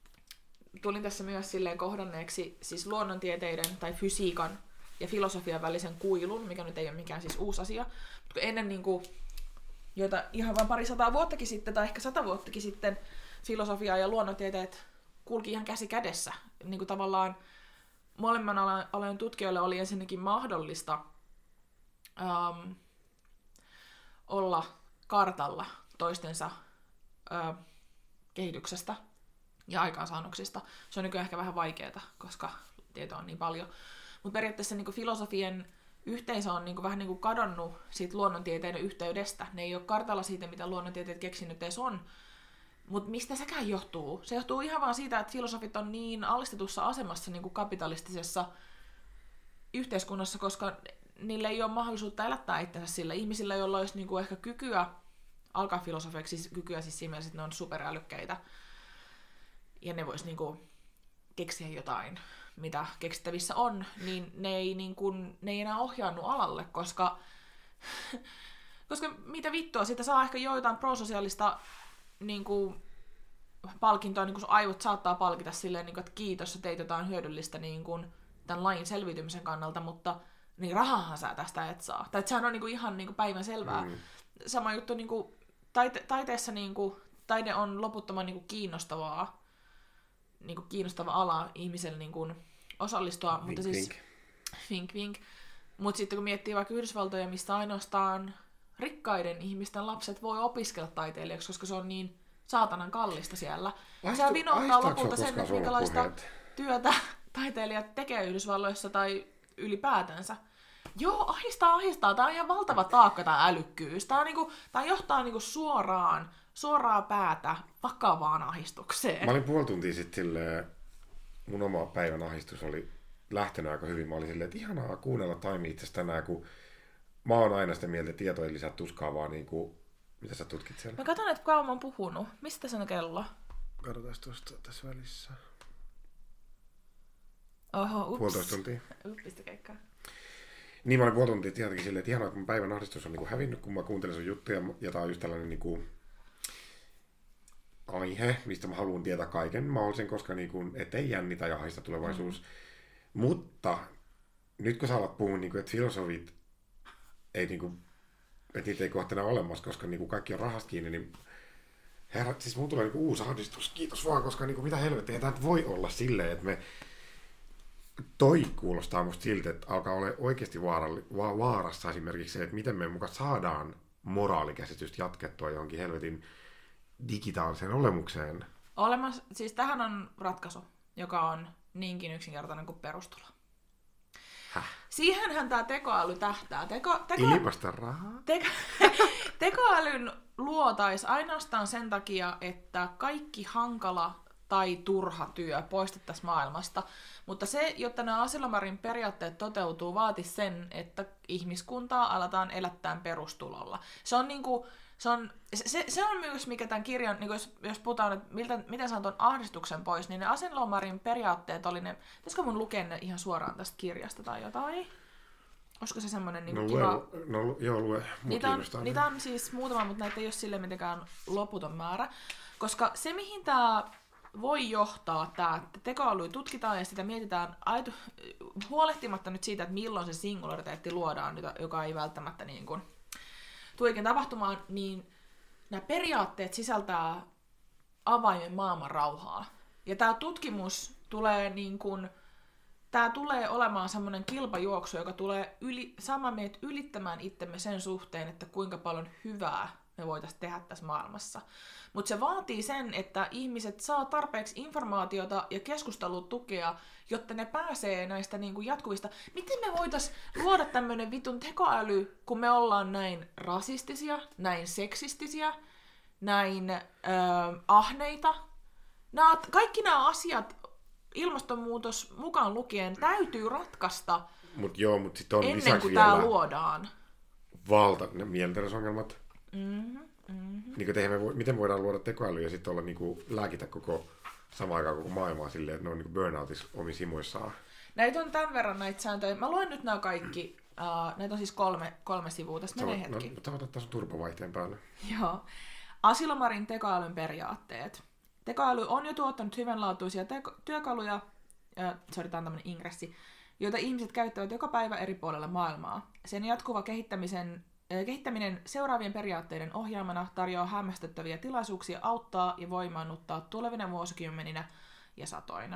tulin tässä myös silleen kohdanneeksi siis luonnontieteiden tai fysiikan ja filosofian välisen kuilun, mikä nyt ei ole mikään siis uusi asia. Mutta ennen niin kuin, joita ihan vain pari sataa vuottakin sitten tai ehkä sata vuottakin sitten filosofia ja luonnontieteet kulki ihan käsi kädessä. Niin kuin tavallaan molemman alojen tutkijoille oli ensinnäkin mahdollista um, olla kartalla toistensa uh, kehityksestä ja aikaansaannoksista. Se on nykyään ehkä vähän vaikeaa, koska tietoa on niin paljon. Mutta periaatteessa niin filosofien yhteisö on niin vähän niin kadonnut siitä luonnontieteiden yhteydestä. Ne ei ole kartalla siitä, mitä luonnontieteet keksinyt edes on. Mutta mistä sekään johtuu? Se johtuu ihan vaan siitä, että filosofit on niin alistetussa asemassa niin kapitalistisessa yhteiskunnassa, koska niillä ei ole mahdollisuutta elättää itsensä sillä. Ihmisillä, joilla olisi niin ehkä kykyä alkaa filosofeiksi, siis kykyä siis siinä mielessä, että ne on superälykkäitä, ja ne vois niinku keksiä jotain, mitä keksittävissä on, niin ne ei, niinku, ne ei enää ohjaannut alalle, koska, koska mitä vittua, siitä saa ehkä joitain prososiaalista niinku, palkintoa, niin kuin sun aivot saattaa palkita silleen, niinku, että kiitos, sä teit jotain hyödyllistä niinku, tämän lajin selviytymisen kannalta, mutta niin rahahan sä tästä et saa. Tai sehän on niinku, ihan niinku, päivän selvää. Mm. Sama juttu niinku, taite- taiteessa niinku, taide on loputtoman niinku, kiinnostavaa, niin kuin kiinnostava ala ihmiselle niin kuin osallistua, vink, mutta siis vink vink. Mutta sitten kun miettii vaikka Yhdysvaltoja, mistä ainoastaan rikkaiden ihmisten lapset voi opiskella taiteilijaksi, koska se on niin saatanan kallista siellä. Aistu, se vinouttaa lopulta sen, että minkälaista puheet. työtä taiteilijat tekee Yhdysvalloissa tai ylipäätänsä. Joo, ahistaa, ahistaa. Tämä on ihan valtava taakka, tämä älykkyys. Tämä, on niinku, tämä johtaa niinku suoraan, suoraa päätä vakavaan ahdistukseen. Mä olin puoli tuntia sitten silleen, mun oma päivän ahdistus oli lähtenyt aika hyvin. Mä olin silleen, että ihanaa kuunnella Taimi itse tänään, kun mä oon aina sitä mieltä, että tieto ei lisää tuskaa, vaan niinku, mitä sä tutkit siellä? Mä katson, että kauan mä oon puhunut. Mistä se on kello? Katsotaan tuosta tässä välissä. Oho, ups. Puolitoista tuntia. Pistä keikkaa. Niin mä olin puoli tuntia tietenkin silleen, että ihanaa, kun mun päivän ahdistus on niinku hävinnyt, kun mä kuuntelen sun juttuja, ja tää on just tällainen niinku aihe, mistä mä haluan tietää kaiken mahdollisen, koska niin kuin, ettei jännitä ja haista tulevaisuus. Mm. Mutta nyt kun sä alat puhua, niin kuin, että filosofit ei, niin kuin, että niitä ei kohta enää olemassa, koska niin kuin kaikki on rahasta kiinni, niin herra, siis mun tulee niin kuin uusi ahdistus. Kiitos vaan, koska niin kuin, mitä helvettiä, tämä voi olla silleen, että me toi kuulostaa musta siltä, että alkaa olla oikeasti vaaralli, va- vaarassa esimerkiksi se, että miten me mukaan saadaan moraalikäsitystä jatkettua johonkin helvetin digitaaliseen olemukseen. Olemassa, siis tähän on ratkaisu, joka on niinkin yksinkertainen kuin perustulo. Häh? Siihenhän tämä tekoäly tähtää. Teko, teko, Ilmasta rahaa? teko, tekoälyn luotais ainoastaan sen takia, että kaikki hankala tai turha työ poistettaisiin maailmasta. Mutta se, jotta nämä Asilomar periaatteet toteutuu, vaatisi sen, että ihmiskuntaa aletaan elättää perustulolla. Se on niinku, se on, se, se on myös, mikä tämän kirjan, niin jos, jos puhutaan, että miltä, miten saan tuon ahdistuksen pois, niin ne Asilomar periaatteet oli ne, pitäisikö mun lukea ne ihan suoraan tästä kirjasta tai jotain? Olisiko se semmoinen niin no, kiva... Lue, no joo, lue. Niitä on, niitä on siis muutama, mutta näitä ei ole sille mitenkään loputon määrä. Koska se, mihin tämä voi johtaa, tämä, että tekoälyä tutkitaan ja sitä mietitään aitu, huolehtimatta nyt siitä, että milloin se singulariteetti luodaan, joka ei välttämättä niin kuin tuikin tapahtumaan, niin nämä periaatteet sisältää avaimen maailman rauhaa. Ja tämä tutkimus tulee niin kuin, tämä tulee olemaan semmoinen kilpajuoksu, joka tulee yli, saamaan meidät ylittämään itsemme sen suhteen, että kuinka paljon hyvää me voitaisiin tehdä tässä maailmassa. Mutta se vaatii sen, että ihmiset saa tarpeeksi informaatiota ja keskustelutukea, jotta ne pääsee näistä niinku jatkuvista. Miten me voitaisiin luoda tämmöinen vitun tekoäly, kun me ollaan näin rasistisia, näin seksistisiä, näin öö, ahneita? Nää, kaikki nämä asiat, ilmastonmuutos mukaan lukien, täytyy ratkaista mut joo, mut sit on ennen kuin tämä luodaan. Valta, ne mielenterveysongelmat. Mm-hmm, mm-hmm. Niin kuin, me voi, miten voidaan luoda tekoälyä ja sitten olla niin kuin, lääkitä koko samaan aikaan koko maailmaa silleen, että ne on niin burnoutissa omissa himoissaan. Näitä on tämän verran näitä sääntöjä. Mä luen nyt nämä kaikki. Uh, näitä on siis kolme, kolme sivua. Tässä menee hetki. No, mutta sä otat sun turbovaihteen päälle. Joo. Asilomarin tekoälyn periaatteet. Tekoäly on jo tuottanut hyvänlaatuisia teko- työkaluja, äh, sorry, tämä on tämmöinen ingressi, joita ihmiset käyttävät joka päivä eri puolilla maailmaa. Sen jatkuva kehittämisen Kehittäminen seuraavien periaatteiden ohjaamana tarjoaa hämmästyttäviä tilaisuuksia auttaa ja voimaannuttaa tulevina vuosikymmeninä ja satoina.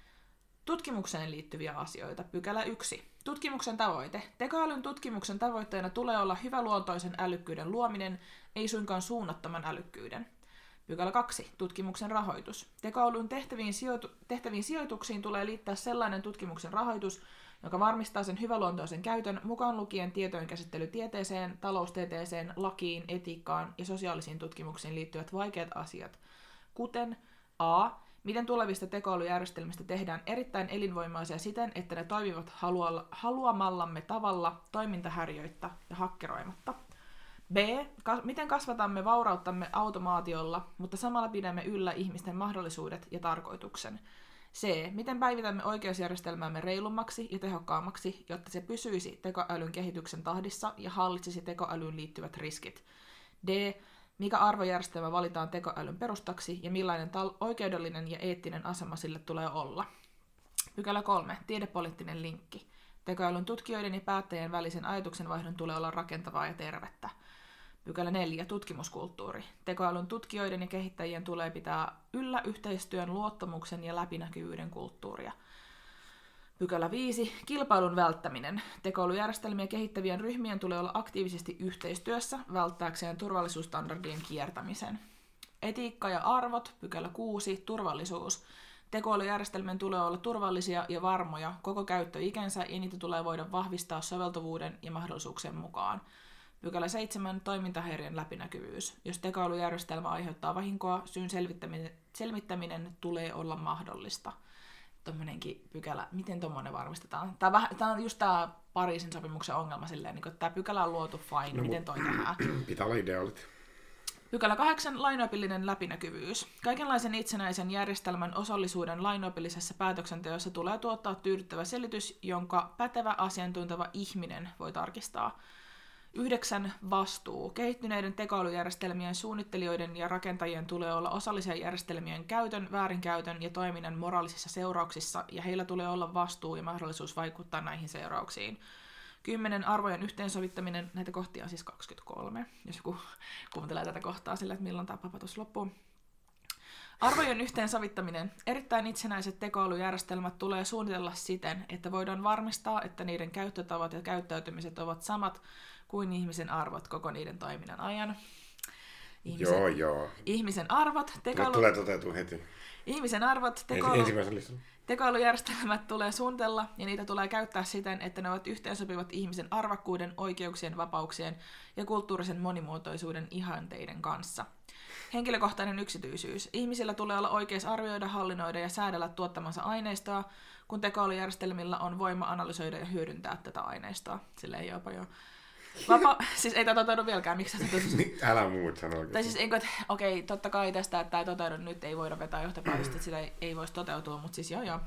Tutkimukseen liittyviä asioita. Pykälä yksi. Tutkimuksen tavoite. Tekoälyn tutkimuksen tavoitteena tulee olla hyväluontoisen älykkyyden luominen, ei suinkaan suunnattoman älykkyyden. Pykälä kaksi. Tutkimuksen rahoitus. Tekoälyn tehtäviin, sijoitu- tehtäviin sijoituksiin tulee liittää sellainen tutkimuksen rahoitus, joka varmistaa sen hyväluontoisen käytön mukaan lukien tietojen käsittely tieteeseen, taloustieteeseen, lakiin, etiikkaan ja sosiaalisiin tutkimuksiin liittyvät vaikeat asiat, kuten a. Miten tulevista tekoälyjärjestelmistä tehdään erittäin elinvoimaisia siten, että ne toimivat haluamallamme tavalla toimintahäiriöittä ja hakkeroimatta. B. Ka- miten kasvatamme vaurauttamme automaatiolla, mutta samalla pidämme yllä ihmisten mahdollisuudet ja tarkoituksen. C. Miten päivitämme oikeusjärjestelmäämme reilummaksi ja tehokkaammaksi, jotta se pysyisi tekoälyn kehityksen tahdissa ja hallitsisi tekoälyyn liittyvät riskit. D. Mikä arvojärjestelmä valitaan tekoälyn perustaksi ja millainen tal- oikeudellinen ja eettinen asema sille tulee olla. Pykälä kolme. Tiedepoliittinen linkki. Tekoälyn tutkijoiden ja päättäjien välisen ajatuksenvaihdon tulee olla rakentavaa ja tervettä. Pykälä neljä. Tutkimuskulttuuri. Tekoälyn tutkijoiden ja kehittäjien tulee pitää yllä yhteistyön, luottamuksen ja läpinäkyvyyden kulttuuria. Pykälä viisi. Kilpailun välttäminen. Tekoälyjärjestelmiä kehittävien ryhmien tulee olla aktiivisesti yhteistyössä välttääkseen turvallisuusstandardien kiertämisen. Etiikka ja arvot. Pykälä kuusi. Turvallisuus. Tekoälyjärjestelmien tulee olla turvallisia ja varmoja koko käyttöikänsä ja niitä tulee voida vahvistaa soveltuvuuden ja mahdollisuuksien mukaan. Pykälä seitsemän. Toimintahäiriön läpinäkyvyys. Jos tekoälyjärjestelmä aiheuttaa vahinkoa, syyn selvittäminen, selvittäminen tulee olla mahdollista. Tuommoinenkin pykälä, miten tuommoinen varmistetaan? Tämä on, vähän, tämä on just tämä Pariisin sopimuksen ongelma silleen, niin että tämä pykälä on luotu fine, no, miten toi tehdään. Pitää olla ideaalit. Pykälä kahdeksan. Lainopillinen läpinäkyvyys. Kaikenlaisen itsenäisen järjestelmän osallisuuden lainopillisessa päätöksenteossa tulee tuottaa tyydyttävä selitys, jonka pätevä asiantunteva ihminen voi tarkistaa. Yhdeksän, vastuu. Kehittyneiden tekoälyjärjestelmien suunnittelijoiden ja rakentajien tulee olla osallisia järjestelmien käytön, väärinkäytön ja toiminnan moraalisissa seurauksissa, ja heillä tulee olla vastuu ja mahdollisuus vaikuttaa näihin seurauksiin. Kymmenen, arvojen yhteensovittaminen. Näitä kohtia on siis kaksikymmentäkolme, jos joku kuuntelee tätä kohtaa sillä, että milloin tämä papatus loppuu. Arvojen yhteensovittaminen. Erittäin itsenäiset tekoälyjärjestelmät tulee suunnitella siten, että voidaan varmistaa, että niiden käyttötavat ja käyttäytymiset ovat samat kuin ihmisen arvot koko niiden toiminnan ajan. Ihmisen, Joo, joo. Ihmisen arvot, tekoäly... Tulee toteutua heti. Ihmisen arvot, tekoäly... Ensimmäisen listalla. Tekoälyjärjestelmät tulee suunnitella ja niitä tulee käyttää siten, että ne ovat yhteensopivat ihmisen arvokkuuden, oikeuksien, vapauksien ja kulttuurisen monimuotoisuuden ihanteiden kanssa. Henkilökohtainen yksityisyys. Ihmisillä tulee olla oikeus arvioida, hallinnoida ja säädellä tuottamansa aineistoa, kun tekoälyjärjestelmillä on voima analysoida ja hyödyntää tätä aineistoa. Silleen jopa jo. Vapa- siis ei tämä toteudu vieläkään, miksi sä toteudu? Älä muut sano oikein. Tai siis, eikö, että okei, totta kai tästä, että tämä ei toteudu nyt, ei voida vetää johtopäätöstä, että sitä ei, ei voisi toteutua, mutta siis joo joo.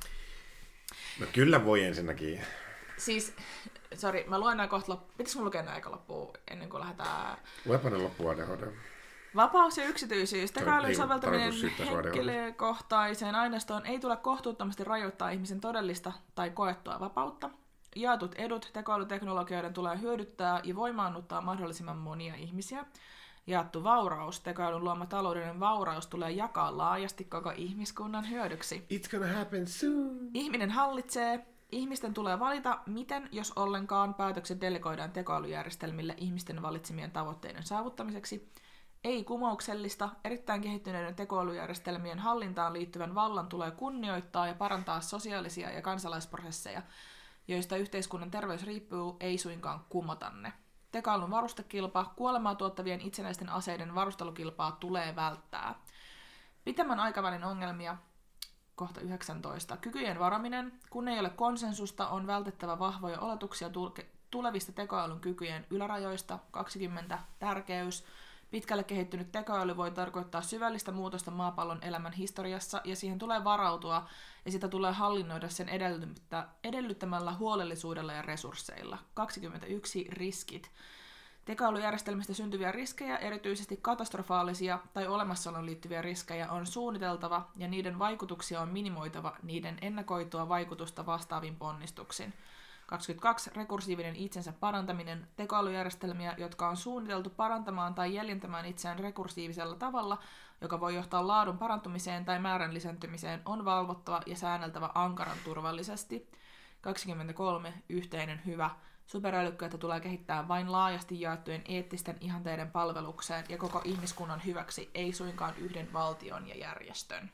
No kyllä voi ensinnäkin. Siis, sori, mä luen nämä kohta loppuun. Pitäisikö mun lukea nämä aika loppuun ennen kuin lähdetään? Luepa ne loppuun A D H D. Vapaus ja yksityisyys. Tekoälyn Ei soveltaminen tarkoitus syyttää sua A D H D. henkilökohtaiseen aineistoon ei tule kohtuuttomasti rajoittaa ihmisen todellista tai koettua vapautta. Jaetut edut tekoälyteknologioiden tulee hyödyttää ja voimaannuttaa mahdollisimman monia ihmisiä. Jaettu vauraus. Tekoälyn luoma taloudellinen vauraus tulee jakaa laajasti koko ihmiskunnan hyödyksi. It's gonna happen soon. Ihminen hallitsee. Ihmisten tulee valita, miten, jos ollenkaan, päätökset delegoidaan tekoälyjärjestelmille ihmisten valitsemien tavoitteiden saavuttamiseksi. Ei kumouksellista, erittäin kehittyneiden tekoälyjärjestelmien hallintaan liittyvän vallan tulee kunnioittaa ja parantaa sosiaalisia ja kansalaisprosesseja, joista yhteiskunnan terveys riippuu, ei suinkaan kumota ne. Tekoälyn varustekilpa, kuolemaa tuottavien itsenäisten aseiden varustelukilpaa tulee välttää. Pitemmän aikavälin ongelmia, kohta yhdeksäntoista. Kykyjen varaminen, kun ei ole konsensusta, on vältettävä vahvoja oletuksia tulevista tekoälyn kykyjen ylärajoista. kaksikymmentä. Tärkeys. Pitkälle kehittynyt tekoäly voi tarkoittaa syvällistä muutosta maapallon elämän historiassa, ja siihen tulee varautua, ja sitä tulee hallinnoida sen edellyttämällä huolellisuudella ja resursseilla. kaksikymmentäyksi. Riskit. Tekoälyjärjestelmistä syntyviä riskejä, erityisesti katastrofaalisia tai olemassaoloon liittyviä riskejä, on suunniteltava, ja niiden vaikutuksia on minimoitava niiden ennakoitua vaikutusta vastaavin ponnistuksin. kaksikymmentäkaksi. Rekursiivinen itsensä parantaminen. Tekoälyjärjestelmiä, jotka on suunniteltu parantamaan tai jäljentämään itseään rekursiivisella tavalla, joka voi johtaa laadun parantumiseen tai määrän lisääntymiseen, on valvottava ja säänneltävä ankaran turvallisesti. kaksikymmentäkolme. Yhteinen hyvä. Superälykkäitä tulee kehittää vain laajasti jaettujen eettisten ihanteiden palvelukseen ja koko ihmiskunnan hyväksi, ei suinkaan yhden valtion ja järjestön.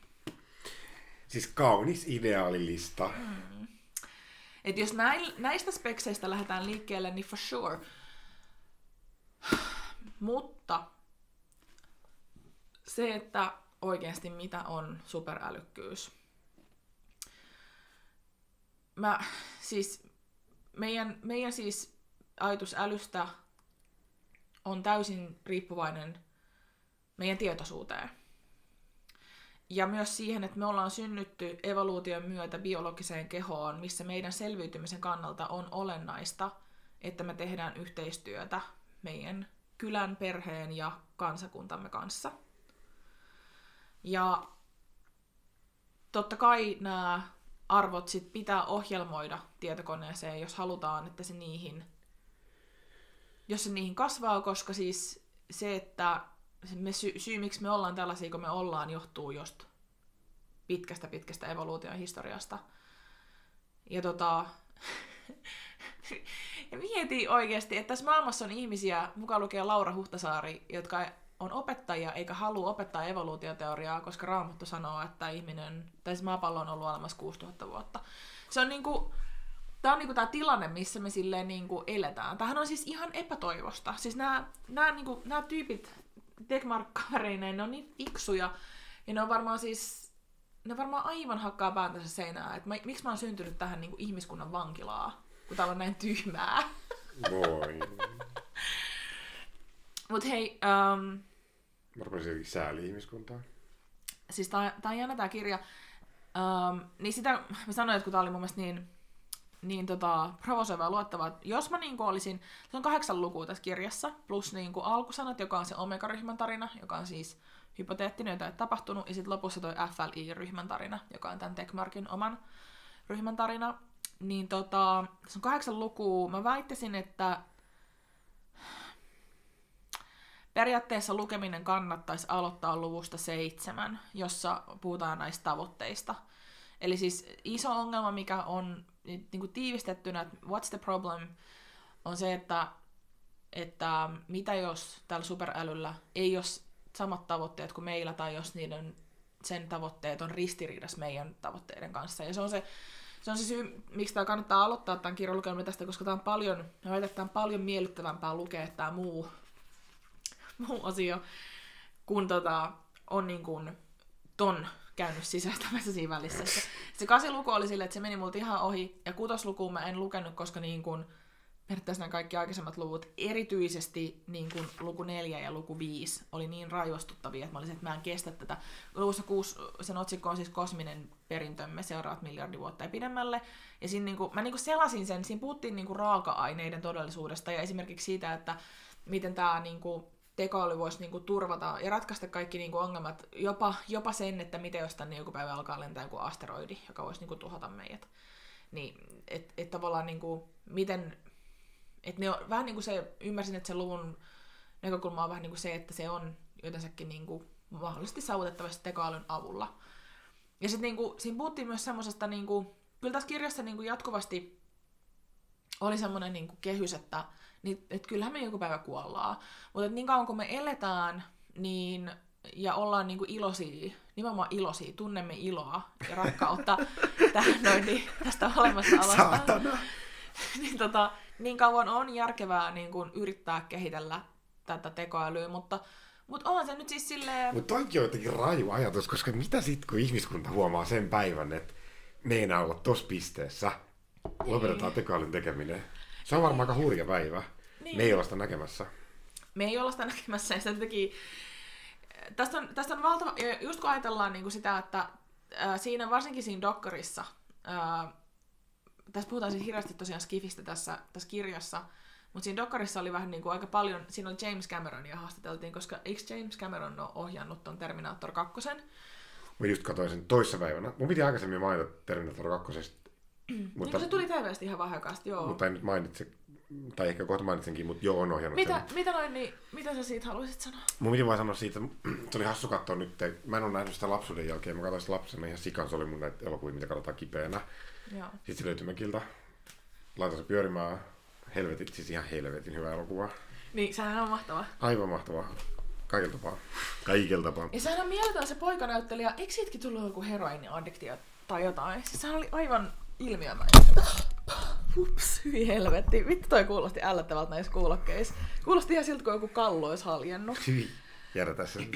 Siis kaunis ideaalilista. Hmm. Et jos näistä spekseistä lähdetään liikkeelle, niin for sure. Mutta se, että oikeasti mitä on superälykkyys. Mä, siis, meidän, meidän siis ajatus älystä on täysin riippuvainen meidän tietoisuuteen. Ja myös siihen, että me ollaan synnytty evoluution myötä biologiseen kehoon, missä meidän selviytymisen kannalta on olennaista, että me tehdään yhteistyötä meidän kylän, perheen ja kansakuntamme kanssa. Ja totta kai nämä arvot sit pitää ohjelmoida tietokoneeseen, jos halutaan, että se niihin, jos se niihin kasvaa, koska siis se, että me sy- syy, miksi me ollaan tällaisia kuin me ollaan, johtuu just pitkästä pitkästä evoluution historiasta. Ja tota, ja mietin oikeasti, että tässä maailmassa on ihmisiä, mukaan lukee Laura Huhtasaari, jotka on opettajia eikä halua opettaa evoluutioteoriaa, koska Raamattu sanoo, että ihminen, tai siis maapallo on ollut olemassa kuusituhatta vuotta. Se on niinku, tää on niinku tää tilanne, missä me silleen niinku eletään. Tämähän on siis ihan epätoivosta. Siis nämä, nämä, niinku, nämä tyypit Tekmark-kavereineen, ne on niin fiksuja, ja ne on varmaan siis, ne varmaan aivan hakkaa pääntänsä seinää, että mä, miksi mä oon syntynyt tähän niinku ihmiskunnan vankilaa, kun täällä on näin tyhmää. Voi. Mut hei, um, mä rupesin sääli ihmiskuntaa. Siis tää, tää on jännä tää kirja. Um, niin sitä mä sanoin, että kun tää oli mun mielestä niin, niin tota, provosoivaa luettavaa. Jos mä niinku olisin, se on kahdeksan lukua tässä kirjassa, plus niinku alkusanat, joka on se Omega-ryhmän tarina, joka on siis hypoteettinen, jota ei tapahtunut, ja sitten lopussa toi F L I-ryhmän tarina, joka on tämän Techmarkin oman ryhmän tarina. Niin tota, se on kahdeksan lukua. Mä väittäisin, että periaatteessa lukeminen kannattaisi aloittaa luvusta seitsemän, jossa puhutaan näistä tavoitteista. Eli siis iso ongelma, mikä on niin kuin tiivistettynä, että what's the problem, on se, että, että mitä jos tällä superälyllä ei ole samat tavoitteet kuin meillä, tai jos niiden sen tavoitteet on ristiriidassa meidän tavoitteiden kanssa. Ja se on se, se, on se syy, miksi tämä kannattaa aloittaa tämän kirjan lukeminen tästä, koska tämä on paljon, mä väitän, että tämä on paljon miellyttävämpää lukea tämä muu, muu osio, kun tota, on niin kuin ton käynyt sisäistämässä siinä välissä. Se, se kasiluku oli silleen, että se meni multa ihan ohi, ja kutoslukuun mä en lukenut, koska niin kuin periaatteessa nämä kaikki aikaisemmat luvut, erityisesti niin kuin luku neljä ja luku viisi, oli niin raivostuttavia, että mä olisin, että mä en kestä tätä. Luvussa kuusi, sen otsikko on siis kosminen perintömme seuraavat miljardi vuotta ja pidemmälle. Ja siinä, niin kuin, mä niin kuin selasin sen, siinä puhuttiin niin kuin raaka-aineiden todellisuudesta ja esimerkiksi siitä, että miten tämä niin kuin tekoäly voisi niin kuin turvata ja ratkaista kaikki niin kuin ongelmat, jopa, jopa sen, että miten jos tänne joku päivä alkaa lentää joku asteroidi, joka voisi niin kuin tuhota meidät. Niin, että et tavallaan niin kuin, miten... Että ne on vähän niin kuin se, ymmärsin, että se luvun näkökulma on vähän niin kuin se, että se on jotensakin niin kuin mahdollisesti saavutettavasti tekoälyn avulla. Ja sitten niin kuin, siinä puhuttiin myös semmoisesta, niin kuin, kyllä tässä kirjassa niin kuin jatkuvasti oli semmoinen niin kuin kehys, että, niin, että kyllähän me joku päivä kuollaan. Mutta niin kauan kun me eletään niin, ja ollaan niin kuin iloisia, nimenomaan iloisia, tunnemme iloa ja rakkautta tähän noin, niin, tästä olemassaolosta. Saatana! niin, tota, niin kauan on järkevää niin kun yrittää kehitellä tätä tekoälyä, mutta, mutta onhan se nyt siis silleen... Mutta toikin on jotenkin raju ajatus, koska mitä sitten, kun ihmiskunta huomaa sen päivän, että me ei enää olla tossa pisteessä, lopetetaan tekoälyn tekeminen. Se on varmaan aika hurja päivä. Niin. Me ei olla sitä näkemässä. Me ei olla sitä näkemässä, ja sitä teki... Tästä on, tästä on valtava... Just kun ajatellaan niin kuin sitä, että ää, siinä, varsinkin siinä dokkarissa, ää, tässä puhutaan siis hirveästi tosiaan skifistä tässä, tässä kirjassa, mutta siinä dokkarissa oli vähän niin kuin aika paljon, siinä oli James Cameronia haastateltiin, koska eikö James Cameron ole ohjannut ton Terminator kaksi? Mä just katsoin sen toissapäivänä. Mun piti aikaisemmin mainita Terminator kaksi. Mutta... Niin se tuli T V:stä ihan vähän aikaa, joo. Mutta en nyt mainitse, tai ehkä kohta mainitsenkin, mutta joo, on ohjannut mitä, sen. Mitä noin, niin mitä sä siitä haluaisit sanoa? Mun piti vaan sanoa siitä, se oli hassu katsoa nyt, mä en ole nähnyt sitä lapsuuden jälkeen, mä katsoin sitä lapsena ihan sikan, se oli mun näitä elokuvia, mitä katsotaan kipeänä. Joo. Sitten se löytyi Mäkiltä, laitan se pyörimään, helvetin, siis ihan helvetin hyvä elokuva. Niin, sehän on mahtava. Aivan mahtava. Kaikella tapaa. Kaikella tapaa. Ja sehän on mieletön se poikanäyttelijä, eikö siitäkin tullut joku heroiniaddiktio tai jotain? Siis sehän oli aivan ilmiömäinen. Ups, hyi helvetti. Vittu toi kuulosti ällöttävältä näissä kuulokkeissa. Kuulosti ihan siltä, kun joku kallo olisi haljennut. Hyi, järjätä sen.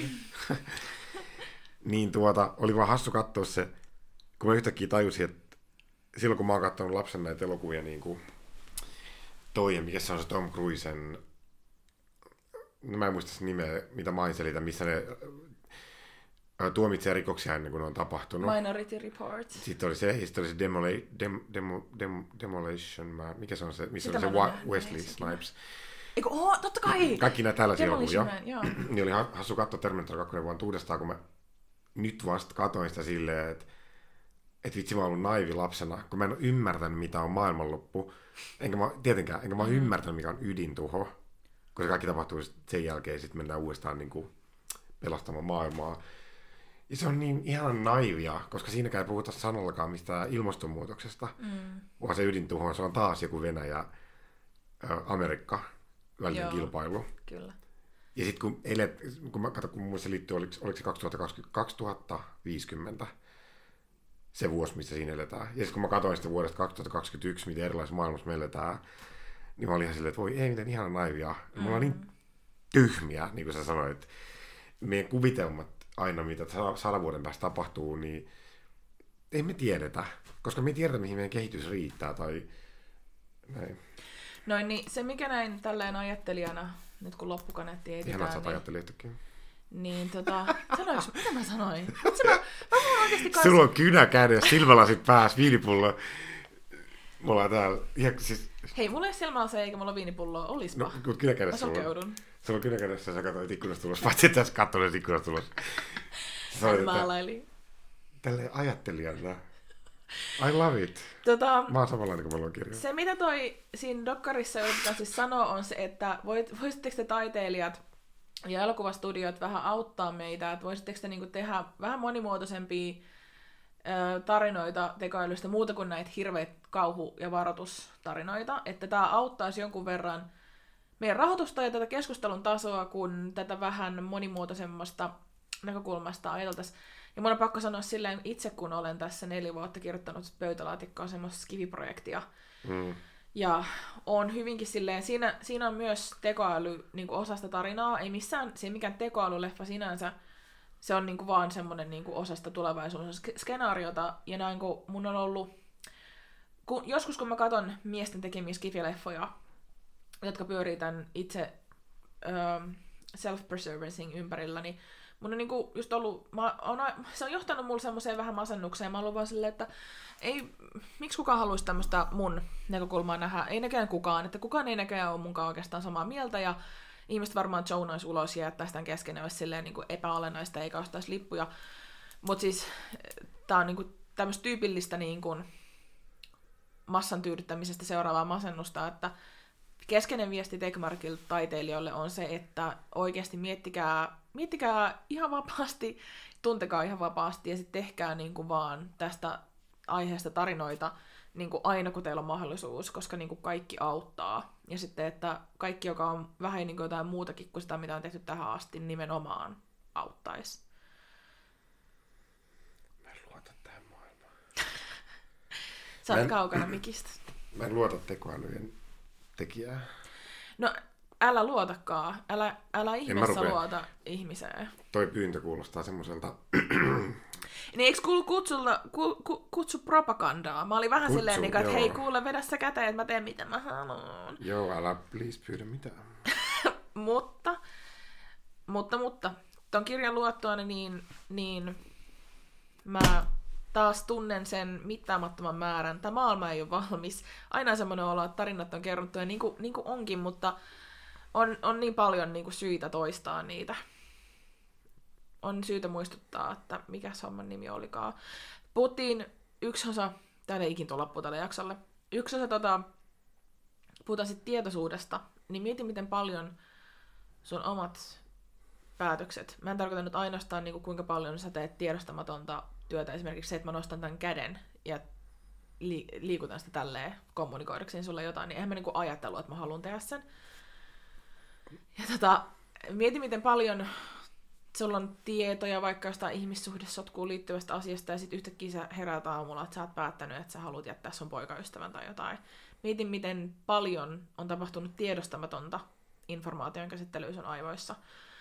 Niin tuota, oli vaan hassu katsoa se, kun mä yhtäkkiä tajusin, että silloin kun mä oon katsonut lapsen näitä elokuvia, niin kuin toi, mikä se on se Tom Cruisen, no mä en muista se nimeä, mitä mä selitän, missä ne tuomitsee rikoksia ennen kuin ne on tapahtunut. Minority Report. Sitten oli se, ja sitten oli se Demola- Dem, Demo, Dem, Demolition Man, mikä se on se, missä Sitä oli se Wesley Snipes. Eiku, oh, totta kai! Kaikki näitä tällaisia elokuvia. Joo. Niin oli hassu katsoa Terminator kaksi vaan uudestaan, kun mä nyt vasta katoin sitä silleen, että et vitsi mä oon ollut naivi lapsena, kun mä en ole ymmärtänyt, mitä on maailmanloppu. Enkä mä, tietenkään, enkä mä ole ymmärtänyt, mikä on ydintuho. Koska kaikki tapahtuu sen jälkeen, sitten mennään uudestaan niin kuin pelastamaan maailmaa. Ja se on niin ihan naivia, koska siinäkään ei puhuta sanallakaan mistään ilmastonmuutoksesta. Mm. Vaan se ydintuho, se on taas joku Venäjä, ä, Amerikka välinen Joo, kilpailu. Kyllä. Ja sitten kun, elet, kun mä katson, kun mun se liittyy, oliko, oliko se kaksituhattakaksikymmentä, kaksituhattaviisikymmentä se vuosi, missä siinä eletään. Ja sitten kun mä katsoin sitä vuodesta kaksituhattakaksikymmentäyksi, miten erilaisessa maailmassa me eletään, niin mä olin ihan silleen, että voi ei, miten ihana naivia. Mm. Me ollaan niin tyhmiä, niin kuin sä sanoit. Meidän kuvitelmat aina, mitä sadan vuoden päästä tapahtuu, niin ei me tiedetä. Koska me ei tiedetä, mihin meidän kehitys riittää. Tai näin. Noin, niin se mikä näin tälleen ajattelijana, nyt kun loppukaneetti etsitään. Ihan, että sä niin... ajattelijatkin. Niin tota, sanoinko, mitä mä sanoin? Mä, mä, mä oikeasti kanssa... Sulla on kynä kädessä, silmälasit päässä, viinipullo. Mulla on täällä... Ja, siis, Hei, mulla ei ole silmälaseja eikä mulla viinipulloa, olispa. no, kun kynäkädessä Mä sulla on. sokeudun. Sulla on kynäkädessä, sä katsoit ikkunasta tulos. Paitsi että tässä katsoin ikkunasta tulos. Hän maalaili. Tälleen ajattelijana. I love it. Tota, Mä oon samanlainen kuin mä luon kirjoja. se, mitä toi siinä dokkarissa yritetään siis sanoa, on se, että voit, voisitteko te taiteilijat ja elokuvastudiot vähän auttaa meitä, että voisitteko te niinku tehdä vähän monimuotoisempia ö, tarinoita tekoälystä muuta kuin näitä hirveitä kauhu- ja varoitustarinoita, että tämä auttaisi jonkun verran meidän rahoitusta ja tätä keskustelun tasoa, kun tätä vähän monimuotoisemmasta näkökulmasta ajateltaisiin. Ja mun on pakko sanoa silleen, itse kun olen tässä neljä vuotta kirjoittanut pöytälaatikkoa semmoista skifiprojektia, Mm. ja on hyvinkin silleen, siinä, siinä on myös tekoäly niin kuin osasta tarinaa, ei missään, se ei mikään tekoälyleffa sinänsä, se on niin kuin vaan semmoinen niin kuin osasta tulevaisuuden skenaariota, ja näin kun mun on ollut, kun, joskus kun mä katson miesten tekemiä skifileffoja, jotka pyörii tämän itse ähm, self-preservancing ympärillä, niin mun on niinku just ollut, mä on, se on johtanut mulle semmoiseen vähän masennukseen. Mä oon ollut vaan silleen, että ei, miksi kukaan haluaisi tämmöistä mun näkökulmaa nähdä? Ei näköjään kukaan, että kukaan ei näköjään ole munkaan oikeastaan samaa mieltä, ja ihmiset varmaan jonaisi ulos ja jättäisi tämän kesken ja olisi silleen niinku epäolennaista eikä ostaisi lippuja. Mut siis tää on niinku tämmöistä tyypillistä niinku massan tyydyttämisestä seuraavaa masennusta, että keskeinen viesti Techmarkilta taiteilijoille on se, että oikeasti miettikää, miettikää ihan vapaasti, tuntekaa ihan vapaasti ja sitten tehkää niin kuin vaan tästä aiheesta tarinoita niin kuin aina, kun teillä on mahdollisuus, koska niin kuin kaikki auttaa. Ja sitten, että kaikki, joka on vähän niin kuin jotain muutakin kuin sitä, mitä on tehty tähän asti, nimenomaan auttaisi. Mä en luota tähän maailmaan. Sä oot en... kaukana mikistä. Mä en luota tekoälyjen tekijää. No, älä luotakaan. Älä, älä ihmeessä rupea. luota ihmiseen. Toi pyyntö kuulostaa semmoiselta... Niin eikö kuulu kutsulla, ku, ku, kutsu propagandaa? Mä olin vähän Kutsu, silleen, että joo. hei kuule, vedä sä käteen, että mä teen mitä mä haluan. Joo, älä please pyydä mitään. mutta, mutta, mutta, ton kirjan luottuani niin, niin mä taas tunnen sen mittaamattoman määrän. Tämä maailma ei ole valmis. Aina on semmoinen olo, että tarinat on kerrottu ja niin kuin, niin kuin onkin, mutta on, on niin paljon niin kuin syitä toistaa niitä. On syytä muistuttaa, että mikä se homman nimi olikaan. Puhuttiin yksi osa, täällä ei ikin tulla loppu tälle jaksolle, yksi osa, tota, puhutaan sitten tietoisuudesta, niin mieti miten paljon sun omat päätökset, mä en tarkoita nyt ainoastaan niin kuin, kuinka paljon sä teet tiedostamatonta työtä, esimerkiksi se, että mä nostan tämän käden ja li- liikutan sitä tälleen kommunikoidakseni sulle jotain, niin eihän mä niin kuin ajatellut, että mä haluan tehdä sen. Ja tota, mieti miten paljon sulla on tietoja vaikka jostain ihmissuhdesotkuun liittyvästä asiasta, ja sitten yhtäkkiä sä heräät aamulla, että sä oot päättänyt, että sä haluat jättää sun poikaystävän tai jotain. Mietin, miten paljon on tapahtunut tiedostamatonta informaation käsittelyä sun aivoissa.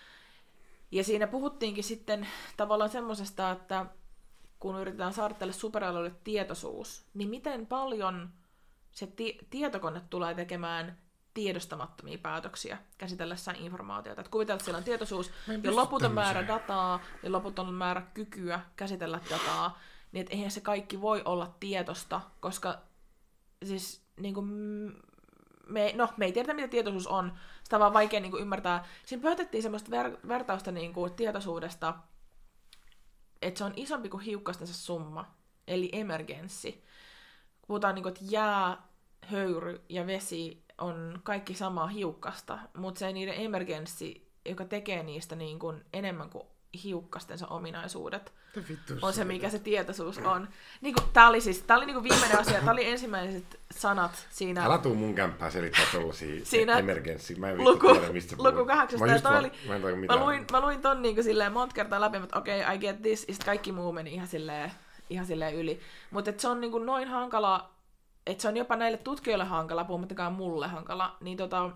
Ja siinä puhuttiinkin sitten tavallaan semmosesta, että kun yritetään saada tälle superälylle tietoisuus, niin miten paljon se ti- tietokone tulee tekemään tiedostamattomia päätöksiä käsitellessään informaatiota. Että kuvitellaan, että siellä on tietoisuus ja loputon määrä dataa ja loputon määrä kykyä käsitellä dataa, niin että eihän se kaikki voi olla tietosta, koska siis niin kuin, me, no, me ei tiedetä, mitä tietoisuus on. Sitä on vaan vaikea niin kuin ymmärtää. Siinä pöytettiin semmoista ver- vertausta niin kuin tietoisuudesta, että se on isompi kuin hiukkastensa summa, eli emergenssi. Puhutaan, niin kuin, että jää, höyry ja vesi on kaikki samaa hiukkasta, mutta se niiden emergenssi, joka tekee niistä niin kuin enemmän kuin hiukkastensa ominaisuudet, on se, mikä se tietoisuus on. Niin kuin, tää oli, siis, tää oli niin kuin viimeinen asia, tää oli ensimmäiset sanat siinä. Älä tuu mun kämppää selittää tollasia siinä emergenssiä. Mä en vittu luku, tiedä, mistä luku kahdeksasta. Mä, Toi oli, mä, en mä, luin, mä luin ton niin kuin silleen monta kertaa läpi, että okei, okay, I get this, ja kaikki muu meni ihan silleen, ihan silleen yli. Mutta se on niin kuin noin hankala, että se on jopa näille tutkijoille hankala, puhumattakaan mulle hankala, niin tota...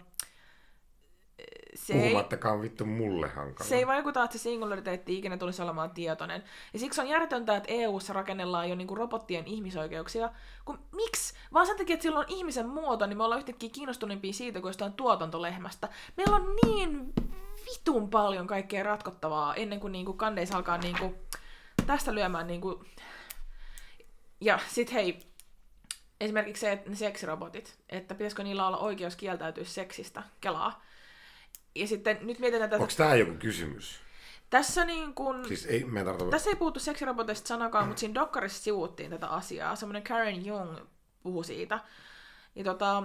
Se puhumattakaan ei, vittu mulle hankala. Se ei vaikuta, että se singulariteetti ikinä tulisi olemaan tietoinen. Ja siksi on järjetöntä, että E U:ssa rakennellaan jo niinku robottien ihmisoikeuksia. Kun, miksi? Vaan sen takia, että sillä on ihmisen muoto, niin me ollaan yhtäkkiä kiinnostuneempia siitä kuin jostain tuotantolehmästä. Meillä on niin vitun paljon kaikkea ratkottavaa ennen kuin niinku kandeis alkaa niinku tästä lyömään. Niinku... Ja sit hei, Esimerkiksi se, että ne seksirobotit, että pitäisikö niillä olla oikeus kieltäytyä seksistä, kelaa. Ja sitten nyt mietitään tätä... Onko tämä joku kysymys? Tässä, niin kun, siis ei, me tartu... tässä ei puhuttu seksiroboteista sanakaan, mutta siinä dokkarissa sivuttiin tätä asiaa. Semmoinen Karen Jung puhui siitä. Ja tota,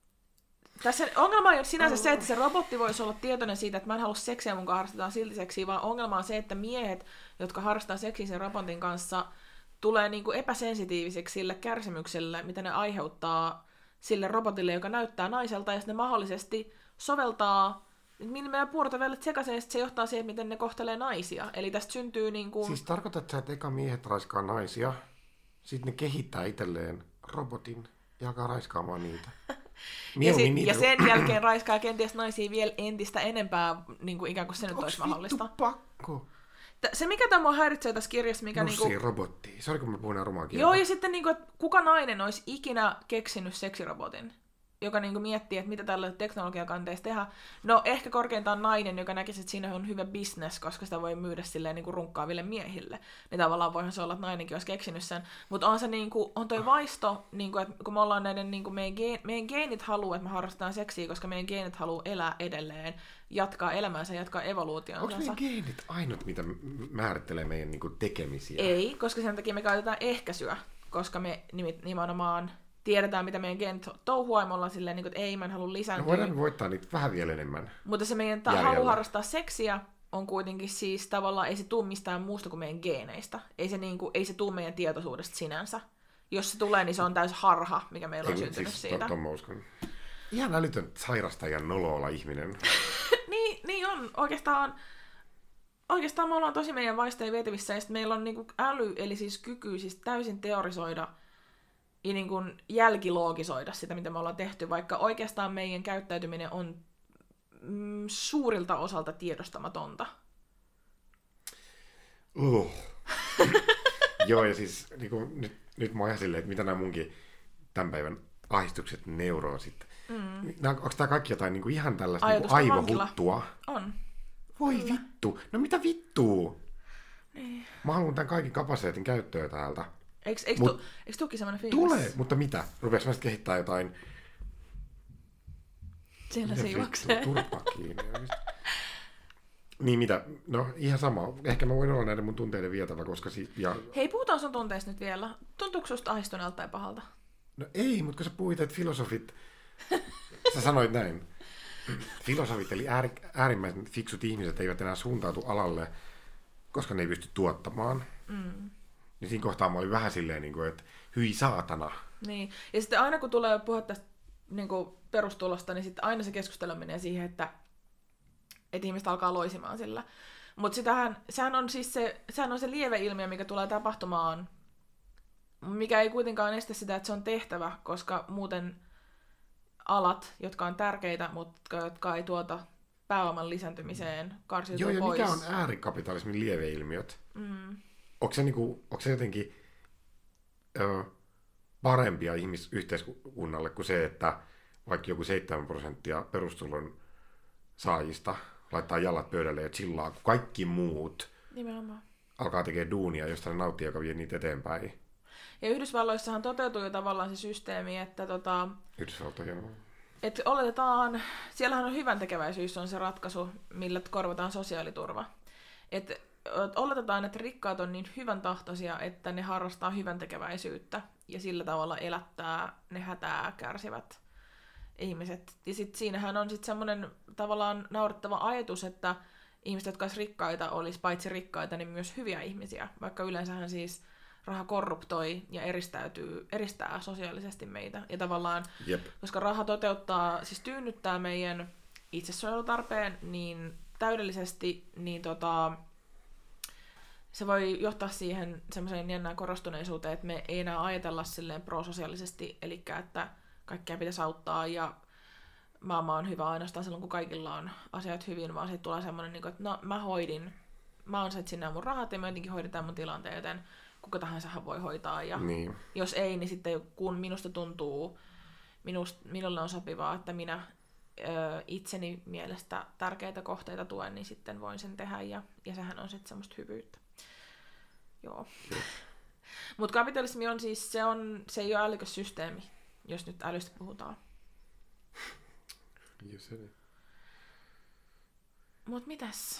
tässä ongelma ei ole sinänsä se, että se robotti voisi olla tietoinen siitä, että mä en halua seksiä, mun harrastetaan silti seksiä, vaan ongelma on se, että miehet, jotka harrastaa seksiä sen robotin kanssa, tulee niin kuin epäsensitiiviseksi sille kärsimykselle, mitä ne aiheuttaa sille robotille, joka näyttää naiselta, ja sitten ne mahdollisesti soveltaa, minne meidän puurtavellet sekaisin, ja se johtaa siihen, miten ne kohtelee naisia. Eli tästä syntyy niin kuin... Siis tarkoitat sä, että eka miehet raiskaa naisia, sitten ne kehittää itselleen robotin ja alkaa raiskaamaan niitä. Ja, sit, niitä... ja sen jälkeen raiskaa kenties naisia vielä entistä enempää, niin kuin ikään kuin se nyt olisi mahdollista. Onks vittu pakko? Se, mikä tämä mua häiritsee tässä kirjassa, mikä... Nussi, niinku... robotti. Sori, kun mä puhun näin rumaa kieltä. Joo, ja sitten niinku, että kuka nainen olisi ikinä keksinyt seksirobotin, joka niinku miettii, että mitä tällä teknologiakanteessa tehdä. No, ehkä korkeintaan nainen, joka näkisi, että siinä on hyvä business, koska sitä voi myydä silleen niinku runkkaaville miehille. Niin tavallaan voihan se olla, että nainenkin olisi keksinyt sen. Mutta on se niinku, on toi vaisto, niinku, että kun me ollaan näiden, niinku, meidän, geen, meidän geenit haluaa, että me harrastetaan seksiä, koska meidän geenit haluaa elää edelleen, jatkaa elämäänsä, jatkaa evoluutionsa. Onko meidän geenit ainut, mitä määrittelee meidän niinku tekemisiä? Ei, koska sen takia me käytetään ehkäisyä, koska me nimenomaan tiedetään, mitä meidän geenit touhua, ja me ollaan silleen, että ei, mä en halua lisääntyä. No voidaan voittaa niitä vähän vielä enemmän. Mutta se meidän ta- halu harrastaa seksiä on kuitenkin siis tavallaan, ei se tule mistään muusta kuin meidän geeneistä. Ei se, niin kuin, ei se tule meidän tietoisuudesta sinänsä. Jos se tulee, niin se on täys harha, mikä meillä on ei, syntynyt siis, siitä. To, to ihan älytön sairasta ja noloola ihminen. niin, niin on. Oikeastaan, oikeastaan me ollaan tosi meidän vaistojen vietävissä, ja sitten meillä on niin kuin äly, eli siis kyky siis täysin teorisoida ja niin kuin jälkiloogisoida sitä, mitä me ollaan tehty, vaikka oikeastaan meidän käyttäytyminen on mm, suurilta osalta tiedostamatonta. Uh. Joo, ja siis niin kuin, nyt, nyt mä oon ihan silleen, että mitä nämä munkin tämän päivän ahdistukset, neuroosit. Mm. Onko tämä kaikki jotain niin kuin ihan tällaista niin kuin aivohuttua? On. Voi Kyllä. vittu. No mitä vittua? Niin. Mä haluan tämän kaiken kapasiteetin käyttöön täältä. Eikö, eikö, Mut, tu, eikö tuukin semmoinen fiilis? Tulee, mutta mitä? Rupeaks mä sitten kehittää jotain... Siellä se juoksee. Turpa kiinni. Niin mitä? No ihan sama. Ehkä mä voin olla näiden mun tunteiden vietävä, koska... Si- ja... Hei, puhutaan sun tunteista nyt vielä. Tuntuuko susta ahdistuneelta tai pahalta? No ei, mutta kun sä puhuit, että filosofit... sä sanoit näin. Filosofit eli äär, äärimmäisen fiksut ihmiset eivät enää suuntautu alalle, koska ne ei pysty tuottamaan. Mm. Niin siinä kohtaa mä olin vähän silleen, että hyi saatana. Niin, ja sitten aina kun tulee puhua tästä niin kuin perustulosta, niin sitten aina se keskustelu menee siihen, että, että ihmiset alkaa loisimaan sillä. Mutta sehän on siis se, sehän on se lieveilmiö, mikä tulee tapahtumaan, mikä ei kuitenkaan estä sitä, että se on tehtävä, koska muuten alat, jotka on tärkeitä, mutta jotka ei tuota pääoman lisääntymiseen, karsiutuu pois. pois. Joo, ja mikä on äärikapitalismin lieveilmiöt? Mm. Onko se, niinku, onko se jotenkin ö, parempia ihmisyhteiskunnalle kuin se, että vaikka joku seitsemän prosenttia perustulon saajista laittaa jalat pöydälle ja chillaa, kun kaikki muut Nimenomaan. alkaa tekemään duunia, josta ne nauttii, joka vie niitä eteenpäin. Ja Yhdysvalloissahan toteutuu jo tavallaan se systeemi, että tota, Yhdysvaltoja. että oletetaan, siellähän on hyvän tekeväisyys on se ratkaisu, millä korvataan sosiaaliturva. Että oletetaan, että rikkaat on niin hyvän tahtoisia, että ne harrastaa hyvän tekeväisyyttä ja sillä tavalla elättää ne hätää kärsivät ihmiset. Ja sitten siinähän on sitten semmoinen tavallaan naurettava ajatus, että ihmiset, jotka olisivat rikkaita, olisi paitsi rikkaita, niin myös hyviä ihmisiä. Vaikka yleensähän siis raha korruptoi ja eristäytyy, eristää sosiaalisesti meitä. Ja tavallaan, Jep. koska raha toteuttaa, siis tyynnyttää meidän itsesuojelutarpeen niin täydellisesti, niin tota, se voi johtaa siihen semmoiseen jännään korostuneisuuteen, että me ei enää ajatella silleen prososiaalisesti, eli että kaikkea pitäisi auttaa ja maailma on hyvä ainoastaan silloin, kun kaikilla on asiat hyvin, vaan sitten tulee semmoinen, että no mä hoidin, mä ansaitsin nämä mun rahat ja mä jotenkin hoidetaan mun tilanteen, joten kuka tahansa voi hoitaa. Ja niin. Jos ei, niin sitten kun minusta tuntuu, minust, minulle on sopivaa, että minä ö, itseni mielestä tärkeitä kohteita tuen, niin sitten voin sen tehdä ja, ja sehän on sitten semmoista hyvyyttä. Joo. Mutta kapitalismi on siis, se, on, se ei ole älykäs systeemi, jos nyt älystä puhutaan. Yes, it is. Mut mitäs?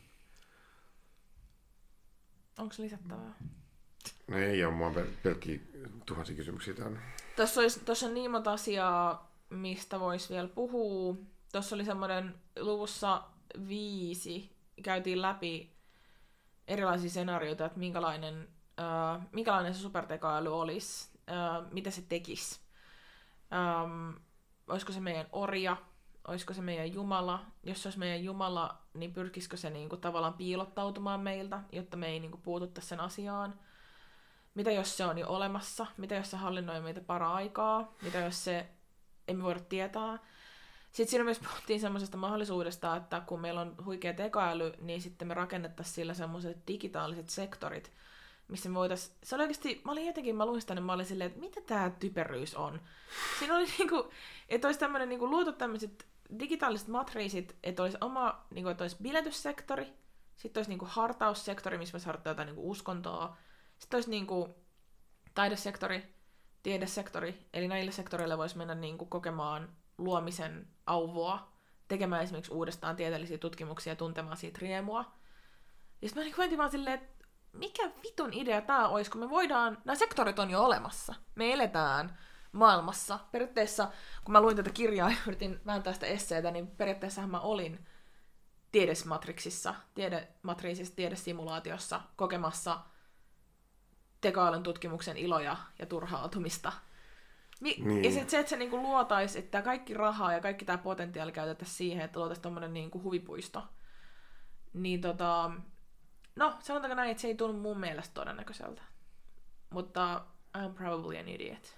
Onko lisättävää? No ei ole, mua pel- pelkkiä tuhansia kysymyksiä tänne. Tuossa, olisi, tuossa on niin monta asiaa, mistä voisi vielä puhua. Tuossa oli semmoinen luvussa viisi, käytiin läpi erilaisia skenaarioita, että minkälainen, äh, minkälainen se supertekoäly olisi, äh, mitä se tekisi. Ähm, olisiko se meidän orja, olisiko se meidän Jumala. Jos se olisi meidän Jumala, niin pyrkisikö se niinku tavallaan piilottautumaan meiltä, jotta me ei niinku puututtaisi sen asiaan. Mitä jos se on jo olemassa? Mitä jos se hallinnoi meitä para-aikaa? Mitä jos se emme voida tietää? Sitten siinä myös puhuttiin semmoisesta mahdollisuudesta, että kun meillä on huikea tekoäly, niin sitten me rakennettaisiin sillä semmoiset digitaaliset sektorit, missä me voitaisiin... Se oli oikeasti... Mä olin jotenkin, mä luin sitä, niin mä olin silleen, että mitä tää typeryys on? Siinä oli niinku... Että olisi tämmöinen niinku luotu tämmöiset digitaaliset matriisit, että olisi oma... Niinku, että olisi biletyssektori, sitten olisi niinku hartaussektori, missä me harjoittaa jotain niinku uskontoa, sitten olisi niinku taidesektori, tiedesektori, eli näille sektoreille voisi mennä niinku kokemaan luomisen auvoa, tekemään esimerkiksi uudestaan tieteellisiä tutkimuksia ja tuntemaan siitä riemua. Ja sitten mä mietin vaan silleen, että mikä vitun idea tää olisi, kun me voidaan, nämä sektorit on jo olemassa. Me eletään maailmassa. Periaatteessa, kun mä luin tätä kirjaa ja yritin vääntää sitä esseetä, niin periaatteessahan mä olin tiedesmatriksissa, tiedematriisissa, tiedesimulaatiossa kokemassa tekoälyn tutkimuksen iloja ja turhautumista. Ni- Niin. Ja sitten se, että se niinku luotaisi, että kaikki rahaa ja kaikki tämä potentiaali käytettäisiin siihen, että luotaisiin tommonen niinku huvipuisto. Niin tota... No, sanotaanko näin, että se ei tunnu mun mielestä todennäköiseltä. Mutta I'm probably an idiot.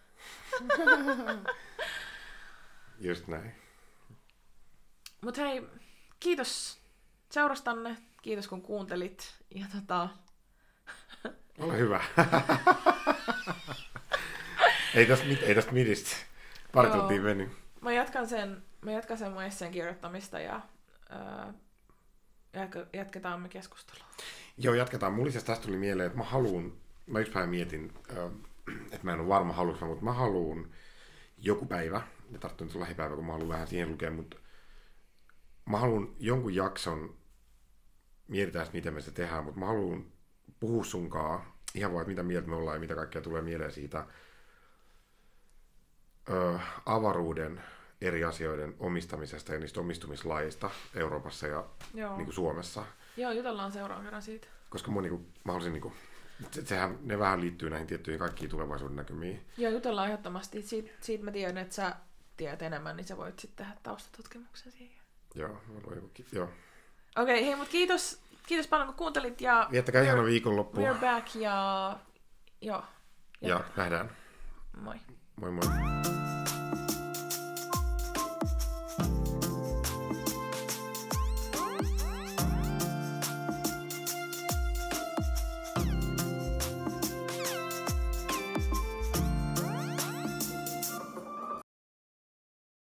Just näin. Mut hei, kiitos seurastanne. Kiitos kun kuuntelit. Ja tota... Ole hyvä. ei tästä mit, ei tästä midistä. Pari Joo. tuntia meni. Mä jatkan sen, mä jatkan sen mun esseen kirjoittamista ja ää, jatketaan me keskustelua. Joo, jatketaan. Mulla itse tästä tuli mieleen, että mä haluun, mä yksi päivä mietin, että mä en ole varma halussa, mutta mä haluun joku päivä, ja tarttuu nyt lähipäivä, kun mä haluan vähän siihen lukea, mutta mä haluun jonkun jakson, mietitään miten me se tehdään, mutta mä haluun puhua sunkaan ihan vaan, että mitä mieltä me ollaan ja mitä kaikkea tulee mieleen siitä ö, avaruuden eri asioiden omistamisesta ja niistä omistumislaista Euroopassa ja Joo. niin kuin Suomessa. Joo, jutellaan seuraavan kerran siitä. Koska mun, niin kuin, mä haluaisin, niin kuin, se, sehän, ne vähän liittyy näihin tiettyihin kaikkiin tulevaisuuden näkymiin. Joo, jutellaan ehdottomasti. Siitä, siitä mä tiedän, että sä tiedät enemmän, niin sä voit sitten tehdä taustatutkimuksen siihen. Joo, mä voin joku, joo. Okei, okay, hei, mut kiitos, kiitos paljon kun kuuntelit ja... Viettäkää ihana viikonloppu. We're back ja... Joo. Ja nähdään. Moi. Moi moi.